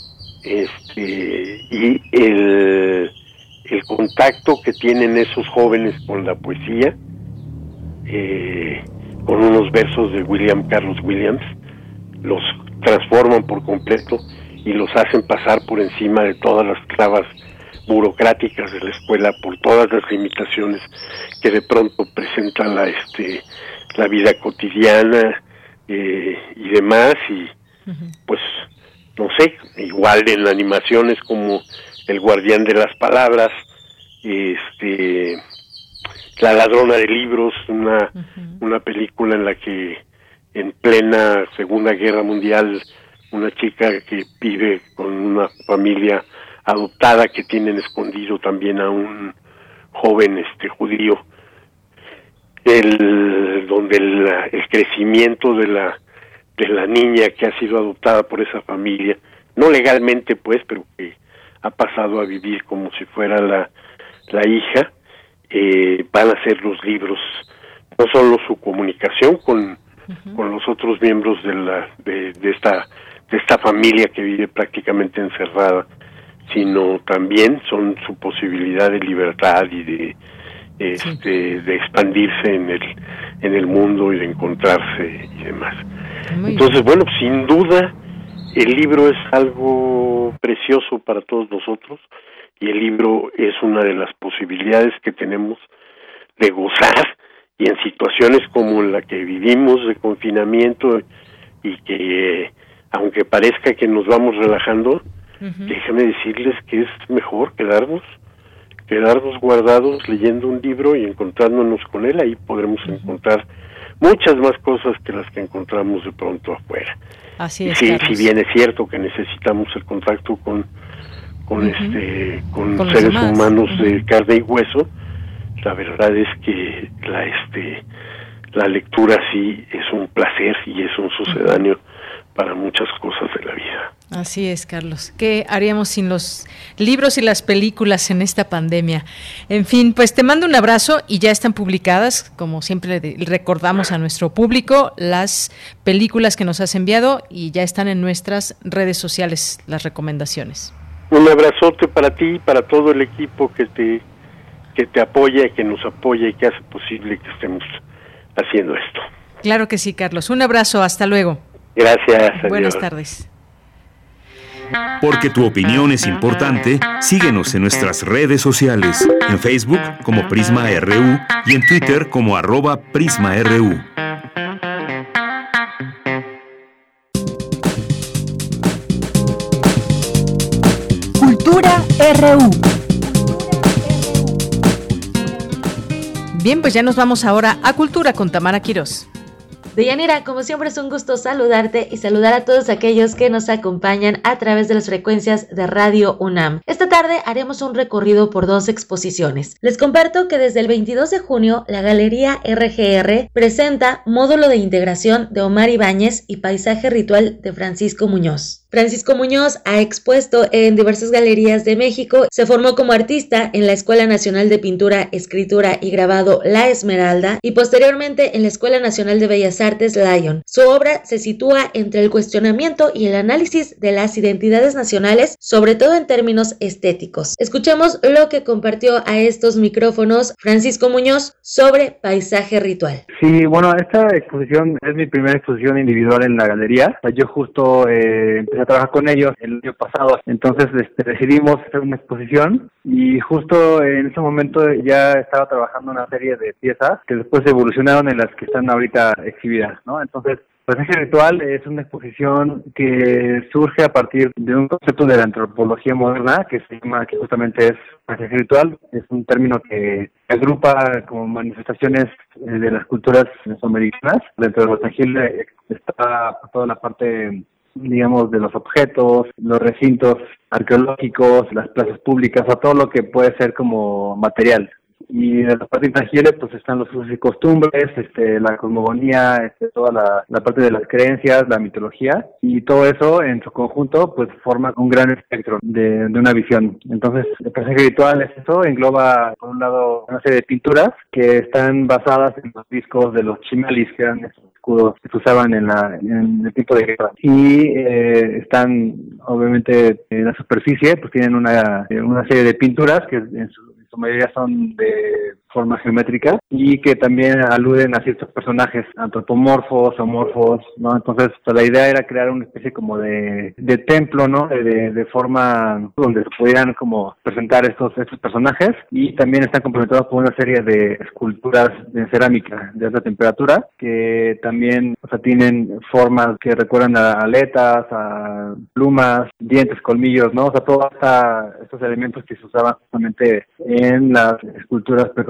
este y el el contacto que tienen esos jóvenes con la poesía, eh, con unos versos de William Carlos Williams, los transforman por completo y los hacen pasar por encima de todas las trabas burocráticas de la escuela, por todas las limitaciones que de pronto presenta la este la vida cotidiana, eh, y demás, y uh-huh. pues no sé, igual en animaciones como El guardián de las palabras, este La ladrona de libros, una, uh-huh. una película en la que en plena Segunda Guerra Mundial una chica que vive con una familia adoptada que tienen escondido también a un joven este judío, el donde el, el crecimiento de la de la niña que ha sido adoptada por esa familia, no legalmente pues, pero que ha pasado a vivir como si fuera la la hija, eh, van a ser los libros, no solo su comunicación con uh-huh. con los otros miembros de la de, de esta de esta familia que vive prácticamente encerrada, sino también son su posibilidad de libertad y de este sí. de expandirse en el en el mundo y de encontrarse y demás. Muy Entonces, bien. Bueno, sin duda el libro es algo precioso para todos nosotros y el libro es una de las posibilidades que tenemos de gozar, y en situaciones como la que vivimos de confinamiento y que eh, aunque parezca que nos vamos relajando, uh-huh. déjame decirles que es mejor quedarnos quedarnos guardados leyendo un libro y encontrándonos con él. Ahí podremos uh-huh. encontrar muchas más cosas que las que encontramos de pronto afuera. Así es, sí, Carlos. Si bien es cierto que necesitamos el contacto con con uh-huh. este con, con seres humanos uh-huh. de carne y hueso, la verdad es que la este la lectura sí es un placer y es un sucedáneo uh-huh. para muchas cosas de la vida. Así es, Carlos. ¿Qué haríamos sin los libros y las películas en esta pandemia? En fin, pues te mando un abrazo, y ya están publicadas, como siempre recordamos a nuestro público, las películas que nos has enviado, y ya están en nuestras redes sociales las recomendaciones. Un abrazote para ti y para todo el equipo que te que te apoya, que nos apoya y que hace posible que estemos haciendo esto. Claro que sí, Carlos. Un abrazo, hasta luego. Gracias. Adiós. Buenas tardes. Porque tu opinión es importante, síguenos en nuestras redes sociales, en Facebook como Prisma R U y en Twitter como arroba Prisma R U. Cultura R U. Bien, pues ya nos vamos ahora a Cultura con Tamara Quirós. Deyanira, como siempre es un gusto saludarte y saludar a todos aquellos que nos acompañan a través de las frecuencias de Radio UNAM. Esta tarde haremos un recorrido por dos exposiciones. Les comparto que desde el veintidós de junio la Galería R G R presenta Módulo de Integración de Omar Ibáñez y Paisaje Ritual de Francisco Muñoz. Francisco Muñoz ha expuesto en diversas galerías de México, se formó como artista en la Escuela Nacional de Pintura, Escritura y Grabado La Esmeralda y posteriormente en la Escuela Nacional de Bellas Artes Lyon. Su obra se sitúa entre el cuestionamiento y el análisis de las identidades nacionales, sobre todo en términos estéticos. Escuchemos lo que compartió a estos micrófonos Francisco Muñoz sobre Paisaje Ritual. Sí, bueno, esta exposición es mi primera exposición individual en la galería. Yo justo eh, empecé a trabajar con ellos el año pasado, entonces este, decidimos hacer una exposición y justo en ese momento ya estaba trabajando una serie de piezas que después evolucionaron en las que están ahorita exhibidas, ¿no? Entonces, Paisaje Ritual es una exposición que surge a partir de un concepto de la antropología moderna que se llama, que justamente es paisaje ritual. Es un término que agrupa como manifestaciones de las culturas mesoamericanas. Dentro de lo tangible está toda la parte, digamos, de los objetos, los recintos arqueológicos, las plazas públicas, o todo lo que puede ser como material. Y en la parte intangible pues están los usos y costumbres, este, la cosmogonía, este, toda la, la parte de las creencias, la mitología, y todo eso en su conjunto pues forma un gran espectro de, de una visión. Entonces el paisaje ritual es eso, engloba por un lado una serie de pinturas que están basadas en los discos de los chimalis, que eran esos escudos que se usaban en, la, en el tiempo de guerra, y eh, están obviamente en la superficie, pues tienen una, una serie de pinturas que en su su mayoría son de forma geométrica y que también aluden a ciertos personajes antropomorfos, amorfos, ¿no? Entonces, pues, la idea era crear una especie como de, de templo, ¿no? De, de forma donde se pudieran como presentar estos, estos personajes, y también están complementados por una serie de esculturas de cerámica de alta temperatura que también, o sea, tienen formas que recuerdan a aletas, a plumas, dientes, colmillos, ¿no? O sea, todos estos elementos que se usaban justamente en las esculturas precolombinas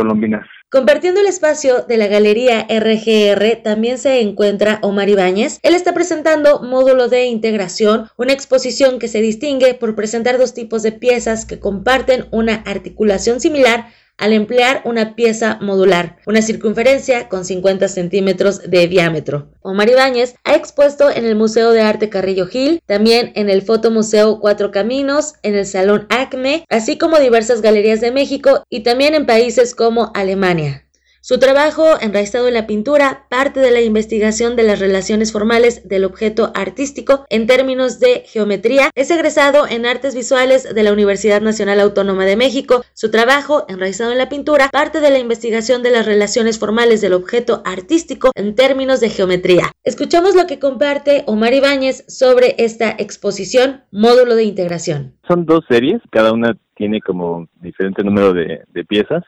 precolombinas. Compartiendo el espacio de la Galería R G R también se encuentra Omar Ibáñez. Él está presentando Módulo de Integración, una exposición que se distingue por presentar dos tipos de piezas que comparten una articulación similar al emplear una pieza modular, una circunferencia con cincuenta centímetros de diámetro. Omar Ibáñez ha expuesto en el Museo de Arte Carrillo Gil, también en el Fotomuseo Cuatro Caminos, en el Salón ACME, así como diversas galerías de México y también en países como Alemania. Su trabajo, enraizado en la pintura, parte de la investigación de las relaciones formales del objeto artístico en términos de geometría. Es egresado en Artes Visuales de la Universidad Nacional Autónoma de México. Su trabajo, enraizado en la pintura, parte de la investigación de las relaciones formales del objeto artístico en términos de geometría. Escuchamos lo que comparte Omar Ibáñez sobre esta exposición, Módulo de Integración. Son dos series, cada una tiene como diferente número de, de piezas.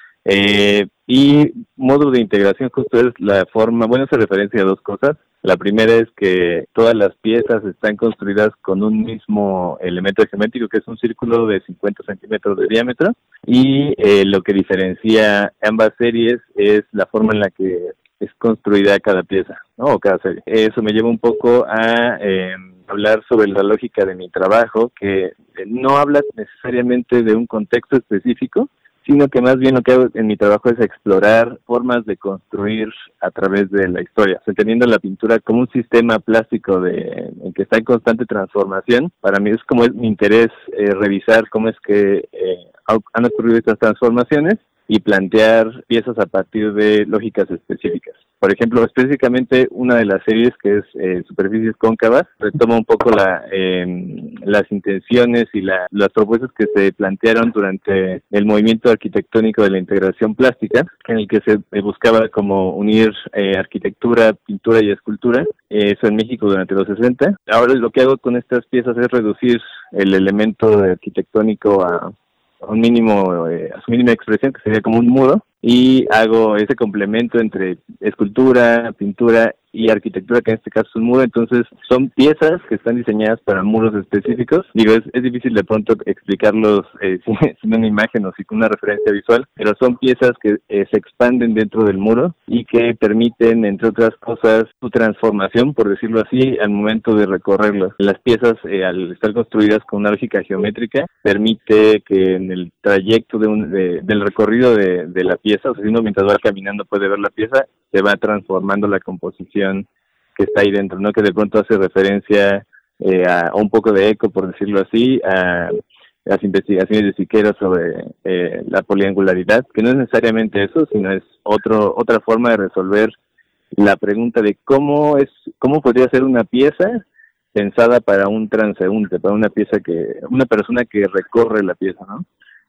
Eh, y módulo de integración justo es la forma, bueno, se referencia a dos cosas. La primera es que todas las piezas están construidas con un mismo elemento geométrico, que es un círculo de cincuenta centímetros de diámetro, y eh, lo que diferencia ambas series es la forma en la que es construida cada pieza, ¿no? O cada serie. Eso me lleva un poco a eh, hablar sobre la lógica de mi trabajo, que no habla necesariamente de un contexto específico, sino que más bien lo que hago en mi trabajo es explorar formas de construir a través de la historia, o sea, teniendo la pintura como un sistema plástico de en que está en constante transformación. Para mí es como es mi interés eh, revisar cómo es que eh, han ocurrido estas transformaciones y plantear piezas a partir de lógicas específicas. Por ejemplo, específicamente una de las series que es eh, Superficies Cóncavas retoma un poco la, eh, las intenciones y la, las propuestas que se plantearon durante el movimiento arquitectónico de la integración plástica, en el que se buscaba como unir eh, arquitectura, pintura y escultura, eh, eso en México durante los sesenta. Ahora lo que hago con estas piezas es reducir el elemento arquitectónico a un mínimo, eh, a su mínima expresión, que sería como un muro, y hago ese complemento entre escultura, pintura y arquitectura, que en este caso es un muro. Entonces son piezas que están diseñadas para muros específicos. Digo, es, es difícil de pronto explicarlos eh, sin, sin una imagen o sin una referencia visual, pero son piezas que eh, se expanden dentro del muro y que permiten, entre otras cosas, su transformación, por decirlo así, al momento de recorrerlas. Las piezas, eh, al estar construidas con una lógica geométrica, permite que en el trayecto de un, de, del recorrido de, de la pieza, o sea, si uno mientras va caminando puede ver la pieza, se va transformando la composición que está ahí dentro, ¿no? Que de pronto hace referencia eh, a un poco de eco, por decirlo así, a las investigaciones de Siqueira sobre eh, la poliangularidad, que no es necesariamente eso, sino es otro otra forma de resolver la pregunta de cómo es cómo podría ser una pieza pensada para un transeúnte, para una pieza que una persona que recorre la pieza, ¿no?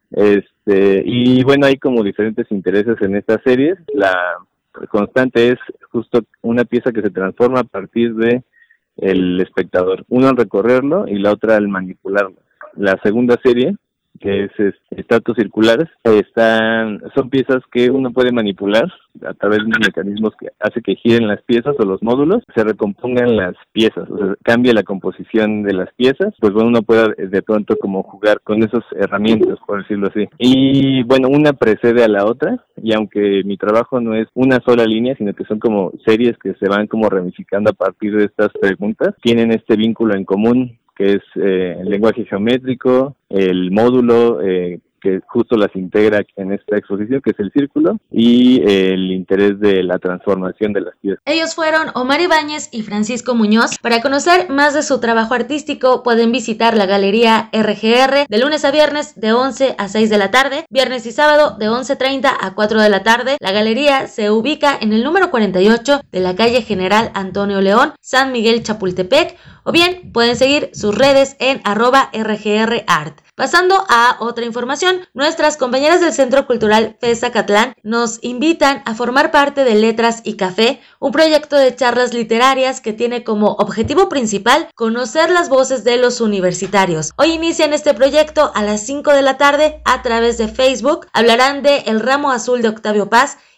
Este y bueno, hay como diferentes intereses en estas series. La constante es justo una pieza que se transforma a partir de el espectador, uno al recorrerlo y la otra al manipularlo. La segunda serie, que es, es estratos circulares, están, son piezas que uno puede manipular a través de unos mecanismos que hace que giren las piezas o los módulos, se recompongan las piezas, o sea, cambia la composición de las piezas, pues bueno, uno puede de pronto como jugar con esas herramientas, por decirlo así. Y bueno, una precede a la otra, y aunque mi trabajo no es una sola línea, sino que son como series que se van como ramificando a partir de estas preguntas, tienen este vínculo en común, que es eh, el lenguaje geométrico, el módulo eh, que justo las integra en esta exposición, que es el círculo, y eh, el interés de la transformación de las piezas. Ellos fueron Omar Ibáñez y Francisco Muñoz. Para conocer más de su trabajo artístico, pueden visitar la Galería R G R de lunes a viernes de once a seis de la tarde, viernes y sábado de once treinta a cuatro de la tarde. La galería se ubica en el número cuarenta y ocho de la calle General Antonio León, San Miguel Chapultepec, o bien pueden seguir sus redes en arroba R G R Art. Pasando a otra información, nuestras compañeras del Centro Cultural F E S Zacatlán nos invitan a formar parte de Letras y Café, un proyecto de charlas literarias que tiene como objetivo principal conocer las voces de los universitarios. Hoy inician este proyecto a las cinco de la tarde a través de Facebook. Hablarán de El Ramo Azul de Octavio Paz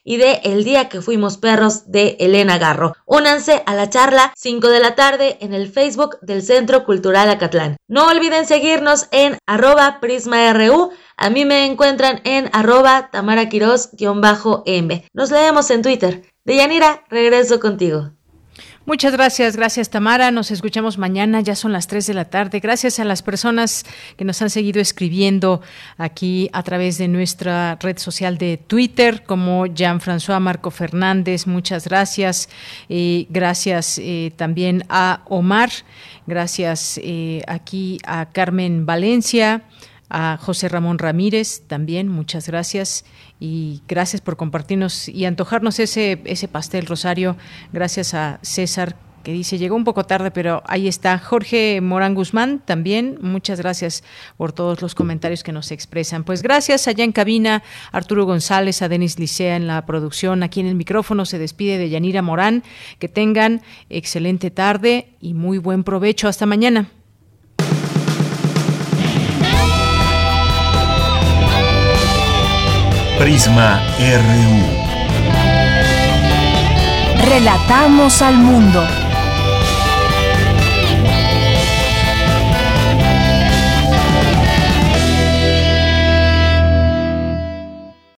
y de El día que fuimos perros de Elena Garro. Únanse a la charla cinco de la tarde en el Facebook del Centro Cultural Acatlán. No olviden seguirnos en arroba PrismaRU. A mí me encuentran en arroba Tamara Quiroz-M. Nos leemos en Twitter. Deyanira, regreso contigo. Muchas gracias, gracias Tamara, nos escuchamos mañana, ya son las tres de la tarde. Gracias a las personas que nos han seguido escribiendo aquí a través de nuestra red social de Twitter, como Jean-François Marco Fernández, muchas gracias. Eh, gracias eh, también a Omar, gracias eh, aquí a Carmen Valencia, a José Ramón Ramírez también, muchas gracias. Y gracias por compartirnos y antojarnos ese, ese pastel, Rosario. Gracias a César, que dice, llegó un poco tarde, pero ahí está. Jorge Morán Guzmán también, muchas gracias por todos los comentarios que nos expresan. Pues gracias allá en cabina, Arturo González, a Denis Licea en la producción. Aquí en el micrófono se despide de Yanira Morán. Que tengan excelente tarde y muy buen provecho. Hasta mañana. Prisma R U. Relatamos al mundo.